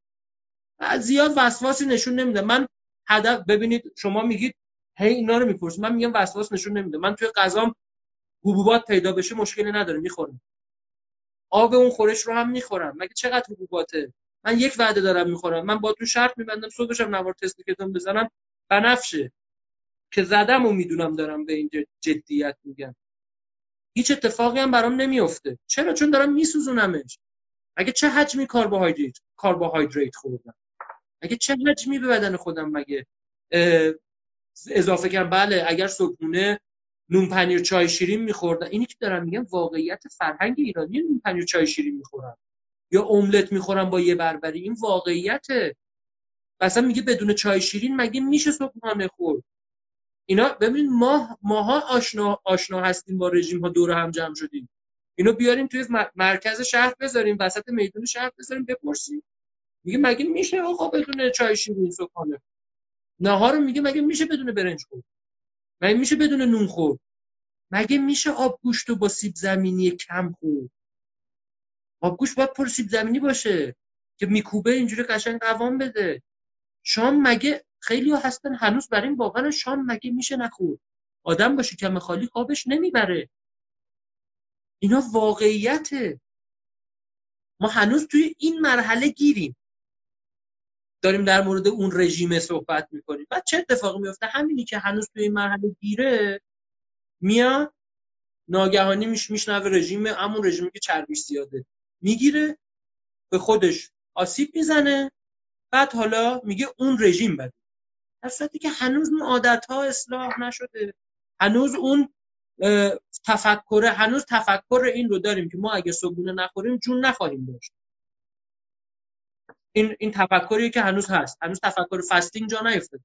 زیاد وسواسی نشون نمیده. من هدف ببینید شما میگید هی اینا رو میپرسید، من میگم وسواس نشون نمیده. من توی غذام حبوبات پیدا بشه مشکلی نداره میخورم، آب اون خورش رو هم میخورم، مگه چقدر حبوباته. من یک وعده دارم میخورم، من با تو شرط میبندم صبح بشم نوار تست کتون بزنم بنفشه که زدم و میدونم دارم به این جدیت میگم. هیچ اتفاقی هم برام نمیفته. چرا؟ چون دارم میسوزونمش. مگه چه حجمی کربوهیدرات کربوهیدرات خوردم؟ مگه چه حجمی به بدن خودم مگه اضافه کردم؟ بله اگر صبحونه نون پنیر چای شیرین می‌خوردم، اینی که دارم میگم واقعیت فرهنگ ایرانی، نون پنیر چای شیرین می‌خورم یا املت می‌خورم با یه بربری، این واقعیته. مثلا میگه بدون چای شیرین مگه میشه صبحانه خورد؟ اینا ببین ما ماها آشنا آشنا هستیم با رژیم ها، دور هم جمع شدیم، اینو بیاریم توی مرکز شهر بذاریم، وسط میدون شهر بذاریم، بپرسیم. میگه مگه میشه آقا بدون چای شیرین صبحانه؟ نهار میگه مگه میشه بدون برنج خورد؟ مگه میشه بدون نون خورد؟ مگه میشه آب گوشت رو با سیب زمینی کم خورد؟ آب گوشت باید پر سیب زمینی باشه که میکوبه اینجوری قشنگ قوام بده. شام مگه خیلی ها هستن هنوز بر این باورن شام مگه میشه نخورد؟ آدم با شکم خالی خوابش نمیبره. اینا واقعیته. ما هنوز توی این مرحله گیریم، داریم در مورد اون رژیم صحبت میکنیم. بعد چه اتفاقی میفته؟ همینی که هنوز توی این مرحله گیره میاد ناگهانی میش میشنوه رژیم، همون رژیمی که چربیش زیاده، میگیره به خودش آسیب میزنه، بعد حالا میگه اون رژیم بده، در صورتی که هنوز اون عادت‌ها اصلاح نشده، هنوز اون تفکر هنوز تفکر این رو داریم که ما اگه صبحونه نخوریم جون نخواهیم داشت. این این تفکری که هنوز هست، هنوز تفکر فاستینگ جا نیفتاده.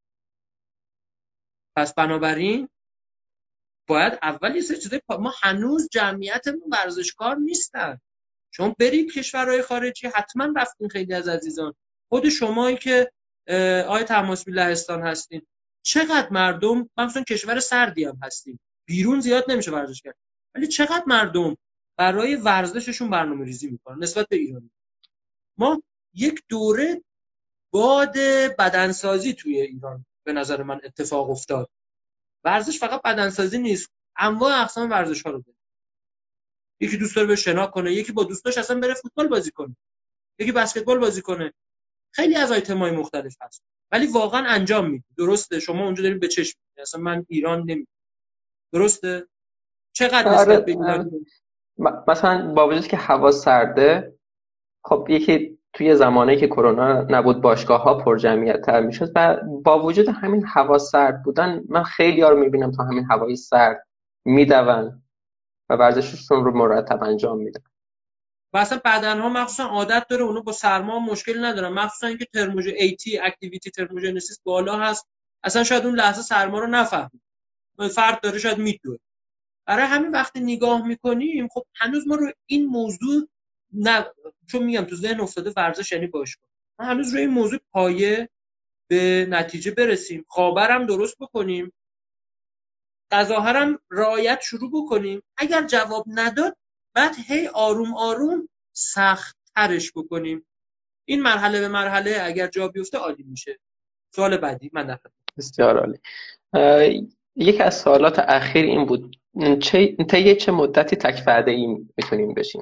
پس بنابراین باید اول یه سری چیزای ما هنوز جمعیتمون ورزشکار نیستن. شما برید کشورهای خارجی، حتما رفتین خیلی از عزیزان، خود شمایی که آیه تماسبی لهستان هستین، چقدر مردم، مثلا کشور سردی هم هستیم، بیرون زیاد نمیشه ورزش کرد، ولی چقدر مردم برای ورزششون برنامه‌ریزی میکنن نسبت به ایران. ما یک دوره باد بدنسازی توی ایران به نظر من اتفاق افتاد. ورزش فقط بدنسازی نیست، انواع اقسام ورزش ها رو داره. یکی دوست داره به شنا کنه، یکی با دوستاش اصلا بره فوتبال بازی کنه، یکی بسکتبال بازی کنه، خیلی از آیتم‌های مختلف هست، ولی واقعا انجام میده. درسته شما اونجا دارید به چشم می‌بینید، اصلا من ایران نمی‌بینم. درسته چقدر نسبت به ایران؟ مثلا با وجودی که هوا سرده، خب یکی توی زمانی که کرونا نبود باشگاه‌ها پر جمعیت تر میشد و با وجود همین هوا سرد بودن من خیلی ها رو میبینم تا همین هوای سرد میدون و ورزششون رو مرتب انجام میدن. و اصلا بدنها مخصوصا عادت داره، اونو با سرما مشکل ندارن، مخصوصا اینکه ترموژن ایتی اکتیویتی ترموژنسیس بالا هست، اصلا شاید اون لحظه سرما رو نفهمید، فرد داره شاید میدوه. برای همین وقتی نگاه میکنیم خب هنوز ما رو این موضوع نه، چون میگم تو ذهن افتاده ورزش یعنی باشگاه، ما هنوز روی این موضوع پایه به نتیجه برسیم، خوابرم درست بکنیم، غذاهرم رعایت شروع بکنیم، اگر جواب نداد بعد هی آروم آروم سخت ترش بکنیم. این مرحله به مرحله اگر جا بیفته عالی میشه. سوال بعدی من دفعه. بسیار عالی. یکی از سوالات اخیر این بود چه طی چه مدتی تک وعده ای میتونیم بشیم؟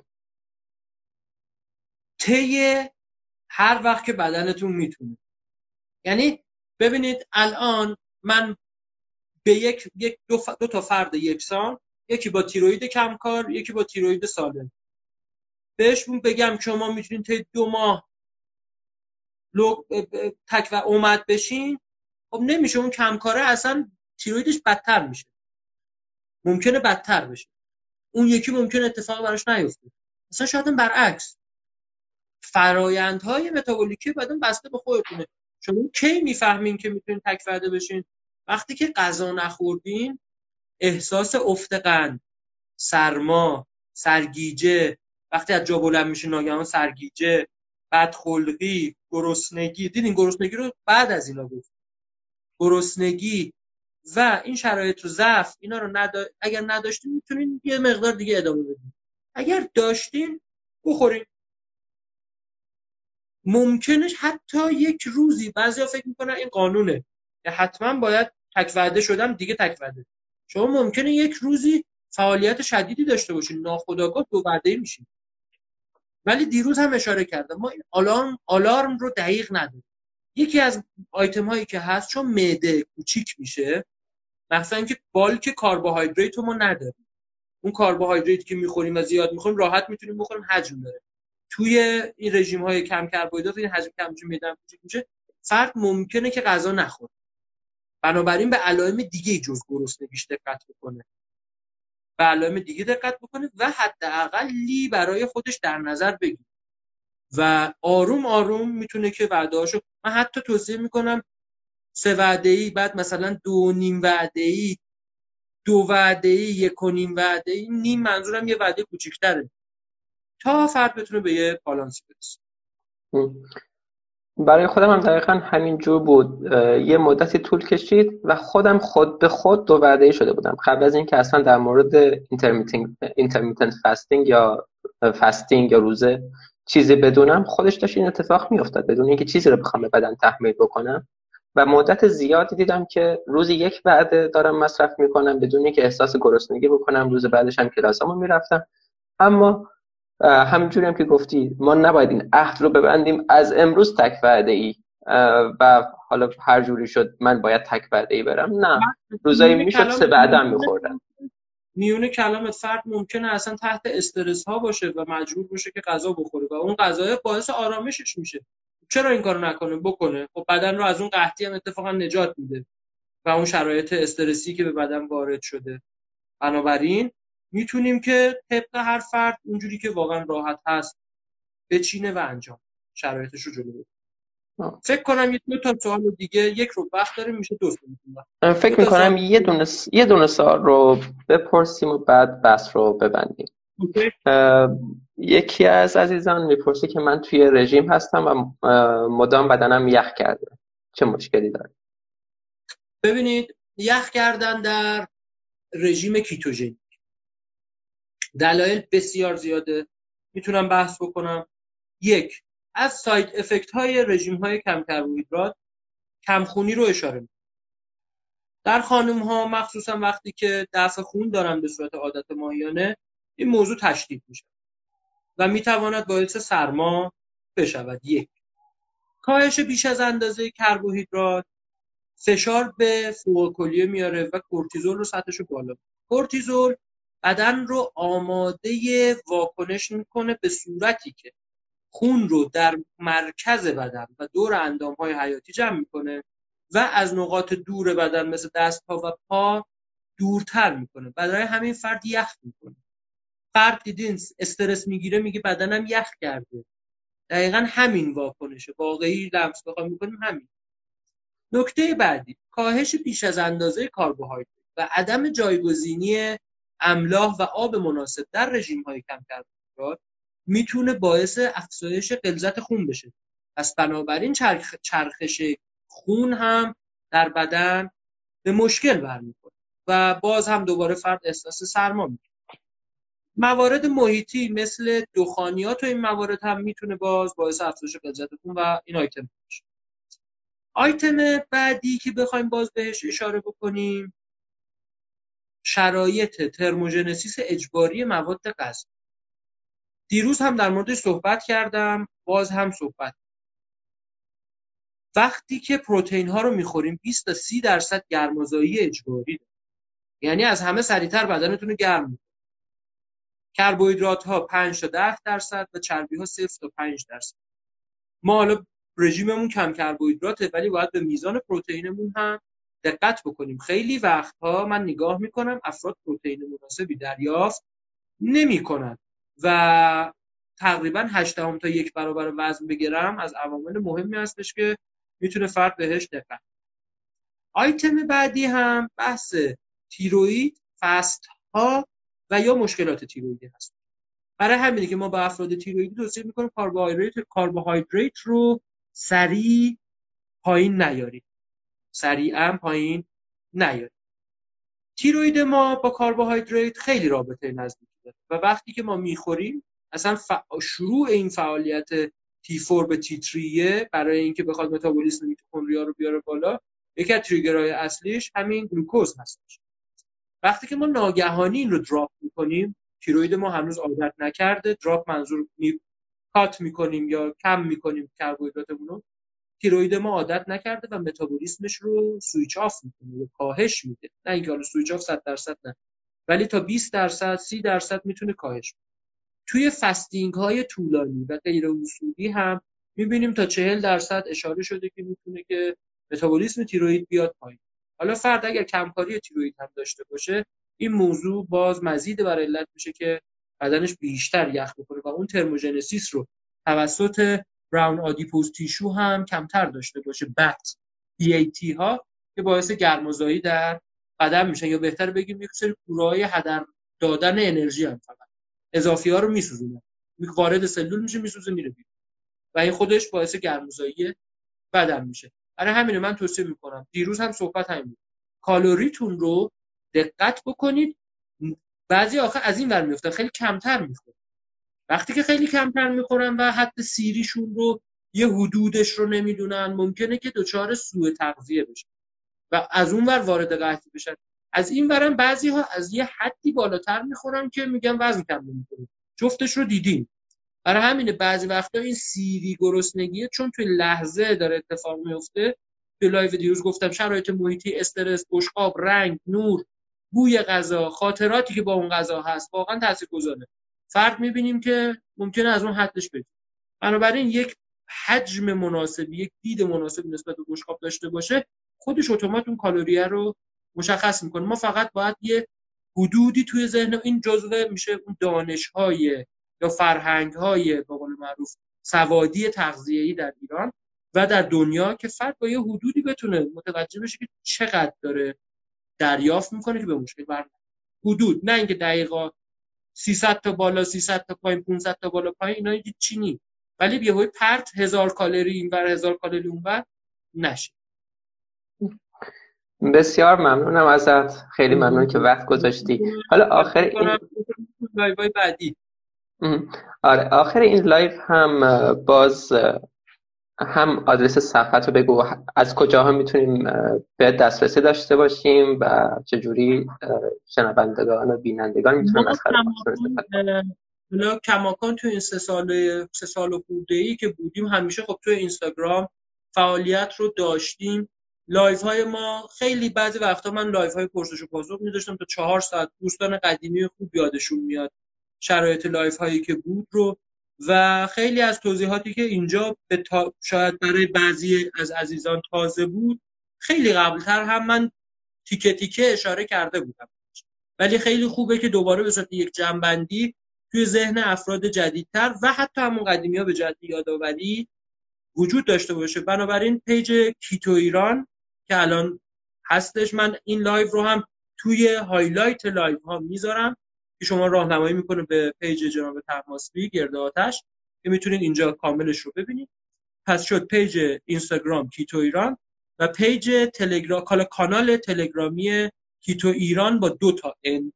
طی هر وقت که بدنتون میتونه. یعنی ببینید الان من به یک یک دو, ف... دو تا فرد یکسان، یکی با تیروئید کمکار، یکی با تیروئید سالم، بهشون بگم شما میتونید طی دو ماه لو... تک و اومد بشین، خب نمیشه. اون کمکاره اصلا تیروئیدش بدتر میشه، ممکنه بدتر بشه، اون یکی ممکنه اتفاق براش نیفته. مثلا شاید برعکس فرآیندهای متابولیکی بدن بسته به خودتونه. شما کی میفهمین که میتونین تک وعده بشین؟ وقتی که غذا نخوردین، احساس افت قند، سرما، سرگیجه، وقتی از جا بلند میشین ناگهان سرگیجه، بدخلقی، گرسنگی، دیدین گرسنگی رو بعد از اینا گفت، گرسنگی و این شرایط رو، ضعف، اینا رو ندا... اگر نداشتین میتونین یه مقدار دیگه ادامه بدین، اگر داشتین بخورین. ممکنه حتی یک روزی بعضیا فکر میکنن این قانونه که حتما باید تک وعده شدم دیگه تک وعده، شما ممکنه یک روزی فعالیت شدیدی داشته باشین، ناخودآگاه دو وعده میشین. ولی دیروز هم اشاره کردم ما این آلارم آلارم رو دقیق نداریم. یکی از آیتم هایی که هست چون معده کوچیک میشه، مثلا اینکه بالک کربوهیدرات ما نداریم، اون کربوهیدراتی که میخوریم و زیاد میخوریم راحت میتونیم بخوریم، حجم داره. توی این رژیم های کم کربوهیدرات این حجم کم میشه، معده کوچیک میشه، فرد ممکنه که غذا نخوره، بنابراین به علائم دیگه جز گرسنگیش دقت بکنه، به علائم دیگه دقت بکنه و حداقلی برای خودش در نظر بگیره و آروم آروم میتونه که وعده‌هاشو، من حتی توصیه میکنم سه وعده‌ای، بعد مثلا دو نیم وعده‌ای، دو وعده‌ای، یک و نیم وعده‌ای. نیم منظورم یه وعده کوچیک‌تره تا فرد بتونه به یه بالانسی برسه. برای خودم هم دقیقا همین جور بود. یه مدتی طول کشید و خودم خود به خود دو وعده‌ای شده بودم قبل از اینکه اصلا در مورد اینترمیتنت فاستینگ یا فاستینگ یا روزه چیزی بدونم. خودش داشت این اتفاق میافتاد بدون اینکه چیزی رو بخوام به بدن تحمیل بکنم و مدت زیادی دیدم که روزی یک وعده دارم مصرف میکنم بدون اینکه احساس گرسنگی بکنم. روز بعدش هم کلاسامو میرفتم. اما همینجوری هم که گفتی ما نباید این عهد رو ببندیم از امروز تک وعده ای و حالا هر جوری شد من باید تک وعده ای برم. نه، روزایی میونه میشد سه کلامت وعده هم ممکنه میخوردم. میونه کلامت فرد ممکنه اصلا تحت استرس ها باشه و مجبور باشه که غذا بخوره و اون غذا باعث آرامشش میشه. چرا این کارو نکنه؟ بکنه. خب بدن رو از اون قحطی هم اتفاقا نجات میده و اون شرایط استرسی که به بدن وارد شده. بنابراین میتونیم که طبق هر فرد اونجوری که واقعا راحت هست بچینه و انجام شرایطش رو جلو بره. فکر کنم یه دو تا سوال دیگه، یک رو وقت داریم میشه دو تا. دو فکر تا میکنم سوال یه دونه س... یه دونه سوال رو بپرسیم و بعد بحث رو ببندیم. اوکی. یکی از عزیزان میپرسه که من توی رژیم هستم و مدام بدنم یخ کرده، چه مشکلی داره؟ ببینید، یخ کردن در رژیم کیتوژن دلایل بسیار زیاده، میتونم بحث بکنم. یک، از ساید افکت های رژیم های کم کربوهیدرات کمخونی رو اشاره می‌کنم. در خانم ها مخصوصا وقتی که دفع خون دارن به صورت عادت ماهیانه این موضوع تشدید میشه و میتواند باعث سرما بشود. یک، کاهش بیش از اندازه کربوهیدرات فشار به فوق میاره و کورتیزول رو سطحش رو بالا. کورتیزول بدن رو آماده واکنش میکنه به صورتی که خون رو در مرکز بدن و دور اندامهای حیاتی جمع میکنه و از نقاط دور بدن مثل دست ها و پا دورتر میکنه. برای همین فرد یخ میکنه. فرد دیدین استرس میگیره میگه بدنم یخ کرده. دقیقا همین واکنشه واقعی لمس بخوام میکنیم همین. نکته بعدی، کاهش بیش از اندازه کربوهیدرات و عدم جایگزینی املاح و آب مناسب در رژیم‌های کم کربوهیدرات میتونه باعث افزایش غلظت خون بشه. پس بنابراین چرخ، چرخش خون هم در بدن به مشکل برمیخوره و باز هم دوباره فرد احساس سرما میکنه. موارد محیطی مثل دخانیات و این موارد هم میتونه باز باعث افزایش غلظت خون و این آیتم بشه. آیتم بعدی که بخوایم باز بهش اشاره بکنیم شرایط ترموژنسیس اجباری مواد غذایی. دیروز هم در موردش صحبت کردم، باز هم صحبت. وقتی که پروتئین ها رو میخوریم بیست تا سی درصد گرمازایی اجباری داره. یعنی از همه سریعتر بدنتون رو گرم می‌کنه. کربوهیدرات ها پنج تا ده درصد و چربی ها صفر تا پنج درصد. ما حالا رژیممون کم کربوهیدراته ولی باید به میزان پروتئینمون هم دقت بکنیم. خیلی وقتها من نگاه میکنم افراد پروتئین مناسبی دریافت نمیکنن و تقریبا هشت دهم تا یک برابر وزن بگیرم از عوامل مهمی هستش که میتونه فرد بهش دقت. آیتم بعدی هم بحث تیروئید، فست ها و یا مشکلات تیروئیدی هست. برای همینه که ما با افراد تیروئیدی توصیه میکنیم کربوهیدرات کربوهیدرات رو سریع پایین نیارید. سریعا پایین نیارید. تیروئید ما با کربوهیدرات خیلی رابطه نزدیکی داره و وقتی که ما میخوریم اصلا ف... شروع این فعالیت تی فور به تی تری برای اینکه بخواد متابولیسم میتوکندریا رو بیاره بالا، یکی از تریگرهای اصلیش همین گلوکوز هستش. وقتی که ما ناگهانی این رو دراپ میکنیم، تیروئید ما هنوز عادت نکرده، دراپ منظور می کات میکنیم یا کم میکنیم کربوهیدراتمون رو، تیروئید ما عادت نکرده و متابولیسمش رو سویچ آف میکنه یا کاهش میده. نه اینکه حالا سویچ آف صد درصد نه، ولی تا بیست درصد سی درصد میتونه کاهش بده. توی فستینگ های طولانی و غیر اصولی هم میبینیم تا چهل درصد اشاره شده که میتونه که متابولیسم تیروئید بیاد پایین. حالا فرد اگر کمکاری تیروئید هم داشته باشه این موضوع باز مزید بر علت میشه که بدنش بیشتر یخ بکنه و اون ترموژنسیس رو توسط براون آدیپوز تیشو هم کمتر داشته باشه. بط دی ای تی ها که باعث گرمازایی در بدن میشن، یا بهتر بگیم یک سری کوره‌های هدر دادن انرژی هم، فقط اضافی ها رو میسوزونن، وارد سلول میشه میسوزه میره بیرون و این خودش باعث گرمازایی بدن میشه. برای همین من توصیه میکنم، دیروز هم صحبت همین بود، کالریتون رو دقت بکنید. بعضی آخه از این ور میفتن خیلی کمتر میخورن، وقتی که خیلی کمتر میخورن و حد سیریشون رو یه حدودش رو نمیدونن، ممکنه که دچار سوء تغذیه بشن و از اون ور وارد قحطی بشن. از این ورم بعضی ها از یه حدی بالاتر میخورن که میگن وزن کم نمیکنه، جفتش رو دیدیم. برای همینه بعضی وقتا این سیری گرسنگی چون توی لحظه داره اتفاق میفته. توی لایو دیروز گفتم شرایط محیطی، استرس، بشقاب، رنگ، نور، بوی غذا، خاطراتی که با اون غذا هست واقعا تاثیرگذاره. فرد میبینیم که ممکنه از اون حدش بره. بنابراین یک حجم مناسب، یک دید مناسب نسبت به بشقاب داشته باشه، خودش اتومات اون کالریه رو مشخص میکنه. ما فقط باید یه حدودی توی ذهن، این جزء میشه اون دانش‌های یا فرهنگ‌های به قول معروف سوادی تغذیه‌ای در ایران و در دنیا، که فرد با یه حدودی بتونه متوجه بشه که چقدر داره دریافت میکنه که به مشکل برمیاد. حدود، نه اینکه دقیقاً سیصد تا بالا سیصد تا پایین پانصد تا بالا پایین، اینا هیچ چی نیست، ولی یهو پرت هزار کالری اینور هزار کالری اونور نشه. بسیار ممنونم ازت، خیلی ممنون که وقت گذاشتی. حالا آخر این لایوهای بعدی آره آخر این لایو هم باز هم آدرس صفحت رو بگو، از کجاها میتونیم به دسترسی داشته باشیم و چجوری شنوندگان و بینندگان میتونن از خدماتتون استفاده کنن. حالا کماکان تو این سه سال سه سال و خورده‌ای که بودیم همیشه خب تو اینستاگرام فعالیت رو داشتیم. لایو های ما خیلی بعضی وقتا من لایو های پرسش و پاسخ می‌ذاشتم تا چهار ساعت. دوستان قدیمی خوب یادشون میاد شرایط لایو هایی که بود رو، و خیلی از توضیحاتی که اینجا به تا... شاید برای بعضی از عزیزان تازه بود، خیلی قبلتر هم من تیکه تیکه اشاره کرده بودم، ولی خیلی خوبه که دوباره به صورت یک جنبندی توی ذهن افراد جدیدتر و حتی همون قدیمی ها به جهت یادآوری وجود داشته باشه. بنابراین پیج کیتو ایران که الان هستش، من این لایو رو هم توی هایلایت لایو ها میذارم که شما راهنمایی میکنه به پیج جناب طهماسبی گرد آتش که میتونید اینجا کاملش رو ببینید. پس شد پیج اینستاگرام کیتو ایران و پیج تلگرام، کانال تلگرامی کیتو ایران با دو تا ان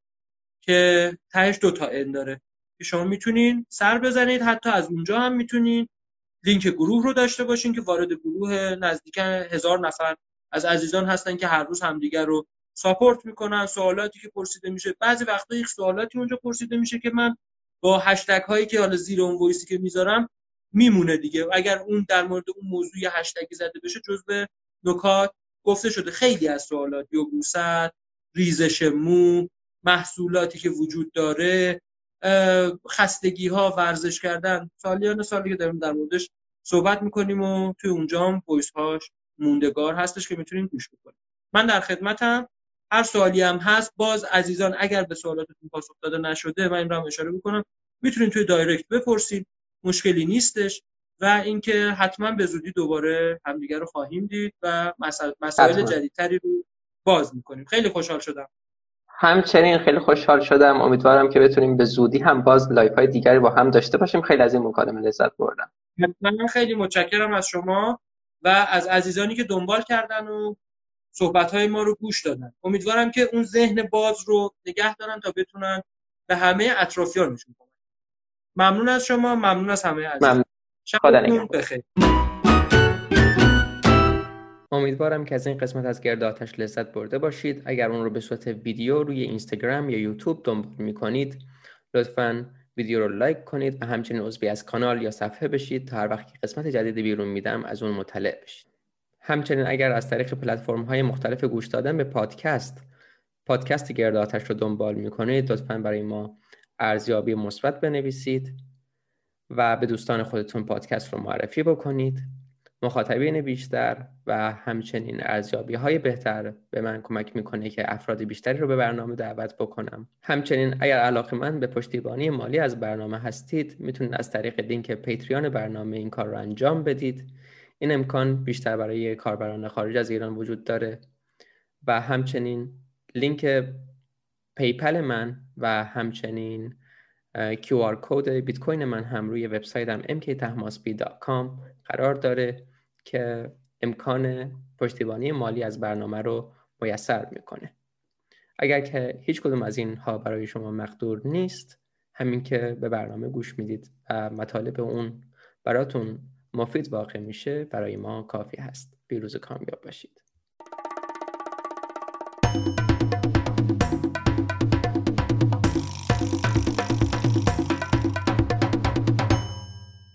که تهش دو تا ان داره که شما میتونین سر بزنید. حتی از اونجا هم میتونین لینک گروه رو داشته باشین که وارد گروه نزدیک هزار نفر از عزیزان هستن که هر روز همدیگر رو ساپورت میکنن. سوالاتی که پرسیده میشه، بعضی وقتا یک سوالاتی اونجا پرسیده میشه که من با هشتگ هایی که حالا زیر اون وایسی که میذارم میمونه دیگه، اگر اون در مورد اون موضوع یه هشتگی زده بشه جزء نکات گفته شده. خیلی از سوالات، یبوست، ریزش مو، محصولاتی که وجود داره، خستگی ها، ورزش کردن، سالیان سالی که داریم در موردش صحبت میکنیم و توی اونجا هم وایس هاش موندگار هستش که میتونین گوش بکنید. من در خدمتم، هر سوالی هم هست باز عزیزان اگر به سوالاتتون پاسخ داده نشده من این رو هم اشاره میکنم، میتونین توی دایرکت بپرسید، مشکلی نیستش. و اینکه حتما به زودی دوباره همدیگه رو خواهیم دید و مسائل, مسائل جدیدتری رو باز میکنیم. خیلی خوشحال شدم. همچنین خیلی خوشحال شدم، امیدوارم که بتونیم به زودی هم باز لایف های دیگری با هم داشته باشیم. خیلی از این مکالمه لذت بردم. من خیلی متشکرم از شما و از عزیزانی که دنبال کردن و صحبت‌های ما رو گوش دادن. امیدوارم که اون ذهن باز رو نگه دارن تا بتونن به همه اطرافیانشون کمک کنن. ممنون از شما، ممنون از همه عزیزان. شبتون بخیر. امیدوارم که از این قسمت از گرد آتش لذت برده باشید. اگر اون رو به صورت ویدیو روی اینستاگرام یا یوتیوب دنبال می‌کنید، لطفاً ویدیو رو لایک کنید و همچنین عضوی از کانال یا صفحه بشید تا هر وقت که قسمت جدیدی بیرون میدم از اون مطلع بشید. همچنین اگر از طریق پلتفرم‌های مختلف گوش دادن به پادکست پادکست گرد آتش رو دنبال می‌کنید، لطفاً برای ما ارزیابی مثبت بنویسید و به دوستان خودتون پادکست رو معرفی بکنید. مخاطبین بیشتر و همچنین ارزیابی‌های بهتر به من کمک میکنه که افراد بیشتری رو به برنامه دعوت بکنم. همچنین اگر علاقه‌مند به پشتیبانی مالی از برنامه هستید، میتونید از طریق لینک پیتریون برنامه این کار رو انجام بدید. این امکان بیشتر برای کاربران خارج از ایران وجود داره و همچنین لینک پیپل من و همچنین کیو آر کد بیت کوین من هم روی وبسایتم ام کی tahmasbi دات کام قرار داره که امکان پشتیبانی مالی از برنامه رو میسر میکنه. اگر که هیچ کدوم از اینها برای شما مقدور نیست، همین که به برنامه گوش میدید و مطالب اون براتون مفید واقع میشه برای ما کافی هست. پیروز و کامیاب باشید.